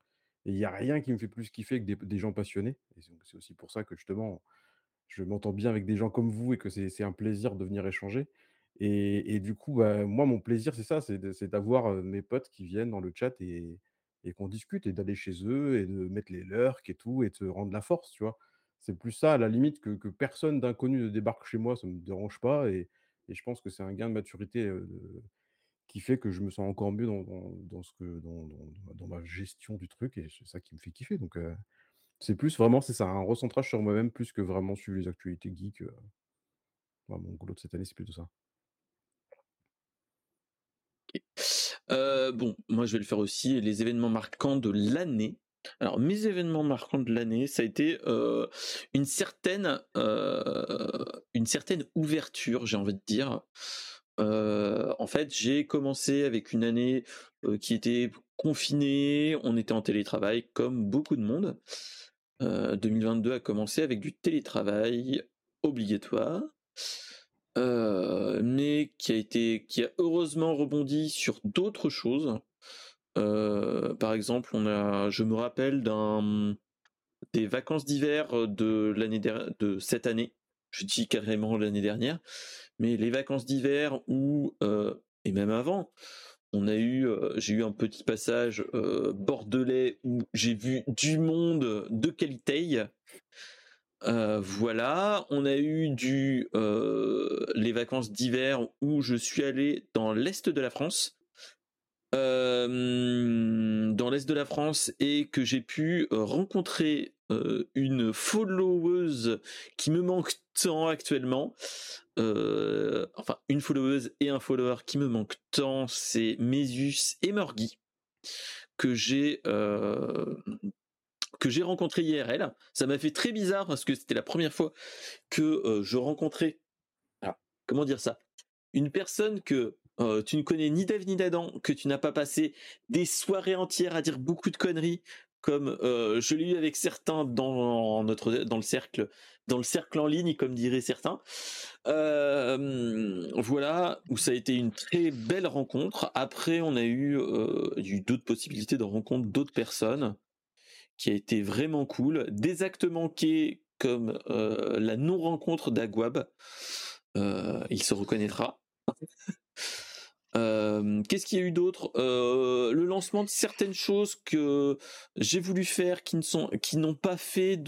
Et il y a rien qui me fait plus kiffer que des gens passionnés. Et c'est aussi pour ça que justement, je m'entends bien avec des gens comme vous et que c'est un plaisir de venir échanger. Et du coup, bah, moi, mon plaisir, c'est ça, c'est d'avoir mes potes qui viennent dans le chat et qu'on discute et d'aller chez eux et de mettre les lurks et tout et de se rendre la force, tu vois. C'est plus ça, à la limite, que personne d'inconnu ne débarque chez moi, ça ne me dérange pas. Et je pense que c'est un gain de maturité qui fait que je me sens encore mieux dans ce que, dans ma gestion du truc et c'est ça qui me fait kiffer. Donc, c'est plus vraiment, c'est ça, un recentrage sur moi-même plus que vraiment suivre les actualités geek. Moi, mon boulot de cette année, c'est plutôt ça. Bon, moi je vais le faire aussi. Les événements marquants de l'année. Alors, mes événements marquants de l'année, ça a été une certaine ouverture, j'ai envie de dire. En fait, j'ai commencé avec une année qui était confinée, on était en télétravail comme beaucoup de monde. 2022 a commencé avec du télétravail obligatoire. Mais qui a heureusement rebondi sur d'autres choses. Par exemple, je me rappelle des vacances d'hiver de cette année. Je dis carrément l'année dernière, mais les vacances d'hiver et même avant, j'ai eu un petit passage bordelais où j'ai vu du monde de qualité. Voilà, on a eu les vacances d'hiver où je suis allé dans l'est de la France. Et que j'ai pu rencontrer une followeuse qui me manque tant actuellement. Enfin, une followeuse et un follower qui me manque tant, c'est Mésus et Morgui que j'ai rencontré IRL. Ça m'a fait très bizarre parce que c'était la première fois que je rencontrais, alors, comment dire ça, une personne que tu ne connais ni d'Ève ni d'Adam, que tu n'as pas passé des soirées entières à dire beaucoup de conneries, comme je l'ai eu avec certains dans le cercle en ligne, comme diraient certains. Voilà, où ça a été une très belle rencontre. Après, on a eu d'autres possibilités de rencontre d'autres personnes, qui a été vraiment cool. Des actes manqués comme la non-rencontre d'Aguab. Il se reconnaîtra. Qu'est-ce qu'il y a eu d'autre? Le lancement de certaines choses que j'ai voulu faire qui ne sont pas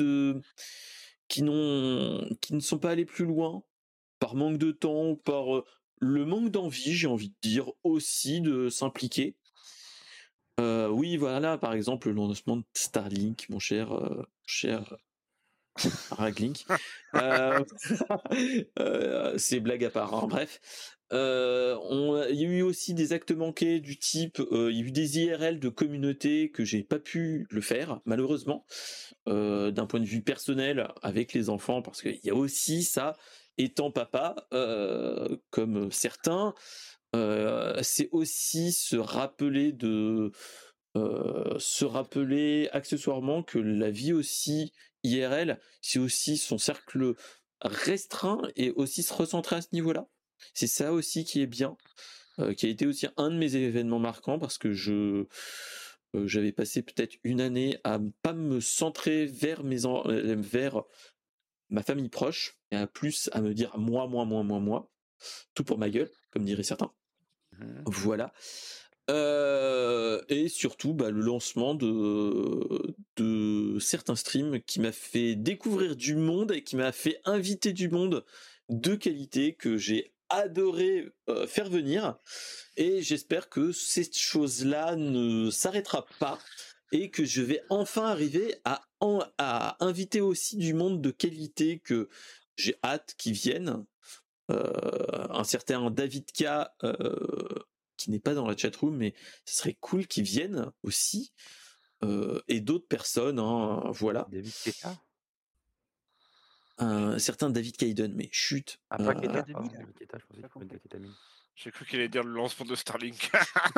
allés plus loin par manque de temps, par le manque d'envie, j'ai envie de dire aussi, de s'impliquer. Oui, voilà, par exemple le lancement de Starlink, mon cher Raglink. C'est blague à part, hein. Bref. Il y a eu aussi des actes manqués du type, il y a eu des IRL de communauté que j'ai pas pu le faire, malheureusement, d'un point de vue personnel avec les enfants, parce qu'il y a aussi ça, étant papa, comme certains, c'est aussi se rappeler accessoirement que la vie aussi IRL, c'est aussi son cercle restreint et aussi se recentrer à ce niveau-là. C'est ça aussi qui est bien, qui a été aussi un de mes événements marquants, parce que j'avais passé peut-être une année à pas me centrer vers ma famille proche, et à plus à me dire moi, tout pour ma gueule, comme diraient certains. Voilà. Et surtout le lancement de certains streams qui m'a fait découvrir du monde et qui m'a fait inviter du monde de qualité que j'ai adoré faire venir, et j'espère que cette chose-là ne s'arrêtera pas et que je vais enfin arriver à inviter aussi du monde de qualité que j'ai hâte qu'ils viennent. Un certain David K, qui n'est pas dans la chatroom, mais ce serait cool qu'il vienne aussi, et d'autres personnes, hein, voilà. David Keta? Un certain David Kaiden, mais chut. Ah, pas Keta, David. pardon, David Keta, je pensais qu'il prenait de la kétamine. J'ai cru qu'il allait dire le lancement de Starlink.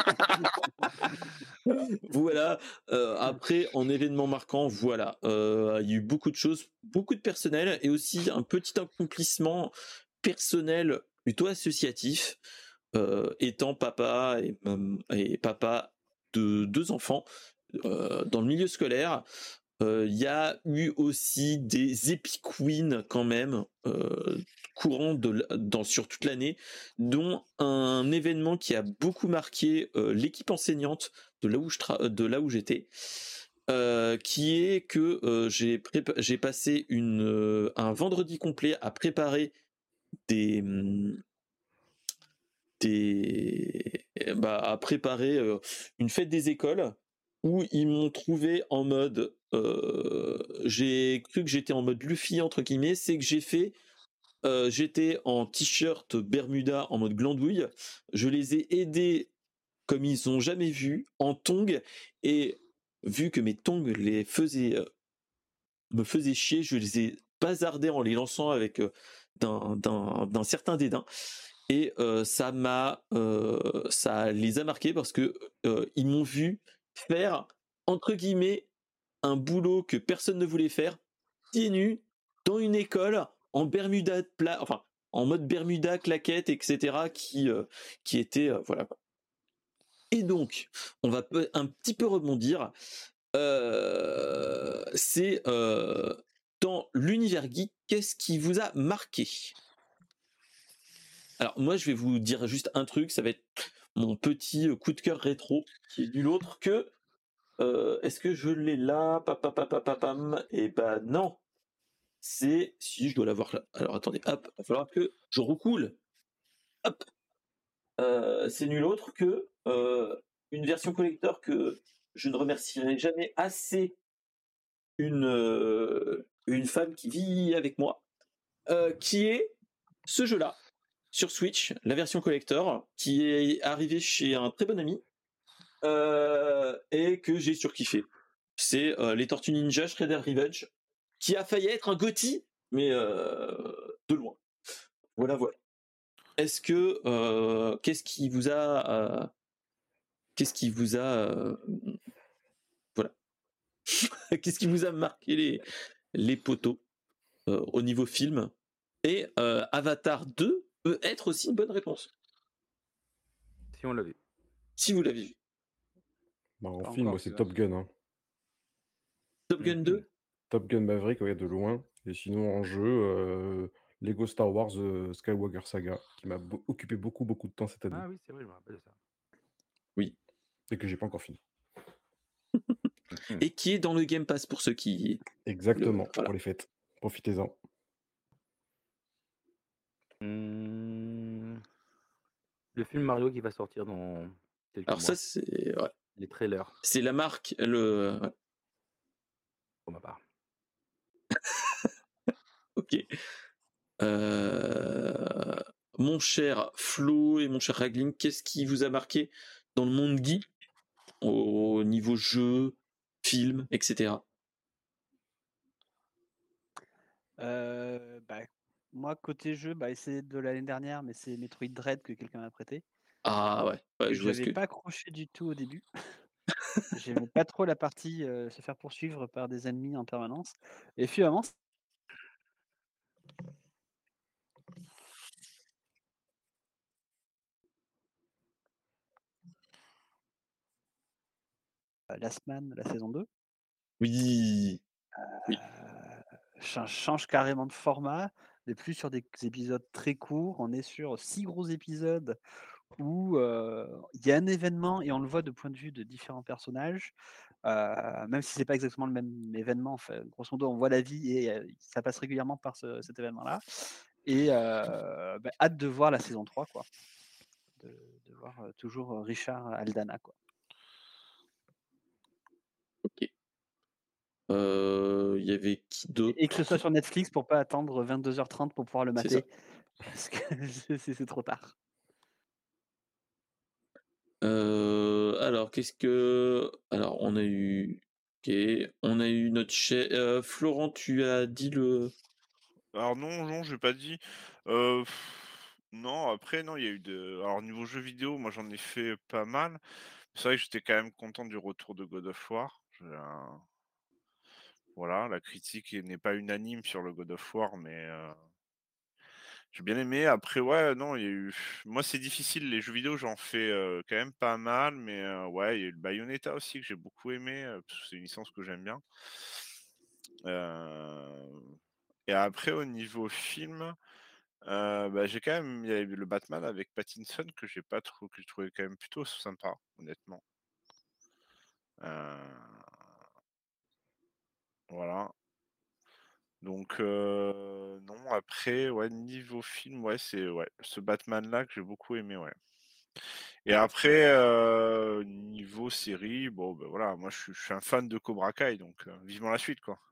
Voilà. Après, en événement marquant, voilà, il y a eu beaucoup de choses, beaucoup de personnel, et aussi un petit accomplissement personnel plutôt associatif, étant papa et papa de 2 enfants. dans le milieu scolaire, il y a eu aussi des epic wins quand même courants sur toute l'année, dont un événement qui a beaucoup marqué l'équipe enseignante de là où j'étais, qui est que j'ai passé un vendredi complet à préparer des à préparer une fête des écoles où ils m'ont trouvé en mode j'ai cru que j'étais en mode Luffy entre guillemets, c'est que j'étais en t-shirt Bermuda en mode glandouille, je les ai aidés comme ils ont jamais vu en tongs, et vu que mes tongs me faisaient chier, je les ai bazardés en les lançant avec d'un certain dédain. Et ça les a marqués parce que ils m'ont vu faire entre guillemets un boulot que personne ne voulait faire, pieds nus, dans une école, en Bermuda enfin en mode Bermuda, claquette, etc. qui était voilà. Et donc, on va un petit peu rebondir. C'est dans l'univers geek, qu'est-ce qui vous a marqué? Alors moi, je vais vous dire juste un truc, ça va être mon petit coup de cœur rétro, qui est nul autre que... est-ce que je l'ai là? Et bah non. Si, je dois l'avoir là. Alors attendez, hop, il va falloir que je recoule. Hop. C'est nul autre que une version collector que je ne remercierai jamais assez une femme qui vit avec moi, qui est ce jeu-là, sur Switch, la version collector, qui est arrivée chez un très bon ami, et que j'ai surkiffé. C'est les Tortues Ninja Shredder Revenge, qui a failli être un GOTY, mais de loin. Voilà. Est-ce que qu'est-ce qui vous a voilà qu'est-ce qui vous a marqué les poteaux au niveau film? Et Avatar 2 peut être aussi une bonne réponse. Si on l'a vu. Si vous l'avez vu. Bah, en Pas film, encore, moi, c'est tu Top Gun. Hein. Top Gun 2? Top Gun Maverick, ouais, de loin. Et sinon, en jeu, Lego Star Wars Skywalker Saga, qui m'a occupé beaucoup de temps cette année. Ah oui, c'est vrai, je me rappelle de ça. Oui. Et que j'ai pas encore fini. Et qui est dans le Game Pass pour ceux qui... Exactement, voilà. pour les fêtes. Profitez-en. Le film Mario qui va sortir dans quelques Alors mois. ça, c'est... Ouais. Les trailers, C'est la marque, pour ma part. Ok. Mon cher Flo et mon cher Ragling, qu'est-ce qui vous a marqué dans le monde geek au niveau jeu, film, etc. Moi, côté jeu, c'est de l'année dernière, mais c'est Metroid Dread que quelqu'un m'a prêté. Ah ouais, Que je vois ce j'avais que... pas accroché du tout au début. J'aimais pas trop la partie se faire poursuivre par des ennemis en permanence. Et finalement, Last Man, la saison 2, Oui. change carrément de format. On n'est plus sur des épisodes très courts, on est sur 6 gros épisodes où il y a un événement et on le voit de point de vue de différents personnages, même si c'est pas exactement le même événement. Enfin, grosso modo, on voit la vie et ça passe régulièrement par cet événement-là. Et hâte de voir la saison 3, quoi. De voir toujours Richard Aldana, quoi. Ok. Il y avait qui d'autre? Et que ce soit sur Netflix pour pas attendre 22h30 pour pouvoir le C'est ça. mater. Parce que c'est trop tard. Alors, qu'est-ce que... Alors, on a eu... Ok. On a eu notre chef... Florent, tu as dit le... Alors non, j'ai pas dit. Non, après, non, il y a eu de... Alors, niveau jeux vidéo, moi, j'en ai fait pas mal. C'est vrai que j'étais quand même content du retour de God of War. Voilà, la critique n'est pas unanime sur le God of War, mais J'ai bien aimé. Après, ouais, non, il y a eu. Moi, c'est difficile. Les jeux vidéo, j'en fais quand même pas mal. Mais ouais, il y a eu le Bayonetta aussi que j'ai beaucoup aimé. Parce que c'est une licence que j'aime bien. Et après, au niveau film, j'ai quand même. Il y a eu le Batman avec Pattinson que j'ai pas trop, que je trouvais quand même plutôt sympa, honnêtement. Voilà. Donc, non, après, ouais, niveau film, ouais, c'est ce Batman-là que j'ai beaucoup aimé, ouais. Et après, niveau série, bon, ben voilà, moi je suis un fan de Cobra Kai, donc vivement la suite, quoi.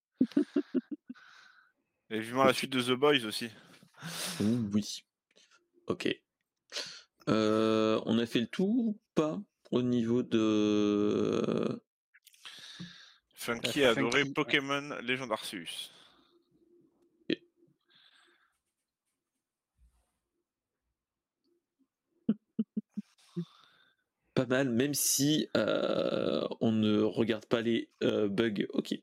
Et vivement la suite de The Boys aussi. Oui. Ok. On a fait le tour ou pas au niveau de. Funky a adoré Funky, Pokémon Legend Arceus. Pas mal, même si on ne regarde pas les bugs. Ok.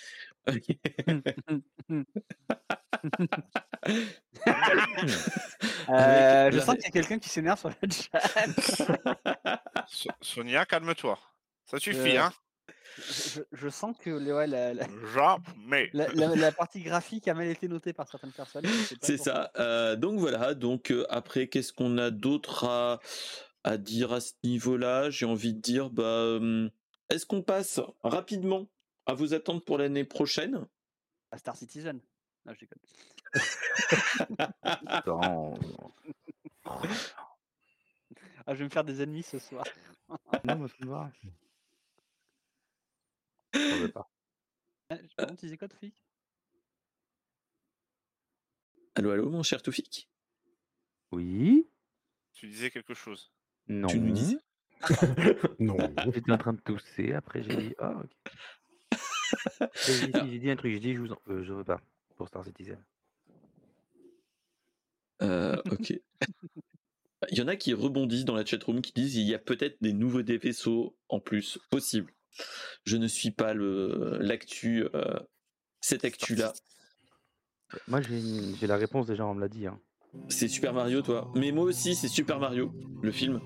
Je sens qu'il y a quelqu'un qui s'énerve sur le chat. Sonia, calme-toi. Ça suffit, hein. Je sens que la Jamais. la partie graphique a mal été notée par certaines personnes. je sais pas C'est pourquoi. ça. Donc voilà. Donc après, qu'est-ce qu'on a d'autre à dire à ce niveau-là? J'ai envie de dire, est-ce qu'on passe rapidement à vos attentes pour l'année prochaine? À Star Citizen. Non, je déconne. Attends, Ah, je vais me faire des ennemis ce soir. non, mais ça me va. J'en veux pas. Pardon, tu disais quoi, Toufik? Allô, mon cher Toufik? Oui? Tu disais quelque chose. Non. Tu nous disais? Non. J'étais en train de tousser, après j'ai dit ah ok. J'ai dit un truc, j'ai dit je veux pas pour Star Citizen. Ok. Il y en a qui rebondissent dans la chatroom qui disent il y a peut-être des nouveaux des vaisseaux en plus possible. Je ne suis pas l'actu, cette actu-là. Moi j'ai la réponse déjà, on me l'a dit. Hein. C'est Super Mario, toi. Mais moi aussi, c'est Super Mario, le film.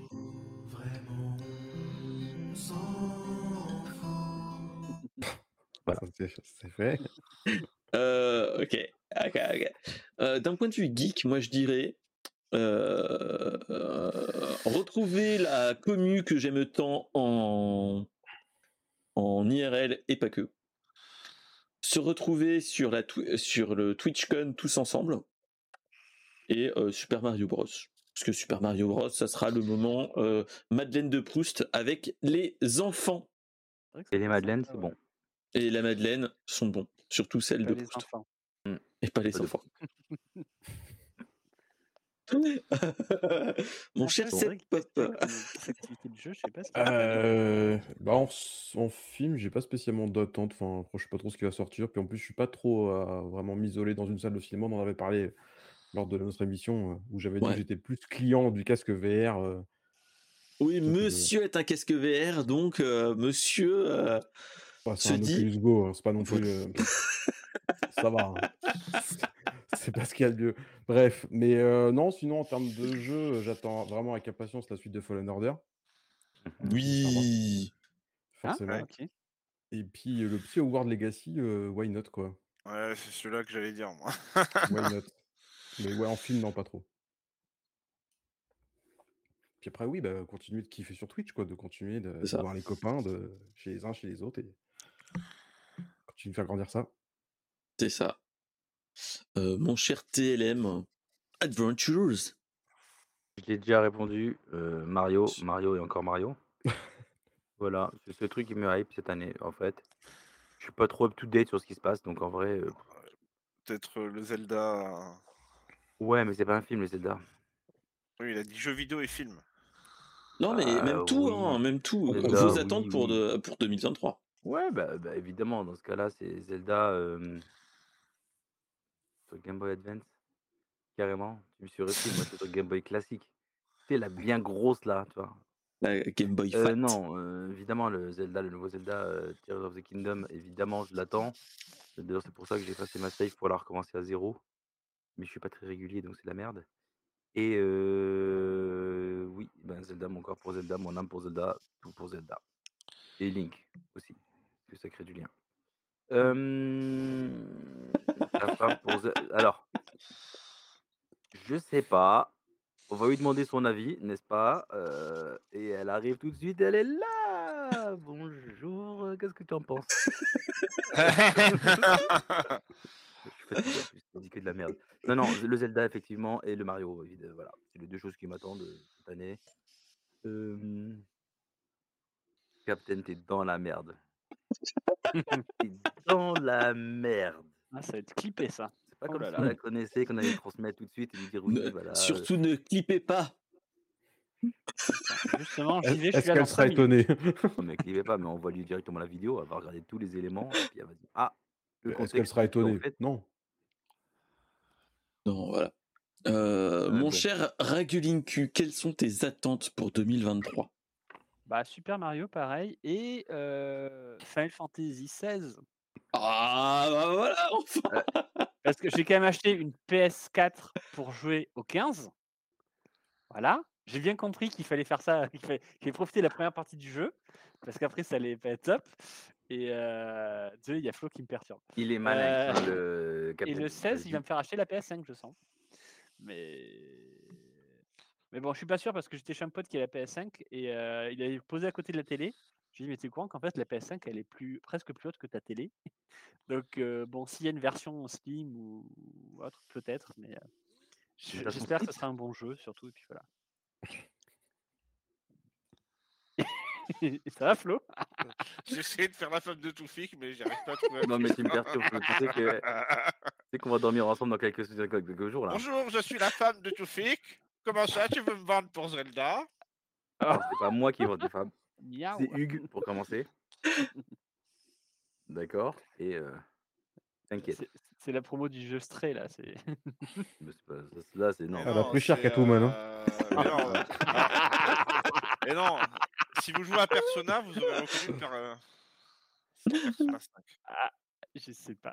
Voilà. C'est fait. Ok. D'un point de vue geek, moi je dirais retrouver la commu que j'aime tant en IRL et pas que. Se retrouver sur le TwitchCon tous ensemble et Super Mario Bros. Parce que Super Mario Bros, ça sera le moment Madeleine de Proust avec les enfants. Et les madeleines, c'est bon. Et la Madeleine sont bons, surtout celles Pas de les Proust. enfants. Et pas les Pas de enfants. Mon cher Seth Pop. Cette activité de jeu, je sais pas ce qu'il y a. En film, j'ai pas spécialement d'attente. Enfin, je sais pas trop ce qui va sortir. Puis en plus, je suis pas trop vraiment m'isoler dans une salle de cinéma. On en avait parlé lors de notre émission où j'avais dit que Ouais. j'étais plus client du casque VR. Oui, plutôt que de- monsieur est un casque VR, donc monsieur Ouais, c'est se un dit. Oculus Go, hein, c'est pas non plus. Ça va. Hein. C'est pas ce qu'il y a de mieux. Bref, mais non, sinon en termes de jeu, j'attends vraiment avec impatience la suite de Fallen Order. Oui. Forcément. Ah, ok. Et puis le petit Hogwarts Legacy, why not quoi. Ouais, c'est celui-là que j'allais dire, moi. Why not. Mais ouais, en film, non, pas trop. Puis après, oui, continuer de kiffer sur Twitch, quoi, de continuer de C'est ça. voir les copains chez les uns, chez les autres, et continuer de faire grandir ça. C'est ça. Mon cher TLM, Adventures. Je l'ai déjà répondu. Mario et encore Mario. Voilà, c'est ce truc qui me hype cette année en fait. Je suis pas trop up to date sur ce qui se passe, donc en vrai. Peut-être le Zelda. Ouais, mais c'est pas un film, le Zelda. Oui, il a dit jeux vidéo et film. Non, mais même tout, oui. hein, même tout. Zelda, Vos oui, attentes pour 2023. Ouais, bah évidemment, dans ce cas-là, c'est Zelda sur Game Boy Advance. Carrément. Je me suis repris, moi, c'est sur Game Boy classique. Tu sais, la bien grosse là, tu vois. La Game Boy Fat. Non, évidemment, le nouveau Zelda, Tears of the Kingdom, évidemment, je l'attends. D'ailleurs, c'est pour ça que j'ai effacé ma save pour la recommencer à zéro. mais je suis pas très régulier, donc c'est de la merde. Et oui, ben Zelda, mon corps pour Zelda, mon âme pour Zelda, tout pour Zelda. Et Link aussi, parce que ça crée du lien. Ta femme pour alors, je sais pas. On va lui demander son avis, n'est-ce pas? Et elle arrive tout de suite, elle est là! Bonjour, qu'est-ce que tu en penses? Je suis fatigué en plus, tu dit que de la merde. Non, le Zelda effectivement et le Mario, voilà. C'est les 2 choses qui m'attendent, cette année. Captain, tu dans la merde. Tu dans la merde. Ah, ça va être clippé, ça. C'est pas Oh comme là si là. on la connaissait, qu'on allait transmettre tout de suite et lui dire: «Oui, voilà, Surtout ne clippez pas. Justement, j'y vais, je suis Est-ce là qu'elle dans sera 5 minutes. étonnée? Non mais clivez pas, mais envoie lui directement la vidéo, elle va regarder tous les éléments et puis elle va dire: «Ah, le Est-ce qu'elle contexte sera fait qu'en étonnée? fait». Non. Non, voilà. Mon Bon. cher Ragulinku, quelles sont tes attentes pour 2023? Bah, Super Mario, pareil. Et Final Fantasy XVI. Ah, bah voilà, enfin. Parce que j'ai quand même acheté une PS4 pour jouer au 15. Voilà. J'ai bien compris qu'il fallait faire ça, qu'il fallait profiter de la première partie du jeu, parce qu'après ça allait pas être top. Et désolé, il y a Flo qui me perturbe. Il est malin, Euh, le Et Captain. le 16, il va Vas-y. me faire acheter la PS5, je sens. Mais bon, je suis pas sûr parce que j'étais chez un pote qui a la PS5 et il avait posé à côté de la télé. Je lui ai dit, mais tu es courant qu'en fait la PS5 elle est presque plus haute que ta télé. Donc bon, s'il y a une version Slim ou autre, peut-être, mais Une version j'espère que ce split? sera un bon jeu surtout. Et puis voilà. Et ça va, Flo? J'essaie de faire la femme de Toufik, mais j'arrive pas à trouver. Non mais tu me perturbes, tu sais qu'on va dormir ensemble dans quelques jours là. Bonjour, je suis la femme de Toufik. Comment ça, tu veux me vendre pour Zelda? Alors, c'est pas moi qui vends des femmes, Miaou. c'est Hugues pour commencer. D'accord et t'inquiète. C'est la promo du jeu Stray là. Mais c'est pas là, c'est non. Mais Elle a non, plus cher c'est, Catwoman, hein. mais non. Et non, si vous jouez à Persona, vous aurez reconnu Persona 5. Ah, je sais pas.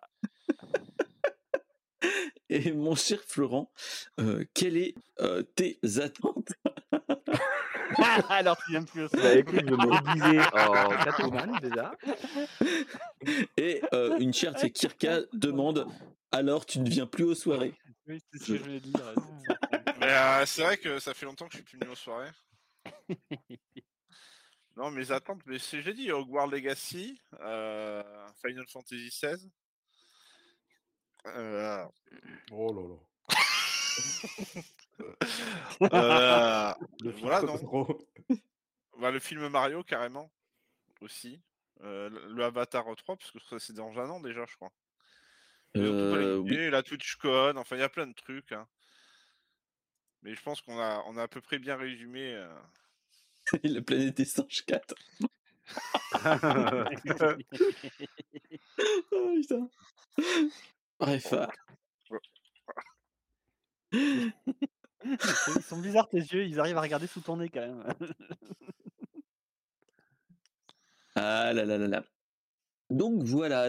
Et mon cher Florent, quelles est tes attentes? Alors tu viens plus au Bah écoute, je vais me déguiser en Catwoman déjà. Et une chère de Kirka demande alors tu ne viens plus aux soirées? Oui, c'est ce que je voulais dire. Mais c'est vrai que ça fait longtemps que je suis plus venu aux soirées. Non, mes attentes, mais j'ai dit Hogwarts Legacy, Final Fantasy XVI. Oh là là. Voilà, non. Trop. Bah, le film Mario, carrément, aussi. Le Avatar 3, parce que ça, c'est dans un an déjà, je crois. Oui. La TwitchCon, enfin, il y a plein de trucs. Hein. Mais je pense qu'on a à peu près bien résumé. La planète des singes 4. Oh putain. Bref. Ils sont bizarres tes yeux, ils arrivent à regarder sous ton nez quand même. Ah là là là là. Donc voilà,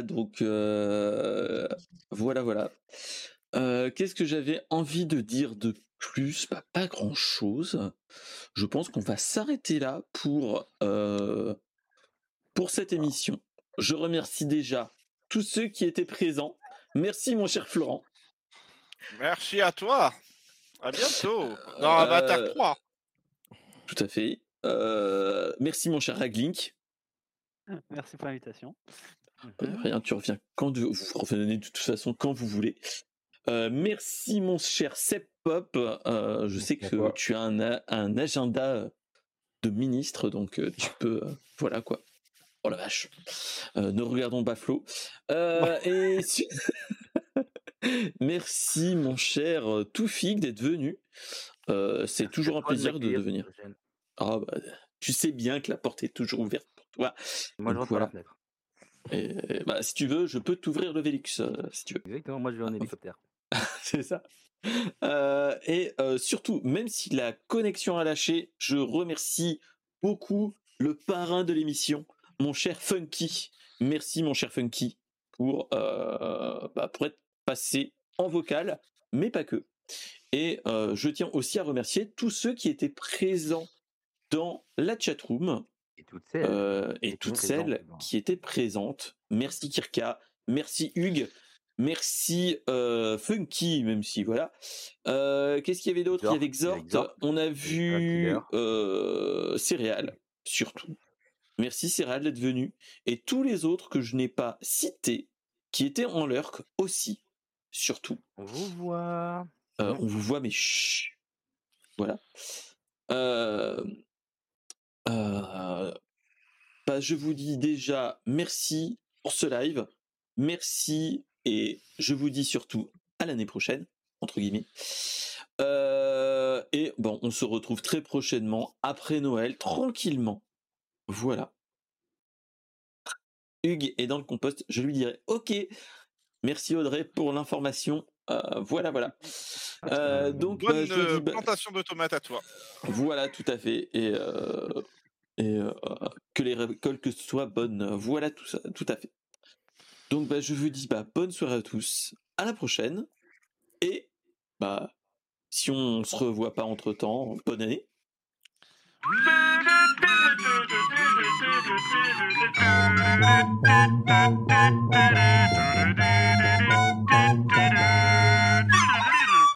voilà. Qu'est-ce que j'avais envie de dire de plus? Pas grand chose. Je pense qu'on va s'arrêter là pour cette émission. Je remercie déjà tous ceux qui étaient présents. Merci mon cher Florent. Merci à toi. À bientôt dans Avatar 3. Tout à fait. Merci mon cher Raglink. Merci pour l'invitation. Rien, tu reviens vous revenez de toute façon quand vous voulez. Merci mon cher Sep Pop. Je sais que tu as un agenda de ministre, donc tu peux, voilà quoi. Oh la vache. Ne regardons pas Flo. Et merci mon cher Toufik d'être venu. C'est toujours un plaisir de venir. Ah bah, tu sais bien que la porte est toujours ouverte pour toi. Moi je rentre par la fenêtre. Et bah, si tu veux, je peux t'ouvrir le Velux, si tu veux. Exactement, moi je vais en hélicoptère. C'est ça. Et surtout, même si la connexion a lâché, je remercie beaucoup le parrain de l'émission, mon cher Funky. Merci mon cher Funky pour être passé en vocal. mais pas que. Et je tiens aussi à remercier tous ceux qui étaient présents dans la chatroom Et toutes celles. et toutes celles qui étaient présentes. Merci Kirka, merci Hugues, merci Funky, même si voilà. Qu'est-ce qu'il y avait d'autre? Il y avait Xort, on a vu Céréales, surtout. Merci Céréales d'être venu. Et tous les autres que je n'ai pas cités, qui étaient en lurk aussi, surtout. On vous voit. On vous voit, mais chut. Voilà. Je vous dis déjà merci pour ce live. Merci et je vous dis surtout à l'année prochaine, entre guillemets. Et bon, on se retrouve très prochainement après Noël, tranquillement. Voilà. Hugues est dans le compost, je lui dirai ok. Merci Audrey pour l'information. Voilà. Donc bonne plantation de tomates à toi. Voilà, tout à fait. Et que les récoltes soient bonnes. Voilà tout ça, tout à fait. Donc je vous dis bonne soirée à tous. À la prochaine. Et si on se revoit pas entre temps, bonne année.